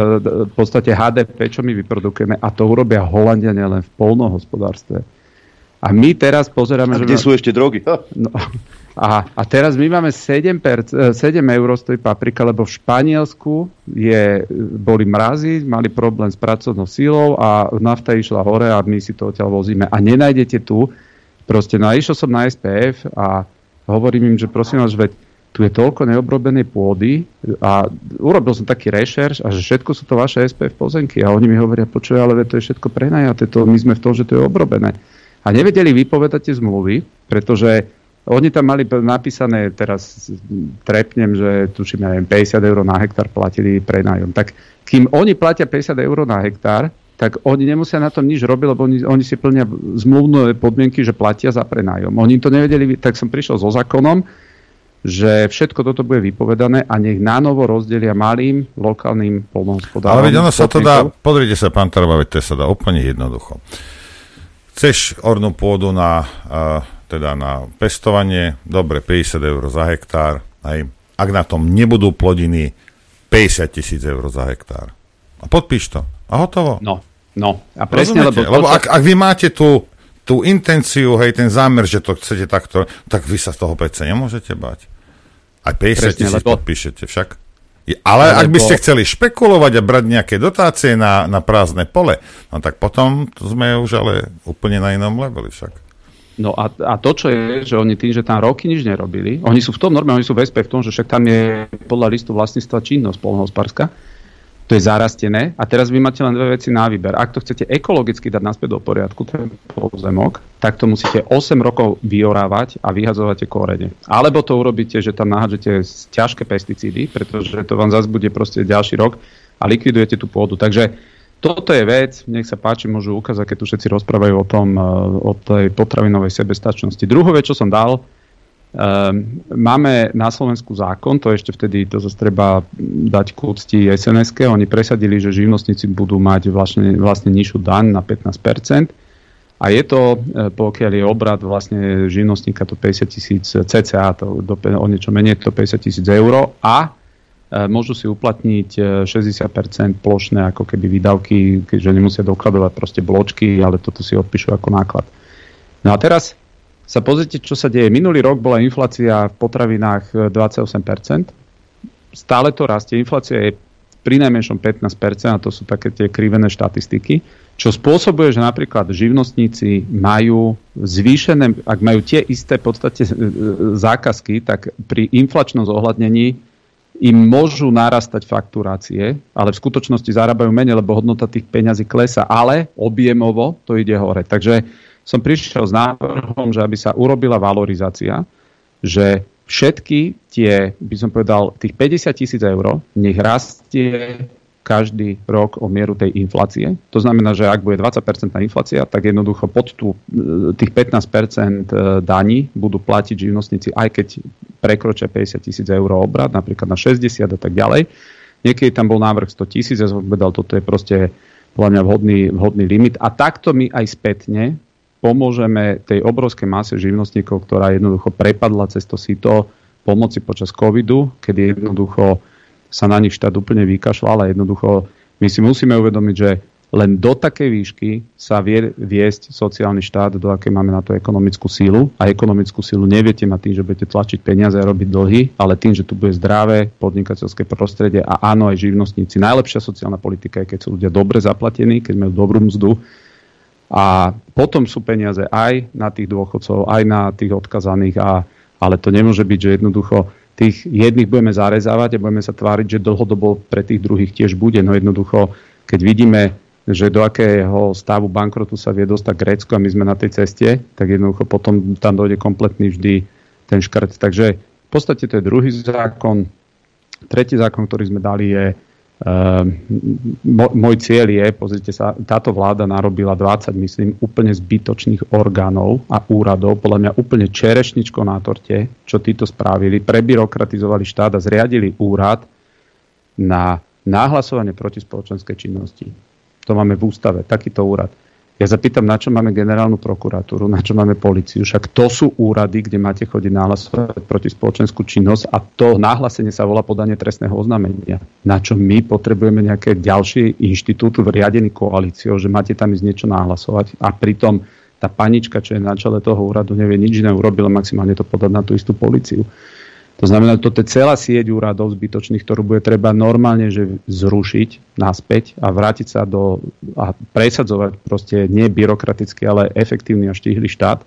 V podstate há dé pé, čo my vyprodukujeme a to urobia Holandiania len v poľnohospodárstve. A my teraz pozeráme... A kde že... sú ešte drogy? No, a, a teraz my máme sedem, sedem eur stojí paprika, lebo v Španielsku je, boli mrazy, mali problém s pracovnou sílou a nafta išla hore a my si to odtiaľ vozíme. A nenájdete tu, proste, no a išiel som na es pé ef a hovorím im, že prosím vás, veď tu je toľko neobrobenej pôdy a urobil som taký rešerš a že všetko sú to vaše es pé ef pozemky a oni mi hovoria, počuj, ale to je všetko prenajaté, to, my sme v tom, že to je obrobené. A nevedeli vypovedať tie zmluvy, pretože oni tam mali napísané, teraz trepnem, že tuším, ja neviem, päťdesiat eur na hektár platili prenájom. Tak kým oni platia päťdesiat eur na hektár, tak oni nemusia na tom nič robiť, lebo oni, oni si plnia zmluvné podmienky, že platia za prenájom. Oni to nevedeli, tak som prišiel so zákonom, že všetko toto bude vypovedané a nech nánovo rozdelia malým lokálnym poľnohospodárom. Ale veď ono sa to dá, pozrite sa, pán Taraba, veď to sa dá úplne jednoducho. Chceš ornú pôdu na... Uh, teda na pestovanie, dobre, päťdesiat eur za hektár, hej. Ak na tom nebudú plodiny, päťdesiat tisíc eur za hektár. A podpíš to. A hotovo. No, no. A presne, rozumiete? Lebo, lebo ak, ak vy máte tú, tú intenciu, hej, ten zámer, že to chcete takto, tak vy sa z toho päťdesiat nemôžete bať. Aj päťdesiat tisíc lebo... podpíšete však. Ale lebo... ak by ste chceli špekulovať a brať nejaké dotácie na, na prázdne pole, no tak potom sme už ale úplne na inom leveli však. No a, a to, čo je, že oni tým, že tam roky nič nerobili, oni sú v tom normálne, oni sú v es pé v tom, že však tam je podľa listu vlastníctva činnosť poľnohospodárska, to je zarastené a teraz vy máte len dve veci na výber. Ak to chcete ekologicky dať naspäť do poriadku, ten pozemok, tak to musíte osem rokov vyorávať a vyhadzovate korene. Alebo to urobíte, že tam nahádžete ťažké pesticídy, pretože to vám zase bude proste ďalší rok a likvidujete tú pôdu. Takže toto je vec, nech sa páči, môžu ukázať, keď tu všetci rozprávajú o tom, o tej potravinovej sebestačnosti. Druhú vec, čo som dal, um, máme na Slovensku zákon, to ešte vtedy, to zase treba dať k úcti es en eske, oni presadili, že živnostníci budú mať vlastne, vlastne nižšiu daň na pätnásť percent a je to, pokiaľ je obrad vlastne živnostníka to päťdesiat tisíc cca, to do, o niečo menej, to päťdesiat tisíc eur a môžu si uplatniť šesťdesiat percent plošné ako keby výdavky, keďže nemusia dokladovať proste bločky, ale toto si odpíšu ako náklad. No a teraz sa pozrite, čo sa deje. Minulý rok bola inflácia v potravinách dvadsaťosem percent. Stále to rastie. Inflácia je pri najmenšom pätnásť percent a to sú také tie krivené štatistiky, čo spôsobuje, že napríklad živnostníci majú zvýšené, ak majú tie isté v podstate zákazky, tak pri inflačnom zohľadnení im môžu narastať fakturácie, ale v skutočnosti zarábajú menej, lebo hodnota tých peňazí klesá, ale objemovo to ide hore. Takže som prišiel s návrhom, že aby sa urobila valorizácia, že všetky tie, by som povedal, tých päťdesiat tisíc eur nech rastie každý rok o mieru tej inflácie. To znamená, že ak bude dvadsať percent inflácia, tak jednoducho pod tú, tých pätnásť percent daní budú platiť živnostníci, aj keď prekročia päťdesiat tisíc eur obrat, napríklad na šesťdesiat a tak ďalej. Niekedy tam bol návrh sto tisíc, ja som povedal, toto je proste podľa mňa vhodný, vhodný limit. A takto my aj spätne pomôžeme tej obrovskej mase živnostníkov, ktorá jednoducho prepadla cez to sito pomoci počas covidu, kedy jednoducho sa na nich štát úplne vykašľal a jednoducho my si musíme uvedomiť, že len do takej výšky sa vie viesť sociálny štát, do akej máme na to ekonomickú sílu. A ekonomickú sílu neviete mať tým, že budete tlačiť peniaze a robiť dlhy, ale tým, že tu bude zdravé podnikateľské prostredie a áno, aj živnostníci. Najlepšia sociálna politika je, keď sú ľudia dobre zaplatení, keď majú dobrú mzdu. A potom sú peniaze aj na tých dôchodcov, aj na tých odkazaných. A, ale to nemôže byť, že jednoducho tých jedných budeme zarezávať a budeme sa tváriť, že dlhodobo pre tých druhých tiež bude. No jednoducho, keď vidíme, že do akého stavu bankrotu sa vie dostať Grécko a my sme na tej ceste, tak jednoducho potom tam dojde kompletný vždy ten škrt. Takže v podstate to je druhý zákon. Tretí zákon, ktorý sme dali, je uh, môj cieľ je, pozrite sa, táto vláda narobila dvadsať, myslím, úplne zbytočných orgánov a úradov, podľa mňa úplne čerešničko na torte, čo títo spravili, prebyrokratizovali štát a zriadili úrad na nahlasovanie proti spoločenskej činnosti. To máme v ústave, takýto úrad. Ja sa pýtam, na čo máme generálnu prokuratúru, na čo máme políciu. Však to sú úrady, kde máte chodiť nahlasovať proti spoločenskú činnosť a to nahlásenie sa volá podanie trestného oznámenia. Na čo my potrebujeme nejaké ďalší inštitút riadený koalíciou, že máte tam ísť niečo nahlasovať a pritom tá panička, čo je na čele toho úradu, nevie nič iné urobila, maximálne to podať na tú istú políciu. To znamená, že toto je celá sieť úradov zbytočných, ktorú bude treba normálne že zrušiť naspäť a vrátiť sa do a presadzovať proste nie byrokraticky, ale efektívny a štíhly štát.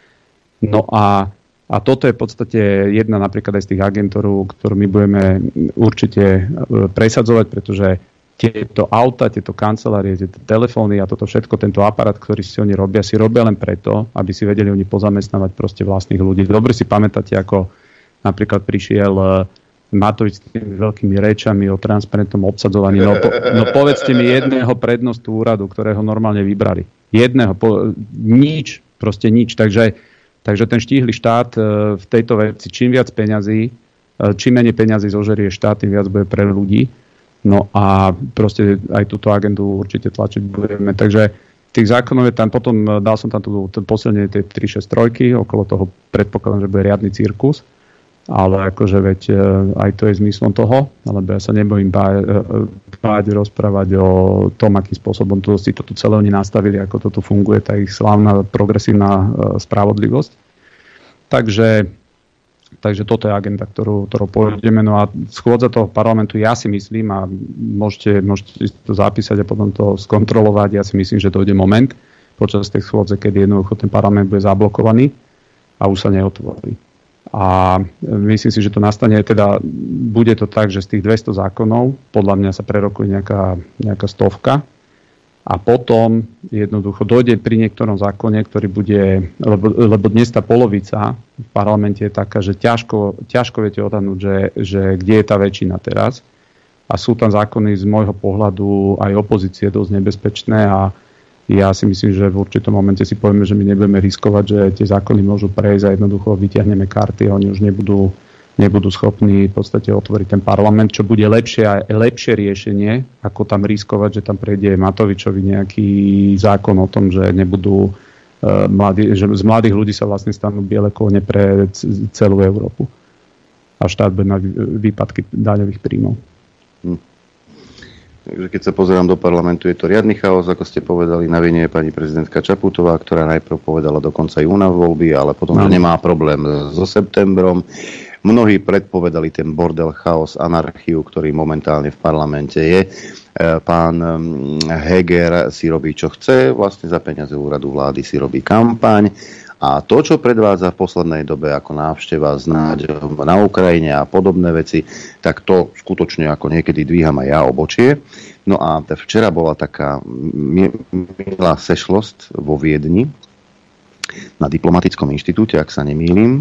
No a, a toto je v podstate jedna napríklad aj z tých agentúr, ktorú my budeme určite presadzovať, pretože tieto auta, tieto kancelárie, tieto telefóny a toto všetko, tento aparát, ktorý si oni robia, si robia len preto, aby si vedeli oni pozamestnávať proste vlastných ľudí. Dobre si pamätáte, ako napríklad prišiel Matovič s tými veľkými rečami o transparentnom obsadzovaní. No, po, no povedzte mi jedného prednostu úradu, ktorého normálne vybrali. Jedného. Po, nič. Proste nič. Takže, takže ten štíhly štát v tejto veci, čím viac peňazí, čím menej peňazí zožerie štát, tým viac bude pre ľudí. No a proste aj túto agendu určite tlačiť budeme. Takže tých zákonov je tam, potom dal som tam tú, tú posilnenie tej tri šesť tri, okolo toho predpokladám, že bude riadny cirkus. Ale akože veď aj to je zmyslom toho, alebo ja sa nebojím báť, báť rozprávať o tom, akým spôsobom to si to tu celé oni nastavili, ako to tu funguje, tá ich slávna progresívna spravodlivosť. Takže, takže toto je agenda, ktorú, ktorú pôjdeme. No a schôdza toho parlamentu, ja si myslím, a môžete, môžete to zapísať a potom to skontrolovať, ja si myslím, že dojde moment počas tej schôdze, kedy jednoducho ten parlament bude zablokovaný a už sa neotvorí. A myslím si, že to nastane, teda bude to tak, že z tých dvesto zákonov podľa mňa sa prerokuje nejaká, nejaká stovka a potom jednoducho dojde pri niektorom zákone, ktorý bude, lebo, lebo dnes tá polovica v parlamente je taká, že ťažko, ťažko viete odhadnúť, že, že kde je tá väčšina teraz a sú tam zákony z môjho pohľadu aj opozície dosť nebezpečné a ja si myslím, že v určitom momente si povieme, že my nebudeme riskovať, že tie zákony môžu prejsť a jednoducho vyťahneme karty a oni už nebudú, nebudú schopní v podstate otvoriť ten parlament, čo bude lepšie a lepšie riešenie, ako tam riskovať, že tam prejde Matovičovi nejaký zákon o tom, že nebudú uh, mladí, že z mladých ľudí sa vlastne stanú biele kone pre c- celú Európu. A štát bude na výpadky daňových príjmov. Hm. Takže keď sa pozerám do parlamentu, je to riadny chaos, ako ste povedali, na vine je pani prezidentka Čaputová, ktorá najprv povedala do konca júna voľby, ale potom, no. že nemá problém so septembrom. Mnohí predpovedali ten bordel, chaos, anarchiu, ktorý momentálne v parlamente je. Pán Heger si robí, čo chce, vlastne za peniaze úradu vlády si robí kampaň. A to, čo predvádza v poslednej dobe ako návšteva snáď na Ukrajine a podobné veci, tak to skutočne ako niekedy dvíham aj ja obočie. No a včera bola taká milá sešlosť vo Viedni na diplomatickom inštitúte, ak sa nemýlim.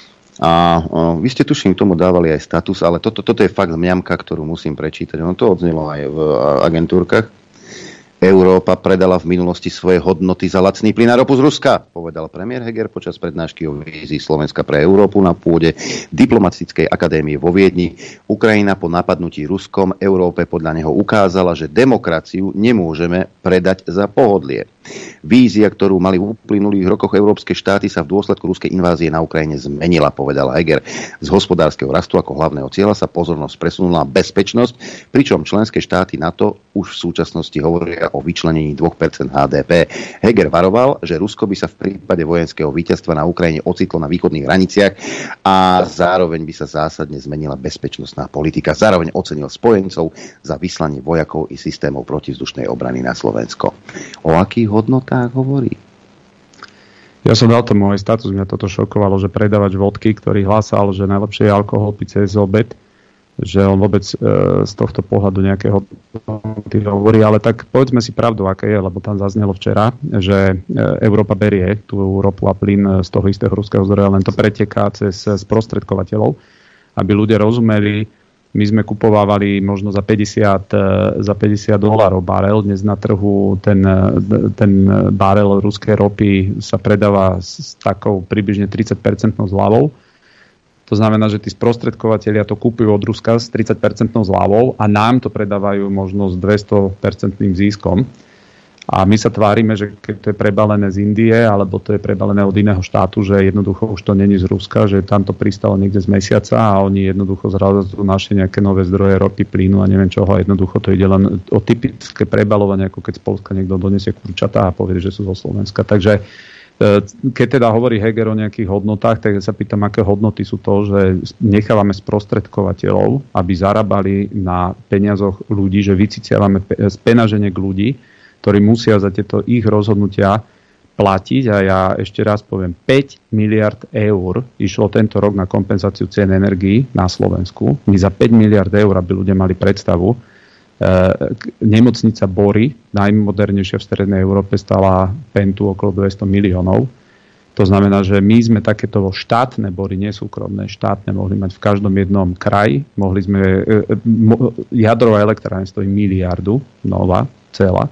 A o, vy ste tuším tomu dávali aj status, ale toto, toto je fakt mňamka, ktorú musím prečítať. Ono to odznelo aj v agentúrkach. Európa predala v minulosti svoje hodnoty za lacný plyn a ropu z Ruska, povedal premiér Heger počas prednášky o vízii Slovenska pre Európu na pôde Diplomatickej akadémie vo Viedni. Ukrajina po napadnutí Ruskom Európe podľa neho ukázala, že demokraciu nemôžeme predať za pohodlie. Vízia, ktorú mali v uplynulých rokoch európske štáty, sa v dôsledku ruskej invázie na Ukrajine zmenila, povedal Heger. Z hospodárskeho rastu ako hlavného cieľa sa pozornosť presunula na bezpečnosť, pričom členské štáty NATO už v súčasnosti hovoria o vyčlenení dve percentá há dé pé. Heger varoval, že Rusko by sa v prípade vojenského víťazstva na Ukrajine ocitlo na východných hraniciach a zároveň by sa zásadne zmenila bezpečnostná politika. Zároveň ocenil spojencov za vyslanie vojakov i systémov protivzdušnej obrany na Slovensko. O akých hodnotách hovorí? Ja som dal tomu aj status, mňa toto šokovalo, že predávač vodky, ktorý hlásal, že najlepšie je alkohol piť cez obed, že on vôbec e, z tohto pohľadu nejakého hovorí, ale tak povedzme si pravdu, aké je, lebo tam zaznelo včera, že e, Európa berie tú ropu a plyn z toho istého ruského zdroja, len to preteká cez sprostredkovateľov, aby ľudia rozumeli. My sme kupovávali možno za päťdesiat, za päťdesiat dolárov barel. Dnes na trhu ten, ten barel ruskej ropy sa predáva s takou približne tridsať percent zľavou. To znamená, že tí sprostredkovatelia to kúpujú od Ruska s tridsať percent zľavou a nám to predávajú možno s dvesto percent ziskom. A my sa tvárime, že keď to je prebalené z Indie, alebo to je prebalené od iného štátu, že jednoducho už to není z Ruska, že tam to pristalo niekde z mesiaca a oni jednoducho zrazu našli nejaké nové zdroje ropy, plynu a neviem čoho. A jednoducho to ide len o typické prebalovanie, ako keď z Poľska niekto donesie kurčatá a povie, že sú zo Slovenska. Takže keď teda hovorí Heger o nejakých hodnotách, tak ja sa pýtam, aké hodnoty sú to, že nechávame sprostredkovateľov, aby zarábali na peniazoch ľudí, že vyciciavame spenaženie k ľudí, ktorí musia za tieto ich rozhodnutia platiť. A ja ešte raz poviem, päť miliard eur išlo tento rok na kompenzáciu cien energií na Slovensku. My za päť miliard eur, aby ľudia mali predstavu, e, nemocnica Bory, najmodernejšia v strednej Európe, stala Pentu okolo dvesto miliónov. To znamená, že my sme takéto štátne Bory, nie súkromné, štátne mohli mať v každom jednom kraji. Mohli sme, e, mo, jadrová elektrárne stojí miliardu, nová, celá.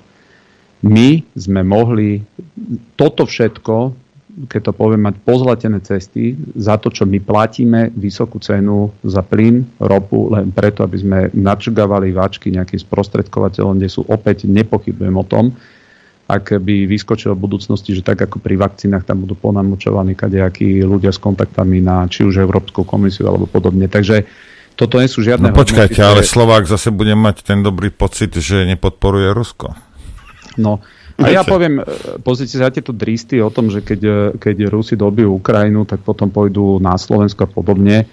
My sme mohli toto všetko, keď to poviem, mať pozlatené cesty za to, čo my platíme vysokú cenu za plyn, ropu, len preto, aby sme nadžgavali váčky nejakým sprostredkovateľom, kde sú opäť, nepochybujem o tom, ak by vyskočilo v budúcnosti, že tak ako pri vakcínach tam budú ponamočovaní kadejakí ľudia s kontaktami na či už Európsku komisiu alebo podobne. Takže toto nie sú žiadne... No počkajte, hodnoty, ale ktoré... Slovák zase bude mať ten dobrý pocit, že nepodporuje Rusko. No a ja poviem, pozrite sa tieto dristy o tom, že keď, keď Rusi dobijú Ukrajinu, tak potom pôjdu na Slovensko a podobne.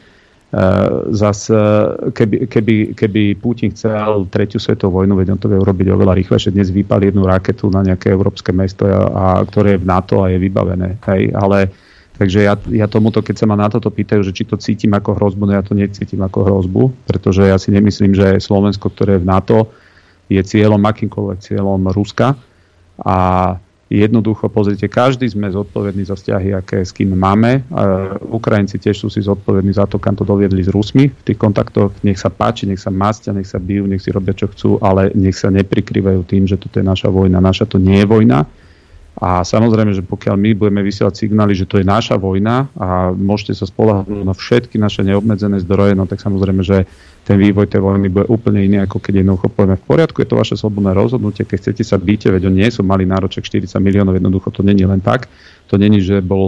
Zas, keby, keby, keby Putin chcel tretiu svetovú vojnu, veď on to vie urobiť oveľa rýchlejšie. Dnes vypáli jednu raketu na nejaké európske mesto, a, a, ktoré je v NATO a je vybavené. Hej? Ale takže ja, ja tomuto, keď sa ma na toto pýtajú, že či to cítim ako hrozbu, no ja to necítim ako hrozbu, pretože ja si nemyslím, že Slovensko, ktoré je v NATO, je cieľom, akýmkoľvek cieľom Ruska. A jednoducho, pozrite, každý sme zodpovední za vzťahy, aké s kým máme. Ukrajinci tiež sú si zodpovední za to, kam to doviedli s Rusmi. V tých kontaktoch nech sa páči, nech sa mastia, nech sa bijú, nech si robia, čo chcú, ale nech sa neprikrývajú tým, že toto je naša vojna. Naša to nie je vojna. A samozrejme, že pokiaľ my budeme vysielať signály, že to je naša vojna a môžete sa spoľahnúť na všetky naše neobmedzené zdroje, no tak samozrejme, že ten vývoj tej vojny bude úplne iný, ako keď jednoducho povieme v poriadku, je to vaše slobodné rozhodnutie, keď chcete sa bíte, veď oni nie sú mali nároček štyridsať miliónov, jednoducho to není len tak, to není, že bol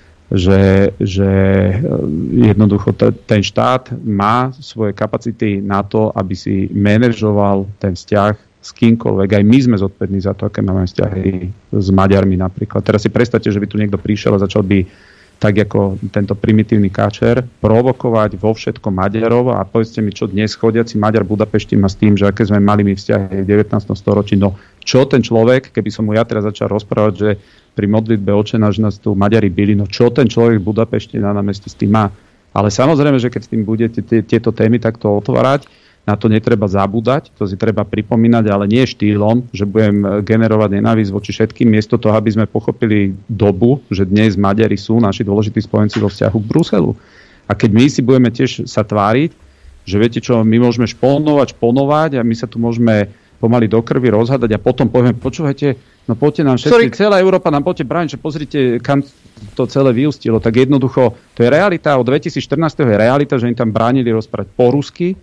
že, že jednoducho t- ten štát má svoje kapacity na to, aby si manažoval ten vzťah s kýmkoľvek. Aj my sme zodpovední za to, aké máme vzťahy s Maďarmi napríklad. Teraz si predstavte, že by tu niekto prišiel a začal by tak ako tento primitívny káčer provokovať vo všetko Maďarov a povedzte mi, čo dnes chodiaci Maďar Budapešti má s tým, že aké sme mali my vzťahy v devätnástom storočí. No čo ten človek, keby som mu ja teraz začal rozprávať, že pri modlitbe Otče náš nás tu Maďari byli, no čo ten človek v Budapešti na námestí s tým má? Ale samozrejme, že keď s tým budete tieto témy takto otvárať, na to netreba zabúdať, to si treba pripomínať, ale nie štýlom, že budem generovať nenávisť voči všetkým, miesto toho, aby sme pochopili dobu, že dnes Maďari sú naši dôležití spojenci vo vzťahu k Bruselu. A keď my si budeme tiež sa tváriť, že viete čo, my môžeme šponovať, šponovať a my sa tu môžeme pomaly do krvi rozhádať a potom povieme, počúvajte, no poďte nám všetci, Sorry. celá Európa nám poďte brániť, že pozrite, kam to celé vyústilo. Tak jednoducho, to je realita, od dvetisícštrnásť je realita, že im tam bránili rozprávať po rusky,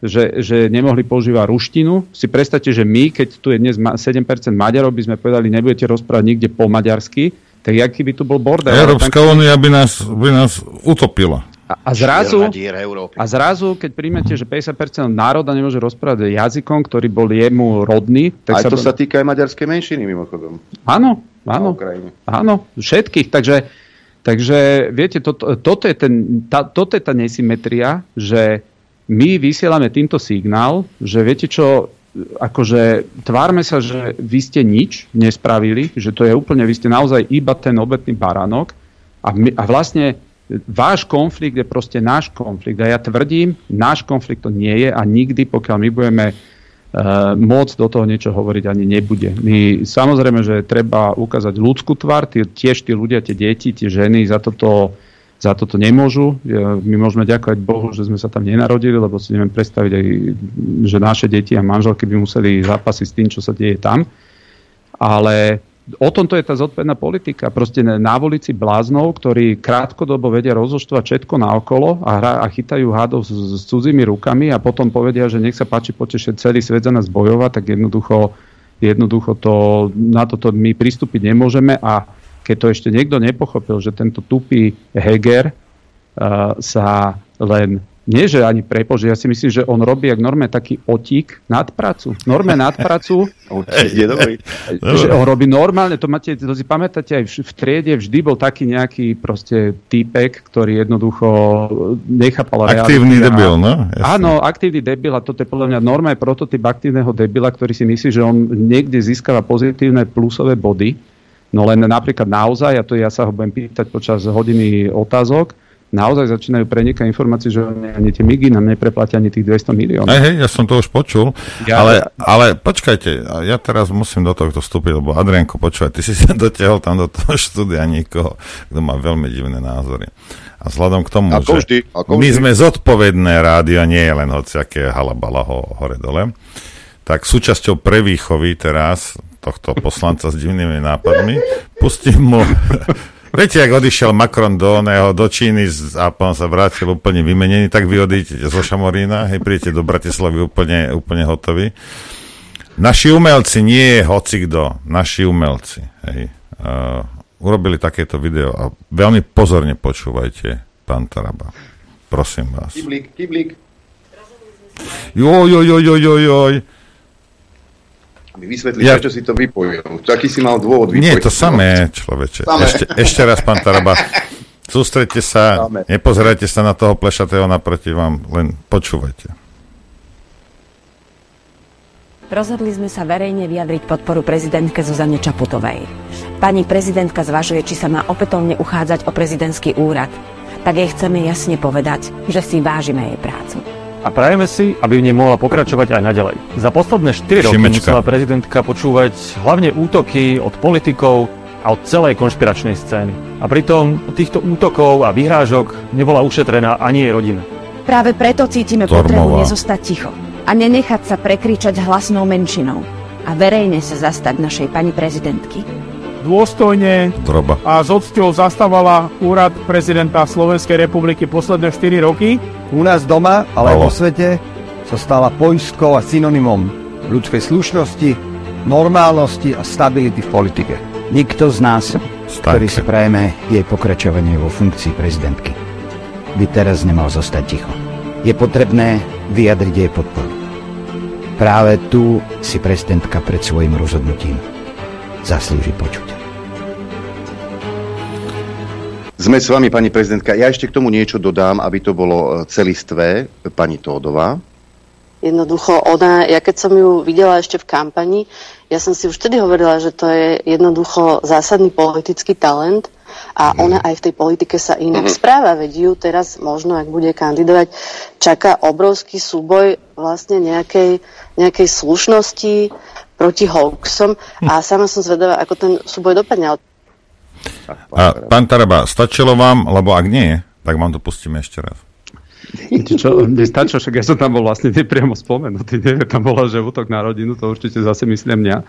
že, že nemohli používať ruštinu. Si predstavte, že my, keď tu je dnes sedem percent Maďarov, by sme povedali, nebudete rozprávať nikde po maďarsky, tak aký by tu bol bordel. Európska únia by nás, by nás utopila. A, a, zrazu, a zrazu, keď príjmete, že päťdesiat percent národa nemôže rozprávať jazykom, ktorý bol jemu rodný. Tak aj sa to sa týka aj maďarskej menšiny, mimochodom. Áno, áno. Áno, všetkých. Takže, takže viete, toto, toto, je ten, tá, toto je tá nesymetria, že my vysielame týmto signál, že viete čo, akože tvárme sa, že vy ste nič nespravili, že to je úplne, vy ste naozaj iba ten obetný baránok a, my, a vlastne váš konflikt je proste náš konflikt. A ja tvrdím, náš konflikt to nie je a nikdy, pokiaľ my budeme uh, môcť do toho niečo hovoriť, ani nebude. My samozrejme, že treba ukázať ľudskú tvár, tí, tiež tí ľudia, tie deti, tie ženy za toto, za toto nemôžu. My môžeme ďakovať Bohu, že sme sa tam nenarodili, lebo si neviem predstaviť aj, že naše deti a manželky by museli zápasiť s tým, čo sa deje tam. Ale o tomto je tá zodpovedná politika. Proste navoliť si bláznov, ktorí krátkodobo vedia rozoštvať všetko naokolo a, hra, a chytajú hádov s, s cudzými rukami a potom povedia, že nech sa páči, poďte celý svet za nás bojovať, tak jednoducho, jednoducho to, na toto my pristúpiť nemôžeme a keď to ešte niekto nepochopil, že tento tupý Heger uh, sa len nie, že ani prepože, ja si myslím, že on robí jak normálne taký otík nadpracu. Normálne nadpracu. Je dobrý. Že on robí normálne, to máte, to si pamätáte, aj v, v triede vždy bol taký nejaký proste týpek, ktorý jednoducho nechápal realitu. Aktívny debil, no? Jasne. Áno, aktívny debil a toto je podľa mňa normálne prototyp aktívneho debila, ktorý si myslí, že on niekde získava pozitívne plusové body. No len napríklad naozaj, a to ja sa ho budem pýtať počas hodiny otázok, naozaj začínajú prenikať informácie, že ani tie migy nám nepreplatia ani tých dvesto miliónov. Hej, hej, ja som to už počul, ja, ale, ale počkajte, ja teraz musím do tohto vstúpiť, lebo Adrianko, počúvaj, ty si sa dotiahol tam do toho štúdia niekoho, kto má veľmi divné názory. A vzhľadom k tomu, ako že vždy, ako my vždy. sme zodpovedné rádio, nie je len hociaké halabala ho, hore dole, tak súčasťou prevýchovy teraz tohto poslanca s divnými nápadmi pustím mu... Viete, ak odišiel Macron do, oného, do Číny a potom sa vrátil úplne vymenený, tak vy odídete zo Šamorína, hej, príjete do Bratislavy úplne, úplne hotoví. Naši umelci, nie je hocikdo, naši umelci, hej, uh, urobili takéto video a veľmi pozorne počúvajte, pán Taraba. Prosím vás. Kyblík, kyblík. Joj, joj, joj, joj, joj, joj. Mi vysvetli, ja... prečo si to vypojil. Taký si mal dôvod vypojiť. Nie, to samé, človeče. Samé. Ešte, ešte raz, pán Taraba, sústredte sa, samé. Nepozerajte sa na toho plešatého naproti vám, len počúvajte. Rozhodli sme sa verejne vyjadriť podporu prezidentke Zuzane Čaputovej. Pani prezidentka zvažuje, či sa má opätovne uchádzať o prezidentský úrad. Tak jej chceme jasne povedať, že si vážime jej prácu. A prajeme si, aby v nej mohla pokračovať aj naďalej. Za posledné štyri roky musela prezidentka počúvať hlavne útoky od politikov a od celej konšpiračnej scény. A pritom týchto útokov a vyhrážok nebola ušetrená ani jej rodina. Práve preto cítime Tormová. potrebu nezostať ticho a nenechať sa prekričať hlasnou menšinou a verejne sa zastať našej pani prezidentky. Dôstojne Droba. a s odsťou zastávala úrad prezidenta Slovenskej republiky posledné štyri roky. U nás doma, ale aj vo svete sa stala poistkou a synonymom ľudskej slušnosti, normálnosti a stability v politike. Nikto z nás, ktorý si prajeme jej pokračovanie vo funkcii prezidentky, by teraz nemal zostať ticho. Je potrebné vyjadriť jej podporu. Práve tu si prezidentka pred svojím rozhodnutím zaslúži počuť. Sme s vami, pani prezidentka. Ja ešte k tomu niečo dodám, aby to bolo celistvé. Pani Tódová. Jednoducho, ona, ja keď som ju videla ešte v kampani, ja som si už vtedy hovorila, že to je jednoducho zásadný politický talent a ona aj v tej politike sa inak správa. Veď ju teraz možno, ak bude kandidovať, čaká obrovský súboj vlastne nejakej, nejakej slušnosti proti hoaxom a sama som zvedavá, ako ten súboj dopadne. A pán Taraba, stačilo vám, lebo ak nie, tak vám to pustíme ešte raz. Viete čo, mne stačilo, však ja som tam bol vlastne nepriamo spomenutý, neviem, tam bola, že útok na rodinu, to určite zase myslím mňa.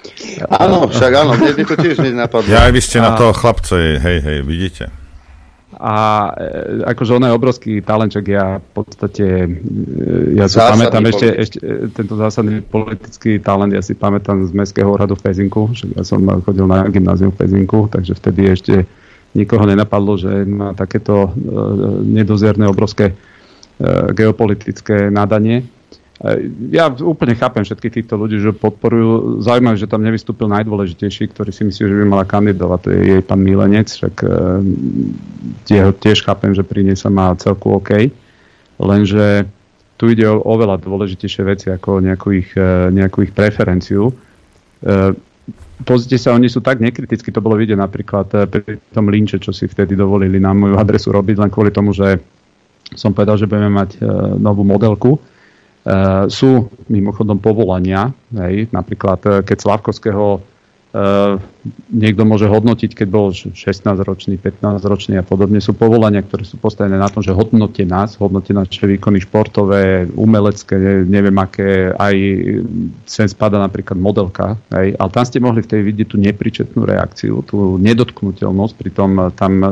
Áno, však áno, mne to tiež nenapadlo. Ja aj vy ste a... na toho chlapca, hej, hej, vidíte. A e, akože on je obrovský talenček, ja v podstate, e, ja si pamätám ešte, ešte e, tento zásadný politický talent, ja si pamätám z Mestského úradu v Pezinku, že ja som chodil na gymnázium v Pezinku, takže vtedy ešte nikoho nenapadlo, že má takéto e, nedozierne obrovské e, geopolitické nadanie. Ja úplne chápem všetkých týchto ľudí, že podporujú. Zaujímavé, že tam nevystúpil najdôležitejší, ktorý si myslí, že by mala kandidovať. To je jej pán Milenec, však tiež, tiež chápem, že pri nej sa má celku OK. Lenže tu ide o oveľa dôležitejšie veci ako nejakú ich, nejakú ich preferenciu. Pozrite sa, oni sú tak nekritickí, to bolo vidieť napríklad pri tom linče, čo si vtedy dovolili na moju adresu robiť, len kvôli tomu, že som povedal, že budeme mať novú modelku. Uh, sú mimochodom povolania, hej, napríklad keď Slavkovského uh, niekto môže hodnotiť, keď bol šestnásťročný, pätnásťročný a podobne, sú povolania, ktoré sú postavené na tom, že hodnote nás, hodnote naše výkony športové, umelecké, neviem aké, aj sem spada napríklad modelka, hej, ale tam ste mohli vtedy vidieť tú nepričetnú reakciu, tú nedotknutelnosť, pritom tam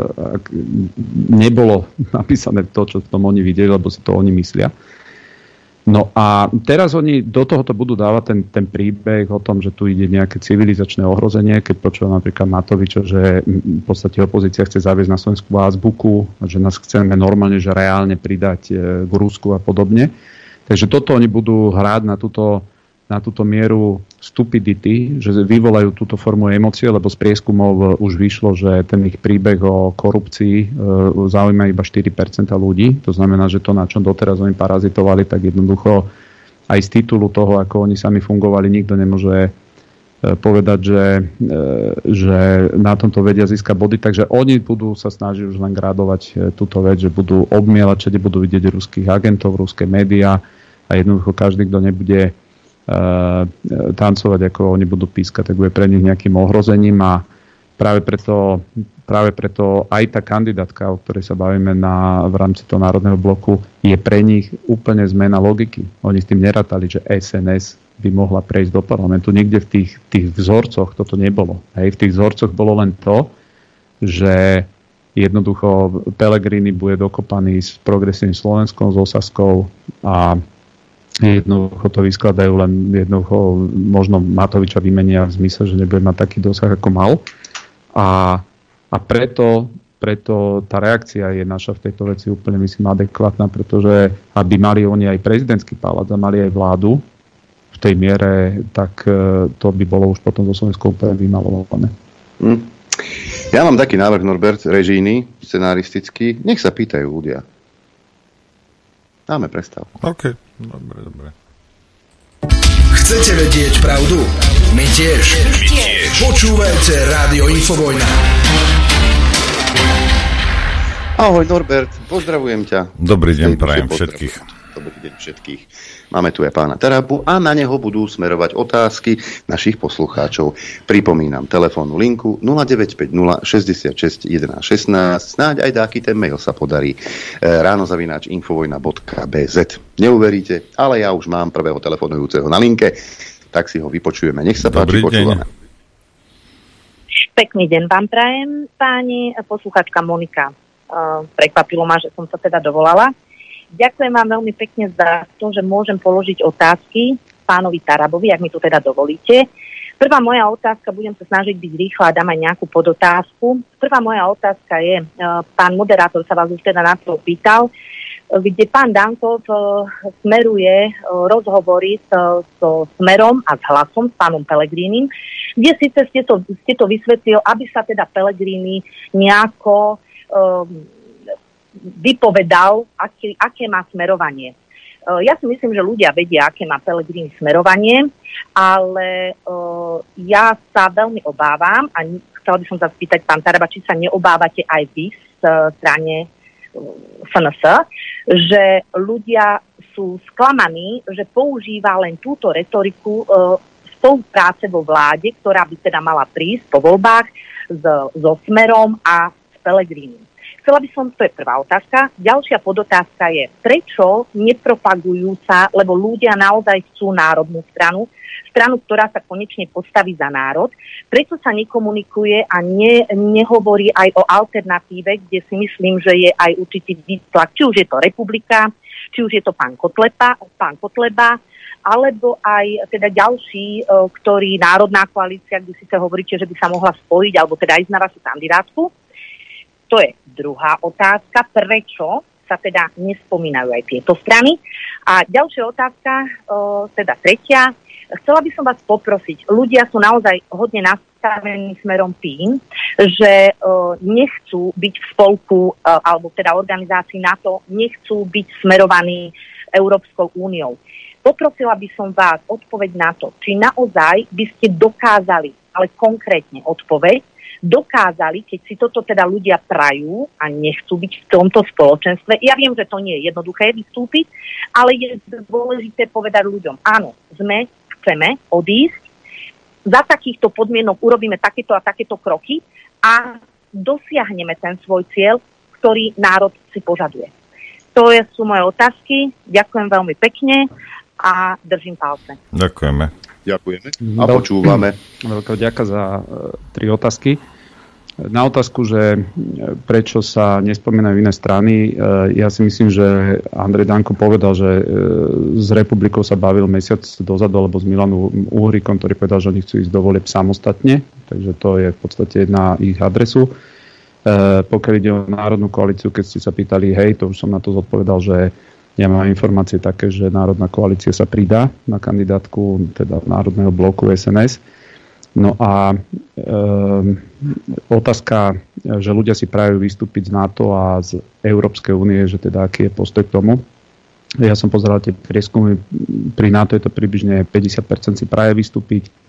nebolo napísané to, čo v tom oni videli, lebo si to oni myslia. No a teraz oni do tohoto budú dávať ten, ten príbeh o tom, že tu ide nejaké civilizačné ohrozenie, keď počúva napríklad Matoviča, že v podstate opozícia chce zaviesť na Slovensku azbuku, že nás chceme normálne, že reálne pridať k Rusku a podobne. Takže toto oni budú hrať na túto, na túto mieru stupidity, že vyvolajú túto formu emócie, lebo z prieskumov už vyšlo, že ten ich príbeh o korupcii e, zaujíma iba štyri percentá ľudí. To znamená, že to, na čom doteraz oni parazitovali, tak jednoducho aj z titulu toho, ako oni sami fungovali, nikto nemôže e, povedať, že, e, že na tomto vedia získať body. Takže oni budú sa snažiť už len gradovať e, túto vec, že budú obmielať, všade budú vidieť ruských agentov, ruské médiá a jednoducho každý, kto nebude tancovať, ako oni budú pískať, tak bude pre nich nejakým ohrozením a práve preto, práve preto aj tá kandidátka, o ktorej sa bavíme na, v rámci toho národného bloku, je pre nich úplne zmena logiky. Oni s tým nerátali, že es en es by mohla prejsť do parlamentu. Nikde v tých, tých vzorcoch toto nebolo. Hej, v tých vzorcoch bolo len to, že jednoducho Pellegrini bude dokopaný s Progresívnym Slovenskom, s Osaskou a jednoducho to vyskladajú, len jednoducho možno Matoviča vymenia v zmysle, že nebude mať taký dosah, ako mal. A, a preto, preto tá reakcia je naša v tejto veci úplne, myslím, adekvátna, pretože aby mali oni aj prezidentský palác a mali aj vládu v tej miere, tak to by bolo už potom zo Slovensku úplne vymalované. Hm. Ja mám taký návrh, Norbert, režijný, scenaristický. Nech sa pýtajú ľudia. Dáme prestávku. OK, dobre, dobre. Chcete vedieť pravdu? My tiež. My tiež. Počúvajte Rádio Infovojna. Ahoj Norbert, pozdravujem ťa. Dobrý deň, prajem všetkých. Dobrý deň všetkých. Máme tu aj pána Tarabu a na neho budú smerovať otázky našich poslucháčov. Pripomínam telefónnu linku nula deväť päť nula šesť šesť jeden jedna šesť. Snáď aj taký ten mail sa podarí. ráno zavináč infovojna bodka bé zet. Neuveríte, ale ja už mám prvého telefonujúceho na linke, tak si ho vypočujeme. Nech sa páči, počúvame. Pekný deň vám prajem, páni, posluchačka Monika. Uh, prekvapilo ma, že som sa teda dovolala. Ďakujem vám veľmi pekne za to, že môžem položiť otázky pánovi Tarabovi, ak mi to teda dovolíte. Prvá moja otázka, budem sa snažiť byť rýchla a dám aj nejakú podotázku. Prvá moja otázka je, pán moderátor sa vás už teda na to pýtal, kde pán Dankov smeruje rozhovory so Smerom a s Hlasom, s pánom Pellegrinim, kde síce ste to, ste to vysvetlil, aby sa teda Pellegrini nejako um, vypovedal, aké, aké má smerovanie. Uh, ja si myslím, že ľudia vedia, aké má Pellegrini smerovanie, ale uh, ja sa veľmi obávam, a chcela by som sa spýtať pán Taraba, či sa neobávate aj vy z uh, strane uh, es en es, že ľudia sú sklamaní, že používa len túto retoriku uh, spolupráce vo vláde, ktorá by teda mala prísť po voľbách s, so Smerom a s Pellegrinim. Chcela by som, to je prvá otázka. Ďalšia podotázka je, prečo nepropagujú sa, lebo ľudia naozaj chcú národnú stranu, stranu, ktorá sa konečne postaví za národ, prečo sa nekomunikuje a ne, nehovorí aj o alternatíve, kde si myslím, že je aj určitý výtlak, či už je to Republika, či už je to pán Kotleba, pán Kotleba, alebo aj teda ďalší, ktorý Národná koalícia, kde si sa hovoríte, že by sa mohla spojiť, alebo teda ísť na vašu kandidátku. To je druhá otázka, prečo sa teda nespomínajú aj tieto strany. A ďalšia otázka, teda tretia, chcela by som vás poprosiť, ľudia sú naozaj hodne nastavení smerom tým, že nechcú byť v spolku, alebo teda organizácii NATO, nechcú byť smerovaní Európskou úniou. Poprosila by som vás odpoveď na to, či naozaj by ste dokázali, ale konkrétne odpoveď, dokázali, keď si toto teda ľudia prajú a nechcú byť v tomto spoločenstve. Ja viem, že to nie je jednoduché vystúpiť, ale je dôležité povedať ľuďom, áno, sme, chceme odísť, za takýchto podmienok urobíme takéto a takéto kroky a dosiahneme ten svoj cieľ, ktorý národ si požaduje. To sú moje otázky, ďakujem veľmi pekne a držím palce. Ďakujeme. Ďakujeme a počúvame. Veľká ďakujem za uh, tri otázky. Na otázku, že prečo sa nespomínajú iné strany, uh, ja si myslím, že Andrej Danko povedal, že uh, s Republikou sa bavil mesiac dozadu, alebo s Milanom Uhrikom, ktorý povedal, že oni chcú ísť do volieb samostatne, takže to je v podstate na ich adresu. Uh, pokiaľ ide o Národnú koalíciu, keď ste sa pýtali, hej, to už som na to zodpovedal, že ja mám informácie také, že Národná koalícia sa pridá na kandidátku teda Národného bloku es en es. No a e, otázka, že ľudia si prajú vystúpiť z NATO a z Európskej únie, že teda aký je postoj k tomu. Ja som pozeral tie prieskumy, pri NATO je to približne päťdesiat percent si praje vystúpiť, e,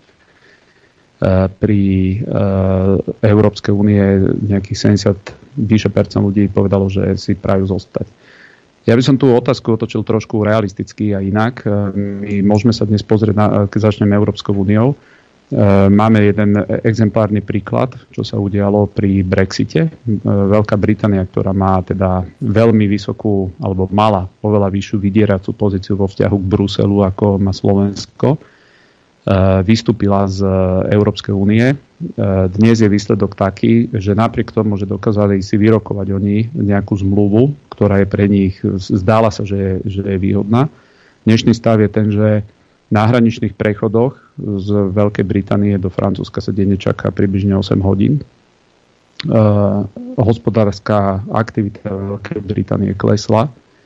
pri e, Európskej únie nejakých sedemdesiat vyše percent ľudí povedalo, že si prajú zostať. Ja by som tú otázku otočil trošku realisticky a inak. My môžeme sa dnes pozrieť, na, keď začneme Európskou úniou. Máme jeden exemplárny príklad, čo sa udialo pri Brexite. Veľká Británia, ktorá má teda veľmi vysokú, alebo mala oveľa vyššiu vydieracú pozíciu vo vzťahu k Bruselu, ako má Slovensko, vystúpila z Európskej únie. Dnes je výsledok taký, že napriek tomu, že dokázali si vyrokovať oni nejakú zmluvu, ktorá je pre nich, zdála sa, že je, že je výhodná. Dnešný stav je ten, že na hraničných prechodoch z Veľkej Británie do Francúzska sa denne čaká približne osem hodín. Uh, hospodárska aktivita Veľkej Británie klesla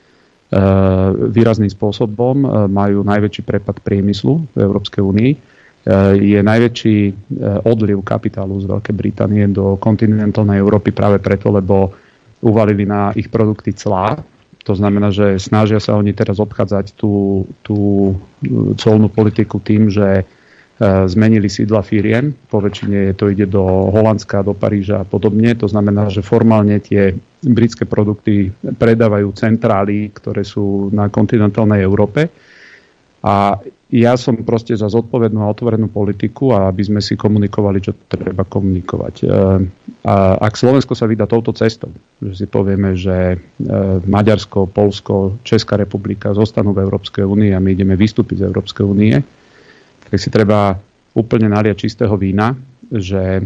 uh, výrazným spôsobom. Uh, majú najväčší prepad priemyslu v Európskej únii. Uh, je najväčší uh, odliv kapitálu z Veľkej Británie do kontinentálnej Európy práve preto, lebo uvalili na ich produkty clá. To znamená, že snažia sa oni teraz obchádzať tú, tú colnú politiku tým, že zmenili sídla firiem. Po väčšine to ide do Holandska, do Paríža a podobne. To znamená, že formálne tie britské produkty predávajú centrály, ktoré sú na kontinentálnej Európe. A ja som proste za zodpovednú a otvorenú politiku, a aby sme si komunikovali, čo treba komunikovať. A ak Slovensko sa vydá touto cestou, že si povieme, že Maďarsko, Poľsko, Česká republika zostanú v Európskej únii a my ideme vystúpiť z Európskej únie, tak si treba úplne naliať čistého vína, že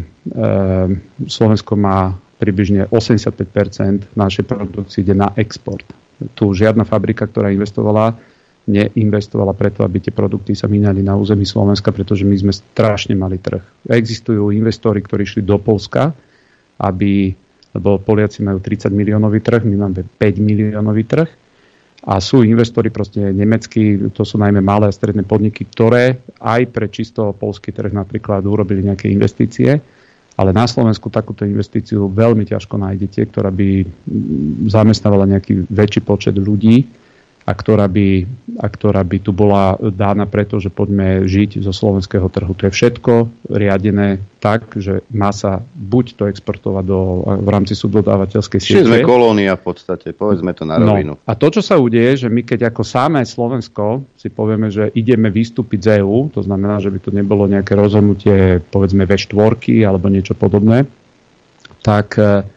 Slovensko má približne osemdesiatpäť percent našej produkcie ide na export. Tu žiadna fabrika, ktorá investovala, neinvestovala preto, aby tie produkty sa minali na území Slovenska, pretože my sme strašne mali trh. Existujú investori, ktorí šli do Poľska, aby, lebo Poliaci majú tridsať miliónový trh, my máme päť miliónový trh. A sú investori proste nemeckí, to sú najmä malé a stredné podniky, ktoré aj pre čisto poľský trh napríklad urobili nejaké investície, ale na Slovensku takúto investíciu veľmi ťažko nájdete, ktorá by zamestnávala nejaký väčší počet ľudí a ktorá by, a ktorá by tu bola dána preto, že poďme žiť zo slovenského trhu. To je všetko riadené tak, že má sa buď to exportovať do, v rámci subdodávateľskej siete. Čiže sme kolónia v podstate, povedzme to na rovinu. No, a to, čo sa udeje, že my keď ako samé Slovensko si povieme, že ideme vystúpiť z é ú, to znamená, že by to nebolo nejaké rozhodnutie povedzme vé štyri alebo niečo podobné, tak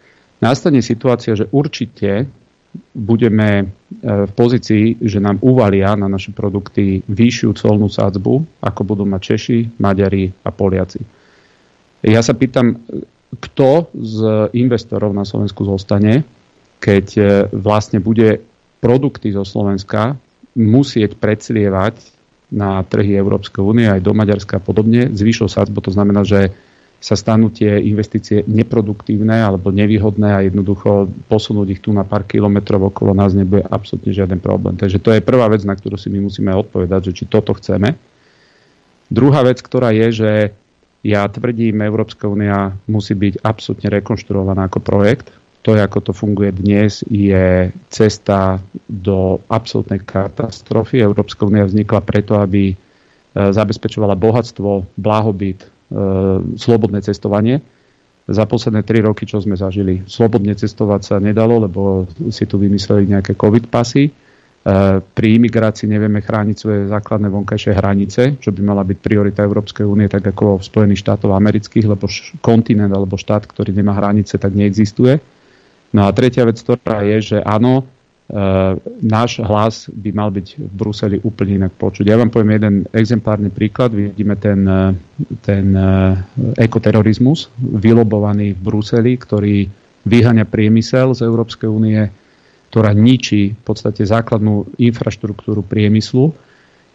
nastane situácia, že určite budeme v pozícii, že nám uvalia na naše produkty vyššiu colnú sadzbu, ako budú mať Češi, Maďari a Poliaci. Ja sa pýtam, kto z investorov na Slovensku zostane, keď vlastne bude produkty zo Slovenska musieť predslievať na trhy Európskej únie, aj do Maďarska a podobne, s vyššou sadzbou. To znamená, že sa stanú tie investície neproduktívne alebo nevýhodné a jednoducho posunúť ich tu na pár kilometrov okolo nás nebude absolútne žiaden problém. Takže to je prvá vec, na ktorú si my musíme odpovedať, že či toto chceme. Druhá vec, ktorá je, že ja tvrdím, Európska únia musí byť absolútne rekonštruovaná ako projekt. To, ako to funguje dnes, je cesta do absolútnej katastrofy. Európska únia vznikla preto, aby zabezpečovala bohatstvo, blahobyt, slobodné cestovanie. Za posledné tri roky, čo sme zažili, slobodne cestovať sa nedalo, lebo si tu vymysleli nejaké covid pasy. Pri imigrácii nevieme chrániť svoje základné vonkajšie hranice, čo by mala byť priorita Európskej únie, tak ako v Spojených štátoch amerických, lebo kontinent alebo štát, ktorý nemá hranice, tak neexistuje. No a tretia vec, ktorá je, že áno, e, náš hlas by mal byť v Bruseli úplne inak počuť. Ja vám poviem jeden exemplárny príklad. Vidíme ten, ten ekoterorizmus vylobovaný v Bruseli, ktorý vyháňa priemysel z Európskej únie, ktorá ničí v podstate základnú infraštruktúru priemyslu. E,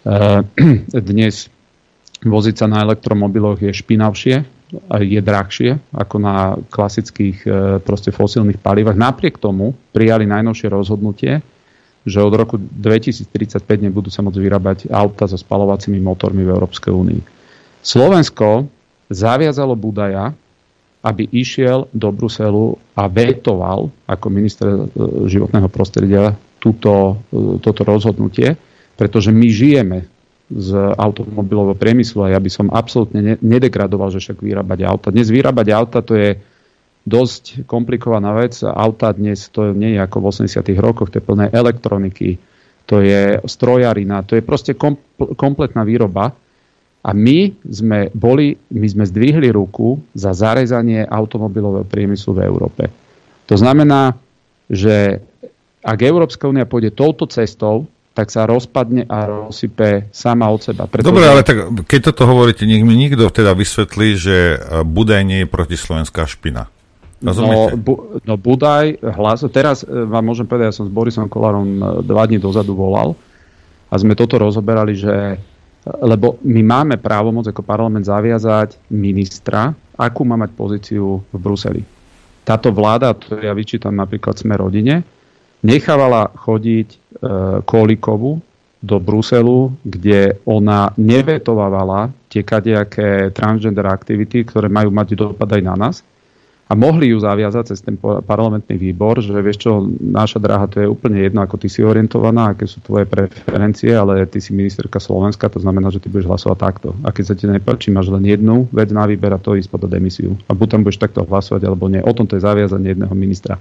dnes voziť sa na elektromobiloch je špinavšie, je drahšie ako na klasických proste fosílnych palivách. Napriek tomu prijali najnovšie rozhodnutie, že od roku dvetisíctridsaťpäť nebudú sa môcť vyrábať auta so spaľovacími motormi v Európskej únii. Slovensko zaviazalo Budaja, aby išiel do Bruselu a vetoval ako minister životného prostredia túto, toto rozhodnutie, pretože my žijeme z automobilového priemyslu a ja by som absolútne nedegradoval, že však vyrábať auta. Dnes vyrábať auta to je dosť komplikovaná vec. Auta dnes to nie je ako v osemdesiatych rokoch, to je plné elektroniky, to je strojarina, to je proste kompl- kompletná výroba. A my sme boli, my sme zdvihli ruku za zarezanie automobilového priemyslu v Európe. To znamená, že ak Európska únia pôjde touto cestou, tak sa rozpadne a rozsype sama od seba. Pretože... Dobre, ale tak keď toto hovoríte, nech mi nikto teda vysvetlí, že Budaj nie je protislovenská špina. Rozumiete? No, bu, no Budaj, hlas, teraz vám môžem povedať, ja som s Borisom Kolárom dva dní dozadu volal a sme toto rozoberali, že lebo my máme právomoc ako parlament zaviazať ministra, akú má mať pozíciu v Bruseli. Táto vláda, to ja vyčítam napríklad Sme rodine, nechávala chodiť e, Kolíkovu do Bruselu, kde ona nevetovávala tie kadejaké transgender aktivity, ktoré majú mať dopad aj na nás. A mohli ju zaviazať cez ten parlamentný výbor, že vieš čo, náša dráha, to je úplne jedno, ako ty si orientovaná, aké sú tvoje preferencie, ale ty si ministerka Slovenska, to znamená, že ty budeš hlasovať takto. A keď sa ti nepáči, máš len jednu vec na výber a to ísť pod demisiu. A buď tam budeš takto hlasovať, alebo nie. O tom to je zaviazanie jedného ministra.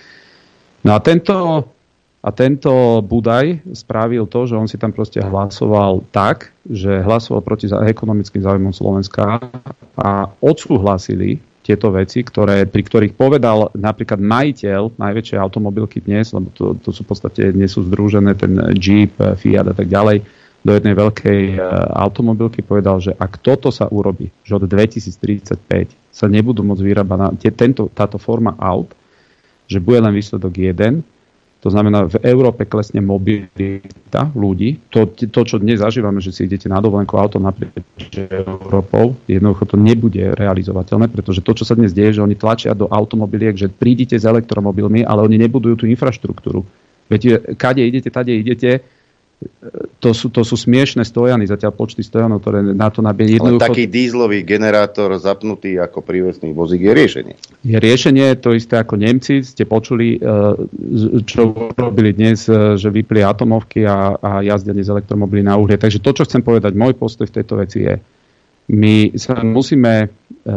No a tento, a tento Budaj spravil to, že on si tam proste hlasoval tak, že hlasoval proti ekonomickým záujmom Slovenska a odsúhlasili tieto veci, ktoré, pri ktorých povedal napríklad majiteľ najväčšej automobilky dnes, lebo to, to sú v podstate, dnes sú združené ten Jeep, Fiat a tak ďalej, do jednej veľkej automobilky povedal, že ak toto sa urobí, že od dvetisíctridsaťpäť sa nebudú môcť vyrábať na, tento, táto forma aut, že bude len výsledok jeden. To znamená, v Európe klesne mobilita ľudí. To, to, čo dnes zažívame, že si idete na dovolenku auto naprieč Európou, jednoducho to nebude realizovateľné, pretože to, čo sa dnes deje, že oni tlačia do automobiliek, že prídite s elektromobilmi, ale oni nebudujú tú infraštruktúru. Viete, kade idete, tade idete, to sú, to sú smiešné stojany, zatiaľ počty stojanov, ktoré na to nabije jednoducho... Ale taký dízlový generátor zapnutý ako prívesný vozík je riešenie. Je riešenie, to isté ako Nemci, ste počuli, čo robili dnes, že vypli atomovky a, a jazdia dnes elektromobily na uhlie. Takže to, čo chcem povedať, môj postoj v tejto veci je, my sa musíme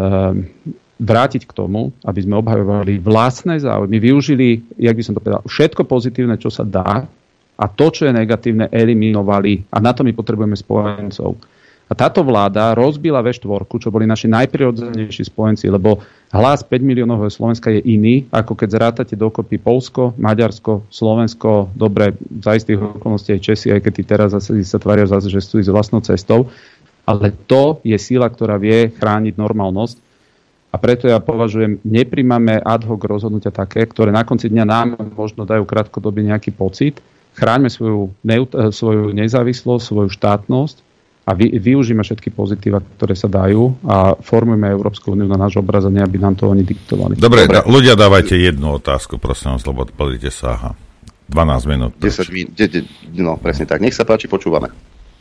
vrátiť k tomu, aby sme obhajovali vlastné záujmy, využili, jak by som to povedal, všetko pozitívne, čo sa dá, a to, čo je negatívne, eliminovali. A na to my potrebujeme spojencov. A táto vláda rozbila vé štyri, čo boli naši najprirodzenejší spojenci, lebo hlas päť miliónového Slovenska je iný, ako keď zrátate dokopy Poľsko, Maďarsko, Slovensko, dobre, za istých okolností aj Česi, aj keď tí teraz zase sa tvária zase, že sú s vlastnou cestou. Ale to je síla, ktorá vie chrániť normálnosť. A preto ja považujem, nepríjmame ad hoc rozhodnutia také, ktoré na konci dňa nám možno dajú krátkodobý nejaký pocit. Chráňme svoju, neut- svoju nezávislosť, svoju štátnosť a vy- využíme všetky pozitíva, ktoré sa dajú a formujeme Európsku úniu na náš obraz a nie, aby nám to oni diktovali. Dobre, Dobre. Da, ľudia, dávajte jednu otázku, prosím vás, lebo pozrite sa, aha. dvanásť minút. desať minút, no presne tak. Nech sa páči, počúvame.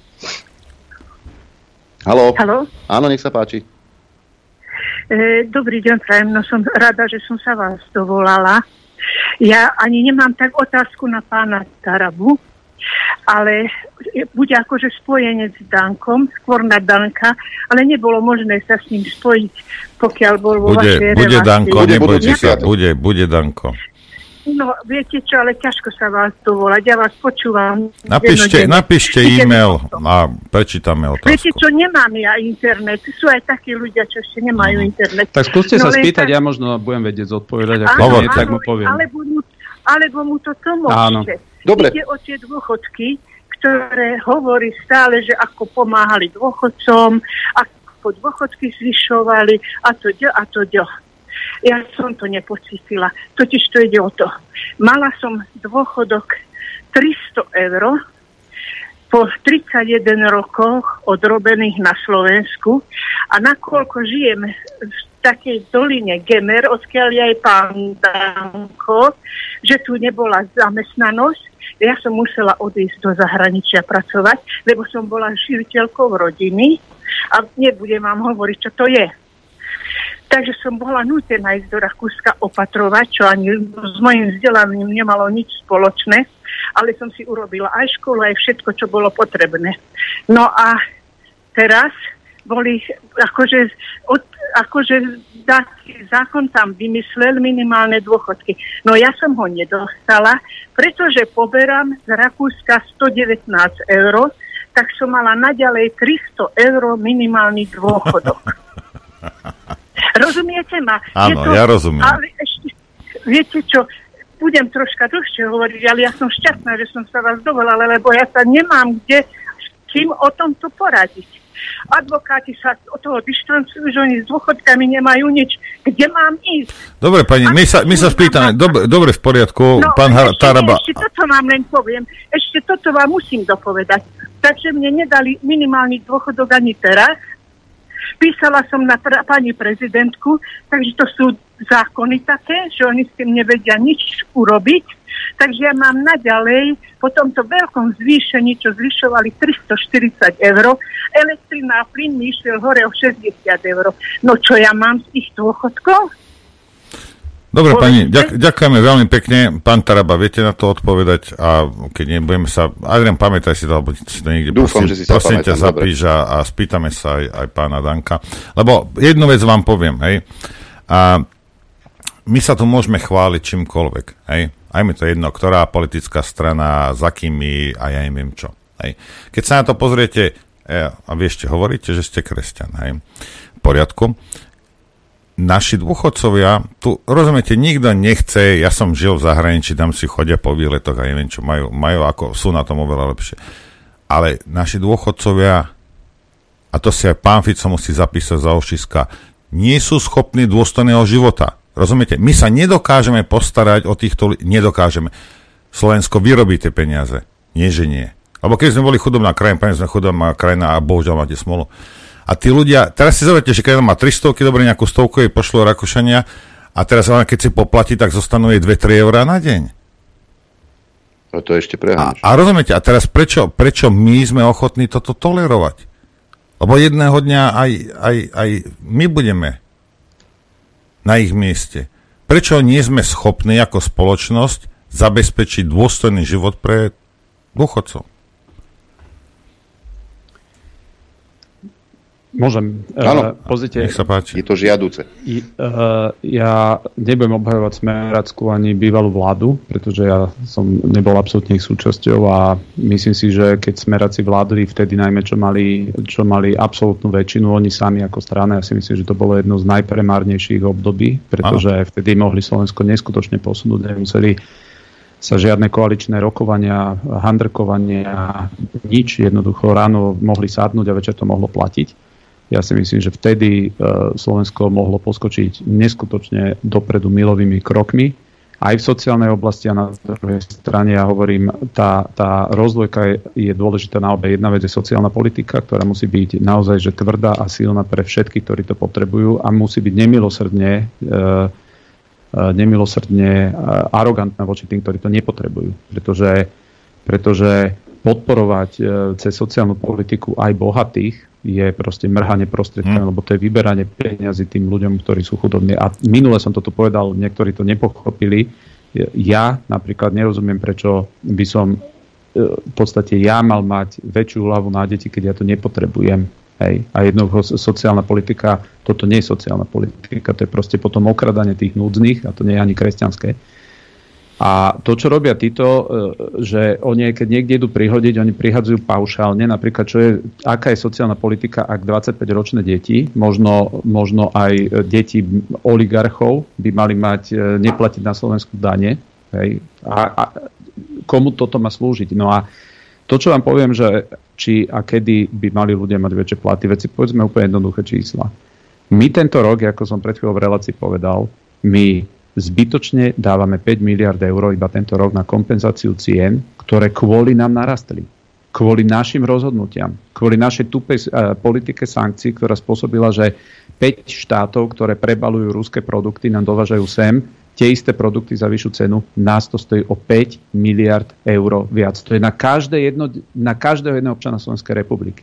Haló? Haló? Áno, nech sa páči. Dobrý deň, prajem, no som rada, že som sa vás dovolala. Ja ani nemám tak otázku na pána Tarabu, ale bude akože spojenec s Dankom, skôr na Danka, ale nebolo možné sa s ním spojiť, pokiaľ bol vo bude, vašej relácii. Bude Danko, nebojte sa, bude, bude Danko. No, viete čo, ale ťažko sa vás dovolať, ja vás počúvam. Napíšte, napíšte e-mail a prečítame otázku. Viete čo, nemám ja internet, sú aj takí ľudia, čo ešte nemajú mm. internet. Tak skúste no, sa spýtať, tak... ja možno budem vedieť zodpovedať, ako áno, nie, tak mu poviem. Alebo mu, alebo mu to tlmočte. Dobre. Ide o tie dôchodky, ktoré hovorí stále, že ako pomáhali dôchodcom, ako dôchodky zvyšovali a to ďo, a to ďo. Ja som to nepocítila. Totiž to ide o to. Mala som dôchodok tristo eur po tridsaťjeden rokoch odrobených na Slovensku a nakoľko žijem v takej doline Gemer, odkiaľ je aj pán Danko, že tu nebola zamestnanosť, ja som musela odísť do zahraničia pracovať, lebo som bola živiteľkou rodiny a nebudem vám hovoriť, čo to je. Takže som bola nútená ísť do Rakúska opatrovať, čo ani s mojím vzdelaním nemalo nič spoločné, ale som si urobila aj školu, aj všetko, čo bolo potrebné. No a teraz boli, akože, od, akože zákon tam vymyslel minimálne dôchodky. No ja som ho nedostala, pretože poberám z Rakúska stodevätnásť eur, tak som mala naďalej tristo eur minimálny dôchodok. Rozumiete ma? Áno, to, ja rozumiem. Ale ešte, viete čo, budem troška dlhšie hovoriť, ale ja som šťastná, že som sa vás dovolala, lebo ja sa nemám kde s kým o tomto poradiť. Advokáti sa od toho dištancujú, že oni s dôchodkami nemajú nič. Kde mám ísť? Dobre, pani, my sa, my sa spýtame. Dobre, dobre, v poriadku. No, pán ešte, Taraba. Ešte toto vám len poviem. Ešte toto vám musím dopovedať. Takže mne nedali minimálny dôchodok ani teraz. Písala som na pra- pani prezidentku, takže to sú zákony také, že oni s tým nevedia nič urobiť. Takže ja mám naďalej po tomto veľkom zvýšení, čo zvyšovali tristoštyridsať eur, elektrina a plyn mi išiel hore o šesťdesiat eur. No čo ja mám z tých dôchodkov? Dobre, pani, ďak, ďakujeme veľmi pekne. Pán Taraba, viete na to odpovedať a keď nebudeme sa... Adrian, pamätaj si to, alebo si to niekde... Dúfam, prosím, že si sa prosím pamätám, ťa zapíš a, a spýtame sa aj, aj pána Danka. Lebo jednu vec vám poviem, hej. A my sa tu môžeme chváliť čímkoľvek, hej. Aj mi to jedno, ktorá politická strana, za kými a ja neviem čo. Hej. Keď sa na to pozriete, a vy ešte hovoríte, že ste kresťan, hej. V poriadku. Naši dôchodcovia, tu rozumiete, nikto nechce, ja som žil v zahraničí, tam si chodia po výletoch a neviem čo, majú, majú ako, sú na tom oveľa lepšie. Ale naši dôchodcovia, a to si aj pán Fico musí zapísať za ošiska, nie sú schopní dôstojného života. Rozumiete? My sa nedokážeme postarať o týchto ľudí, nedokážeme. Slovensko vyrobí tie peniaze, nie že nie. Lebo keď sme boli chudobná krajina, pani sme chudobná krajina a bohužiaľ máte smolu. A tí ľudia, teraz si zoberte, že keď má tristovky, dobre, nejakú stovku jej pošlo Rakúšania a teraz ona keď si poplatí, tak zostanú jej dve tri eurá na deň. A to ešte preháňaš. A, a rozumiete, a teraz prečo, prečo my sme ochotní toto tolerovať? Lebo jedného dňa aj, aj, aj my budeme na ich mieste. Prečo nie sme schopní ako spoločnosť zabezpečiť dôstojný život pre dôchodcov? Môžem. Áno, uh, pozrite, nech sa páči. Je to žiaduce. Uh, ja nebudem obhajovať Smeráckú ani bývalú vládu, pretože ja som nebol absolútne ich súčasťou a myslím si, že keď Smeráci vládli vtedy najmä, čo mali, čo mali absolútnu väčšinu, oni sami ako strana, ja si myslím, že to bolo jedno z najpremárnejších období, pretože Áno. vtedy mohli Slovensko neskutočne posunúť, nemuseli sa žiadne koaličné rokovania, handrkovania, nič, jednoducho ráno mohli sadnúť a večer to mohlo platiť. Ja si myslím, že vtedy Slovensko mohlo poskočiť neskutočne dopredu milovými krokmi. Aj v sociálnej oblasti a na druhej strane, ja hovorím, tá, tá rozdvojka je, je dôležitá na obe. Jedna vec je sociálna politika, ktorá musí byť naozaj že tvrdá a silná pre všetkých, ktorí to potrebujú a musí byť nemilosrdne, e, nemilosrdne arogantná voči tým, ktorí to nepotrebujú. Pretože, pretože podporovať cez sociálnu politiku aj bohatých je proste mrhanie prostriedkami, hmm. lebo to je vyberanie peniazy tým ľuďom, ktorí sú chudobní. A minule som toto povedal, niektorí to nepochopili. Ja napríklad nerozumiem, prečo by som v podstate ja mal mať väčšiu hlavu na deti, keď ja to nepotrebujem. Hej. A jednoducho sociálna politika, toto nie je sociálna politika, to je proste potom okradanie tých núdznych a to nie je ani kresťanské. A to, čo robia títo, že oni, keď niekde idú prihodiť, oni prihadzujú paušálne, napríklad, čo je, aká je sociálna politika, ak dvadsaťpäťročné deti, možno, možno aj deti oligarchov by mali mať, neplatiť na Slovensku dane. Hej. A, a komu toto má slúžiť? No a to, čo vám poviem, že či a kedy by mali ľudia mať väčšie platy, veci povedzme úplne jednoduché čísla. My tento rok, ako som pred chvíľou v relácii povedal, my zbytočne dávame päť miliárd eur iba tento rok na kompenzáciu cien, ktoré kvôli nám narastli. Kvôli našim rozhodnutiam. Kvôli našej tupej uh, politike sankcií, ktorá spôsobila, že päť štátov, ktoré prebalujú ruské produkty, nám dovážajú sem tie isté produkty za vyššiu cenu. Nás to stojí o päť miliárd eur viac. To je na, každé jedno, na každého jedného občana Slovenskej republiky.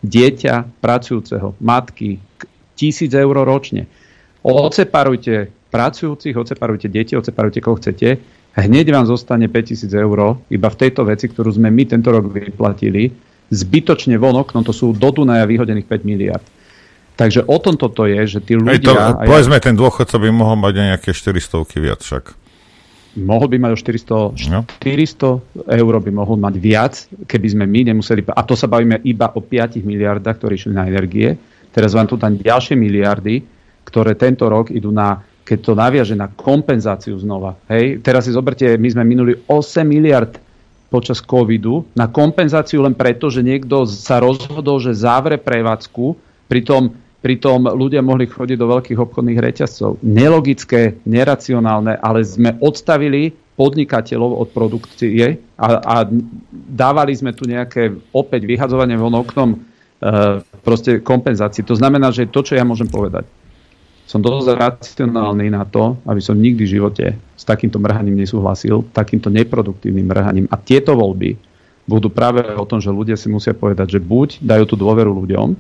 Dieťa pracujúceho, matky, tisíc eur ročne. Odseparujte pracujúcich, odseparujte deti, odseparujte koho chcete, hneď vám zostane päťtisíc eur iba v tejto veci, ktorú sme my tento rok vyplatili, zbytočne von oknom, to sú do Dunaja vyhodených päť miliárd. Takže o tom toto je, že tí ľudia... To, povedzme, ja, ten dôchodca by mohol mať nejaké štyristovky viac však. Mohol by mať o štyristo, no. štyristo eur by mohol mať viac, keby sme my nemuseli... A to sa bavíme iba o päť miliardách, ktoré išli na energie. Teraz vám tu tam ďalšie miliardy, ktoré tento rok idú na... keď to naviaže na kompenzáciu znova. Hej. Teraz si zoberte, my sme minuli osem miliard počas covidu na kompenzáciu len preto, že niekto sa rozhodol, že zavre prevádzku, pritom, pritom ľudia mohli chodiť do veľkých obchodných reťazcov. Nelogické, neracionálne, ale sme odstavili podnikateľov od produkcie a, a dávali sme tu nejaké opäť vyhadzovanie von oknom e, proste kompenzácií. To znamená, že to, čo ja môžem povedať, som dosť racionálny na to, aby som nikdy v živote s takýmto mrhaním nesúhlasil, takýmto neproduktívnym mrhaním. A tieto voľby budú práve o tom, že ľudia si musia povedať, že buď dajú tú dôveru ľuďom,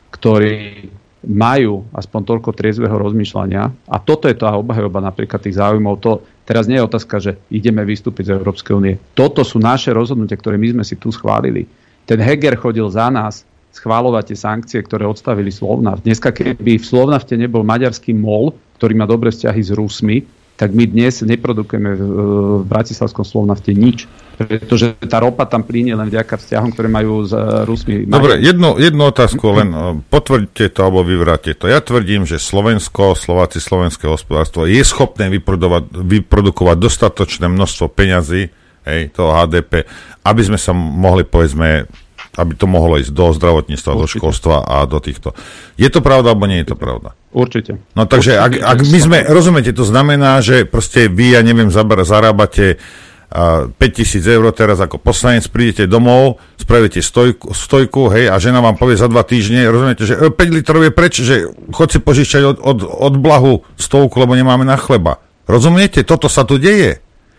ktorí majú aspoň toľko triezveho rozmýšľania, a toto je tá obhajoba napríklad tých záujmov. To teraz nie je otázka, že ideme vystúpiť z Európskej únie. Toto sú naše rozhodnutia, ktoré my sme si tu schválili. Ten Heger chodil za nás schváľovať tie sankcie, ktoré odstavili Slovnaft. Dneska, keby v Slovnafte nebol maďarský MOL, ktorý má dobré vzťahy s Rusmi, tak my dnes neprodukujeme v bratislavskom Slovnafte nič. Pretože tá ropa tam plynie len vďaka vzťahom, ktoré majú s Rusmi. Dobre, jednu, jednu otázku, len potvrďte to alebo vyvráte to. Ja tvrdím, že Slovensko, Slováci, slovenské hospodárstvo je schopné vyprodukovať, vyprodukovať dostatočné množstvo peňazí, hej, toho há dé pé, aby sme sa mohli, povedzme, aby to mohlo ísť do zdravotníctva, do školstva a do týchto. Je to pravda, alebo nie je to pravda? Určite. No takže, Určite. Ak, ak my sme, rozumiete, to znamená, že proste vy, ja neviem, zarábate uh, päťtisíc eur teraz ako poslanec, prídete domov, spravíte stojku, stojku, hej, a žena vám povie za dva týždne, rozumiete, že päť litrov je preč, že chod si požičať od, od, od blahu stovku, lebo nemáme na chleba. Rozumiete? Toto sa tu deje.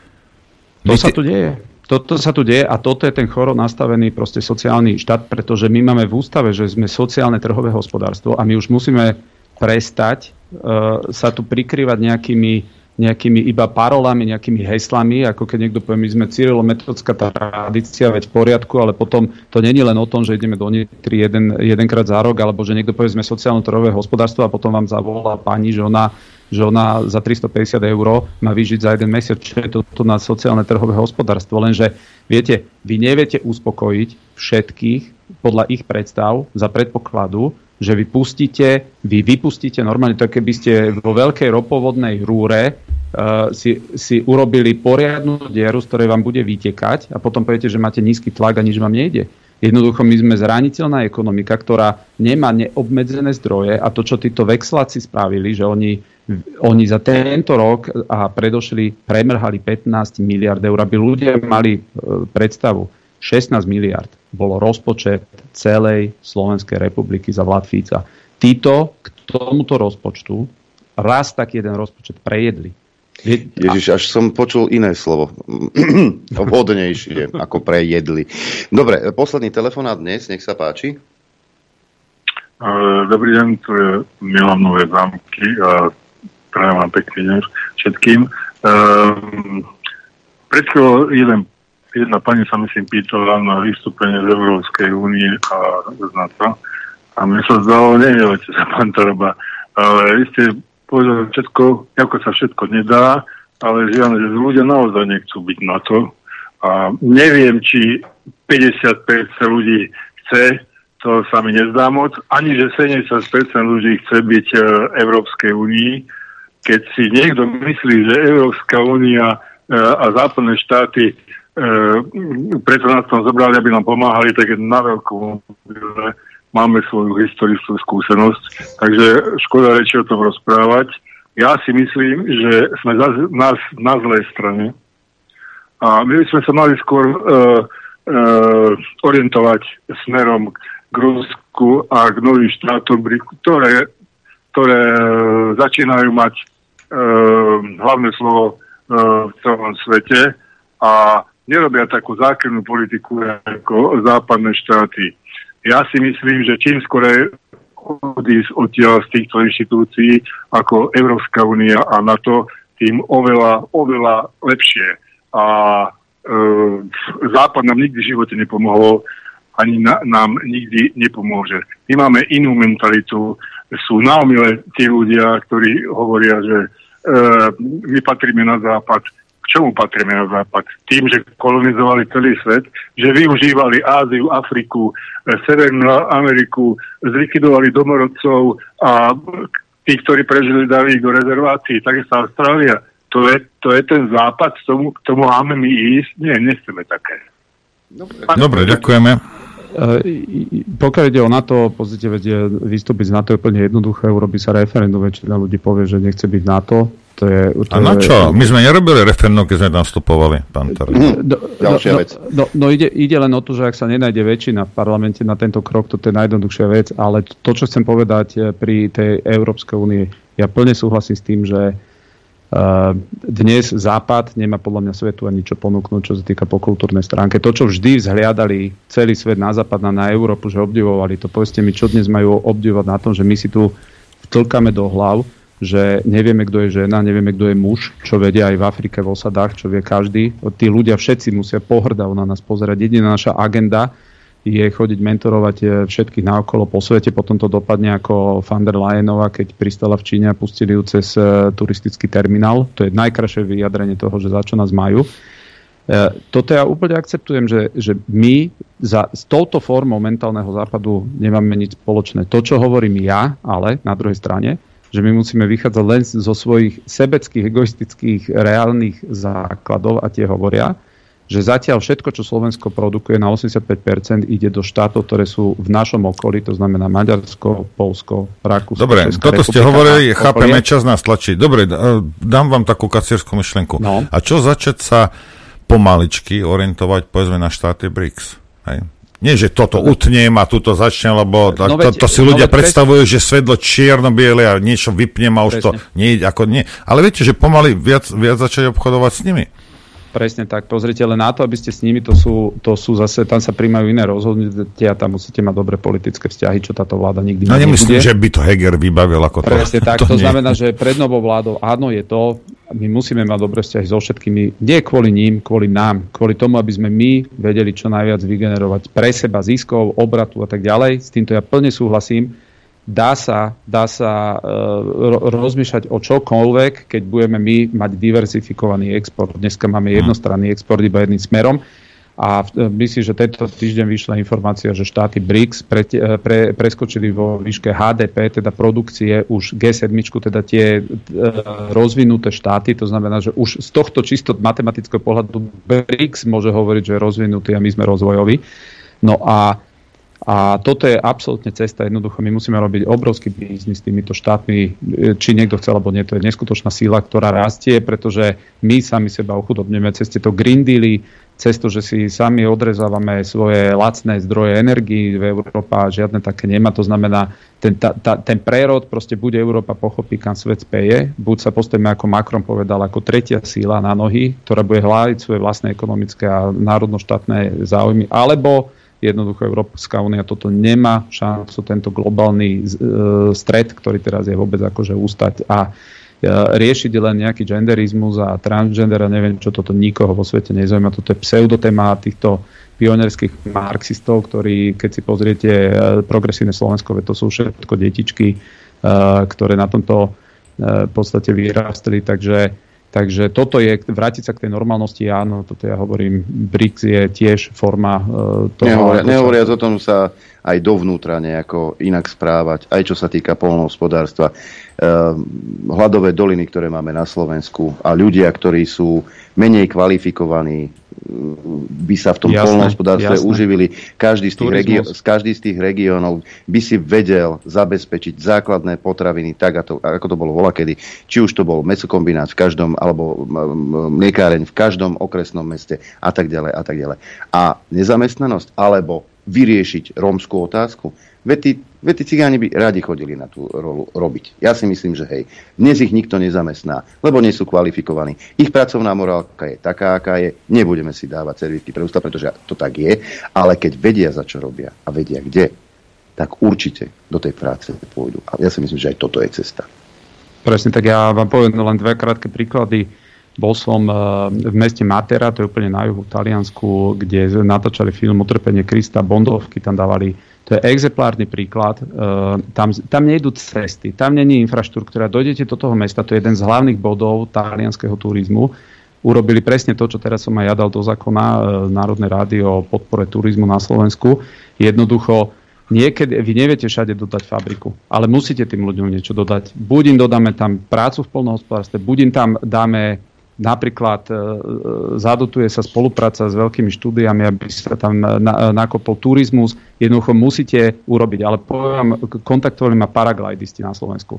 To sa tu deje. Toto sa tu deje a toto je ten choro nastavený proste sociálny štát, pretože my máme v ústave, že sme sociálne trhové hospodárstvo a my už musíme prestať uh, sa tu prikrývať nejakými nejakými iba parolami, nejakými heslami, ako keď niekto povie, my sme cyrilometodská tradícia, veď v poriadku, ale potom to není len o tom, že ideme do Nitry jeden, jedenkrát za rok, alebo že niekto povie, sme sociálno-trhové hospodárstvo a potom vám zavolá pani, že ona, že ona za tristopäťdesiat eur má vyžiť za jeden mesiac, čo je toto na sociálne trhové hospodárstvo. Lenže, viete, vy neviete uspokojiť všetkých podľa ich predstav za predpokladu, že vy pustíte, vy vypustíte normálne to, keby ste vo veľkej ropovodnej rúre uh, si, si urobili poriadnu dieru, z ktorej vám bude vytekať a potom poviete, že máte nízky tlak a nič vám nejde. Jednoducho my sme zraniteľná ekonomika, ktorá nemá neobmedzené zdroje a to, čo títo vexláci spravili, že oni, oni za tento rok a predošli premrhali pätnásť miliárd eur, aby ľudia mali uh, predstavu. šestnásť miliárd bolo rozpočet celej Slovenskej republiky za vlád Fica. Títo k tomuto rozpočtu raz tak jeden rozpočet prejedli. Je... Ježiš, až som počul iné slovo. Vhodnejšie ako prejedli. Dobre, posledný telefonát dnes, nech sa páči. Dobrý deň, tu je Milan Nové Zámky a prajem vám pekný deň všetkým. Pred chvíľou jeden Jedna pani sa myslím pýtala na vystúpenie z Európskej únie a z NATO. A mne sa zdalo, neviete sa, pán Taraba, ale vy ste povedali všetko, ako sa všetko nedá, ale žiadne, že ľudia naozaj nechcú byť NATO. A neviem, či päťdesiat percent ľudí chce, to sa mi nezdá moc, ani že sedemdesiat percent ľudí chce byť v Európskej únii. Keď si niekto myslí, že Európska únia a západné štáty E, preto nás tam zobrali, aby nám pomáhali, tak je na veľkú máme svoju historickú skúsenosť, takže škoda reči o tom rozprávať. Ja si myslím, že sme za, na, na zlej strane a my by sme sa mali skôr e, e, orientovať smerom k Rusku a k novým štátom, ktoré, ktoré začínajú mať e, hlavné slovo e, v celom svete a nerobia takú zákernú politiku ako západné štáty. Ja si myslím, že čím skôr odísť odtiaľ z týchto inštitúcií ako Európska únia a NATO, tým oveľa, oveľa lepšie. A e, Západ nám nikdy v živote nepomohol, ani na, nám nikdy nepomôže. My máme inú mentalitu, sú na omyle tí ľudia, ktorí hovoria, že e, my patríme na Západ. K čomu patríme na Západ? Tým, že kolonizovali celý svet, že využívali Áziu, Afriku, Severnú Ameriku, zlikvidovali domorodcov a tí, ktorí prežili, dali ich do rezervácií. Takisto Austrália. To je, to je ten Západ, k tomu, k tomu máme my ísť? Nie, nechceme také. Dobre, Dobre ďakujeme. Pokiaľ ide o NATO, pozrite, vedie vystúpiť z NATO je úplne jednoduché, urobí sa referendum, väčšina ľudí povie, že nechce byť v NATO. To je, to a na je, čo? My sme nerobili referendum, keď sme nastupovali, pán Taraba. No, no, no, no ide, ide len o to, že ak sa nenájde väčšina v parlamente na tento krok, to je najjednoduchšia vec, ale to, čo chcem povedať pri tej Európskej únie, ja plne súhlasím s tým, že uh, dnes Západ nemá podľa mňa svetu ani čo ponúknuť, čo sa týka po kultúrnej stránke. To, čo vždy vzhliadali celý svet na Západ a na Európu, že obdivovali, to povedzte mi, čo dnes majú obdivovať na tom, že my si tu vtlkáme do hlav, že nevieme, kto je žena, nevieme, kto je muž, čo vedia aj v Afrike v osadách, čo vie každý. Tí ľudia všetci musia pohrdať na nás pozerať. Jediná naša agenda je chodiť mentorovať všetkých naokolo po svete. Potom to dopadne ako van der Leyenová, keď pristala v Číne a pustili ju cez turistický terminál. To je najkrajšie vyjadrenie toho, že za čo nás majú. Toto ja úplne akceptujem, že, že my za, s touto formou mentálneho západu nemáme nič spoločné. To, čo hovorím ja, ale na druhej strane, že my musíme vychádzať len zo svojich sebeckých, egoistických, reálnych základov a tie hovoria, že zatiaľ všetko, čo Slovensko produkuje na osemdesiatpäť percent ide do štátov, ktoré sú v našom okolí, to znamená Maďarsko, Poľsko, Rakúsko. Dobre, toto ste hovorili, chápeme, čas nás tlačí. Dobre, dám vám takú kacierskú myšlienku. No. A čo začať sa pomaličky orientovať, povedzme, na štáty BRICS? Hej? Nie, že toto utnem a tuto začne, lebo no to, to si ľudia no predstavujú, že svetlo čierno-biele a niečo vypnem a už presne. To nie, ako nie. Ale viete, že pomaly viac, viac začať obchodovať s nimi. Presne tak. Pozrite, ale na to, aby ste s nimi, to sú, to sú zase, tam sa príjmajú iné rozhodnutia, tam musíte mať dobré politické vzťahy, čo táto vláda nikdy no, nemyslím, nebude. Že by to Heger vybavil ako to. Presne tak. To, to znamená, že pred novou vládou áno, je to, my musíme mať dobré vzťahy so všetkými, nie kvôli ním, kvôli nám, kvôli tomu, aby sme my vedeli čo najviac vygenerovať pre seba ziskov, obratu a tak ďalej. S týmto ja plne súhlasím. Dá sa, dá sa uh, rozmýšľať o čokoľvek, keď budeme my mať diverzifikovaný export. Dneska máme jednostranný export iba jedným smerom. A myslím, že tento týždeň vyšla informácia, že štáty BRICS pre, pre, preskočili vo výške há dé pé, teda produkcie, už gé sedem, teda tie e, rozvinuté štáty, to znamená, že už z tohto čisto matematického pohľadu BRICS môže hovoriť, že je rozvinutý a my sme rozvojoví. No a A toto je absolútne cesta. Jednoducho my musíme robiť obrovský biznis s týmito štátmi, či niekto chce, alebo nie. To je neskutočná síla, ktorá rastie, pretože my sami seba ochudobneme cez tieto Green Dealy, cez to, že si sami odrezávame svoje lacné zdroje energií. V Európa žiadne také nemá. To znamená, ten, ta, ta, ten prerod, proste bude Európa pochopí, kam svet speje. Buď sa postavíme, ako Macron povedal, ako tretia síla na nohy, ktorá bude hľadiť svoje vlastné ekonomické a národnoštátne záujmy, alebo jednoducho Európska únia toto nemá šancu, tento globálny e, stred, ktorý teraz je vôbec akože ústať a e, riešiť len nejaký genderizmus a transgender a neviem čo, toto nikoho vo svete nezaujíma. Toto je pseudotéma týchto pionierských marxistov, ktorí, keď si pozriete e, progresívne Slovensko, to sú všetko detičky, e, ktoré na tomto e, v podstate vyrastli, takže Takže toto je, vrátiť sa k tej normálnosti, áno, toto ja hovorím, BRICS je tiež forma uh, toho. Nehovoria, nehovoriac o tom sa aj dovnútra nejako inak správať, aj čo sa týka poľnohospodárstva. Uh, hladové doliny, ktoré máme na Slovensku a ľudia, ktorí sú menej kvalifikovaní, by sa v tom poľnohospodárstve uživili. Každý z, tých regio- každý z tých regiónov by si vedel zabezpečiť základné potraviny tak, ako to bolo volakedy. Či už to bol mäsokombinát v každom, alebo mliekáreň v každom okresnom meste a tak ďalej a tak ďalej. A nezamestnanosť, alebo vyriešiť rómskú otázku. Veď tí, veď tí cigáni by radi chodili na tú rolu robiť. Ja si myslím, že hej, dnes ich nikto nezamestná, lebo nie sú kvalifikovaní. Ich pracovná morálka je taká, aká je. Nebudeme si dávať servítky pre ústa, pretože to tak je, ale keď vedia, za čo robia a vedia kde, tak určite do tej práce pôjdu. A ja si myslím, že aj toto je cesta. Presne, tak ja vám poviem len dve krátke príklady. Bol som v meste Matera, to je úplne na juhu v Taliansku, kde natáčali film Utrpenie Krista, Bondovky tam dávali. To je exemplárny príklad. Tam, tam nejdú cesty, tam není infraštruktúra. Dojdete do toho mesta, to je jeden z hlavných bodov talianskeho turizmu. Urobili presne to, čo teraz som aj ja dal do zákona Národnej rády o podpore turizmu na Slovensku. Jednoducho, niekedy, vy neviete všade dodať fabriku, ale musíte tým ľuďom niečo dodať. Buď im dodáme tam prácu v poľnohospodárstve, buď im tam dáme napríklad e, zadotuje sa spolupráca s veľkými štúdiami, aby sa tam na, nakopol turizmus. Jednoducho musíte urobiť. Ale poviem, kontaktovali ma paraglidisti na Slovensku.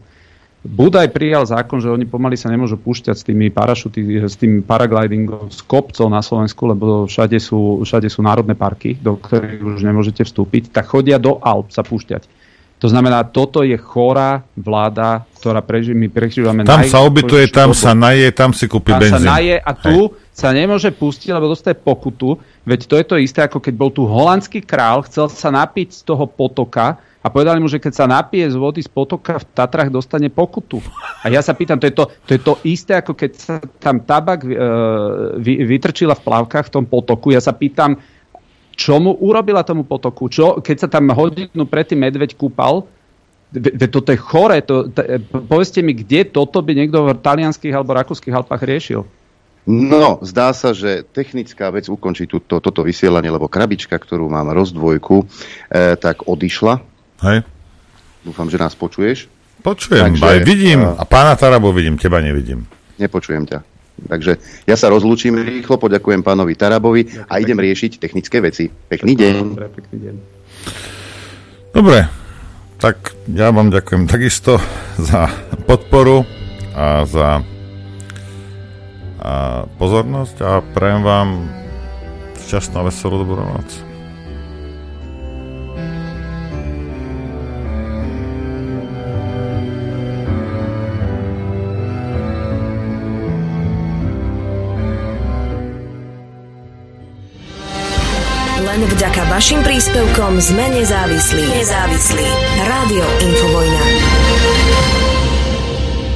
Budaj prijal zákon, že oni pomaly sa nemôžu púšťať s tými parašuty, s tým paraglidingom z kopcov na Slovensku, lebo všade sú, všade sú národné parky, do ktorých už nemôžete vstúpiť, tak chodia do Alp sa púšťať. To znamená, toto je chorá vláda, ktorá preži, my prežívame... Tam sa obytuje, tam dobu. Sa naje, tam si kúpi tam benzín. Tam sa naje a tu Hej. sa nemôže pustiť, lebo dostaje pokutu. Veď to je to isté, ako keď bol tu holandský král, chcel sa napiť z toho potoka a povedali mu, že keď sa napije z vody z potoka v Tatrách, dostane pokutu. A ja sa pýtam, to je to, to, je to isté, ako keď sa tam tabak e, vy, vytrčila v plavkách v tom potoku. Ja sa pýtam, čo mu urobila tomu potoku? Čo, keď sa tam hodinu predtým medveď kúpal? Veď toto je chore. To, to, povedzte mi, kde toto by niekto v talianských alebo rakúskych Alpách riešil? No, zdá sa, že technická vec ukončí túto, toto vysielanie, lebo krabička, ktorú mám rozdvojku, e, tak odišla. Hej. Dúfam, že nás počuješ. Počujem, Takže, aj vidím. A pána Tarabu vidím, teba nevidím. Nepočujem ťa. Takže ja sa rozlúčim rýchlo, poďakujem pánovi Tarabovi a idem riešiť technické veci. Pekný deň. Dobre, pekný deň. Dobre, tak ja vám ďakujem takisto za podporu a za a pozornosť a prajem vám šťastnú a veselú dobrú noc. Len vďaka vašim príspevkom sme nezávislí. Nezávislí. Rádio Infovojna.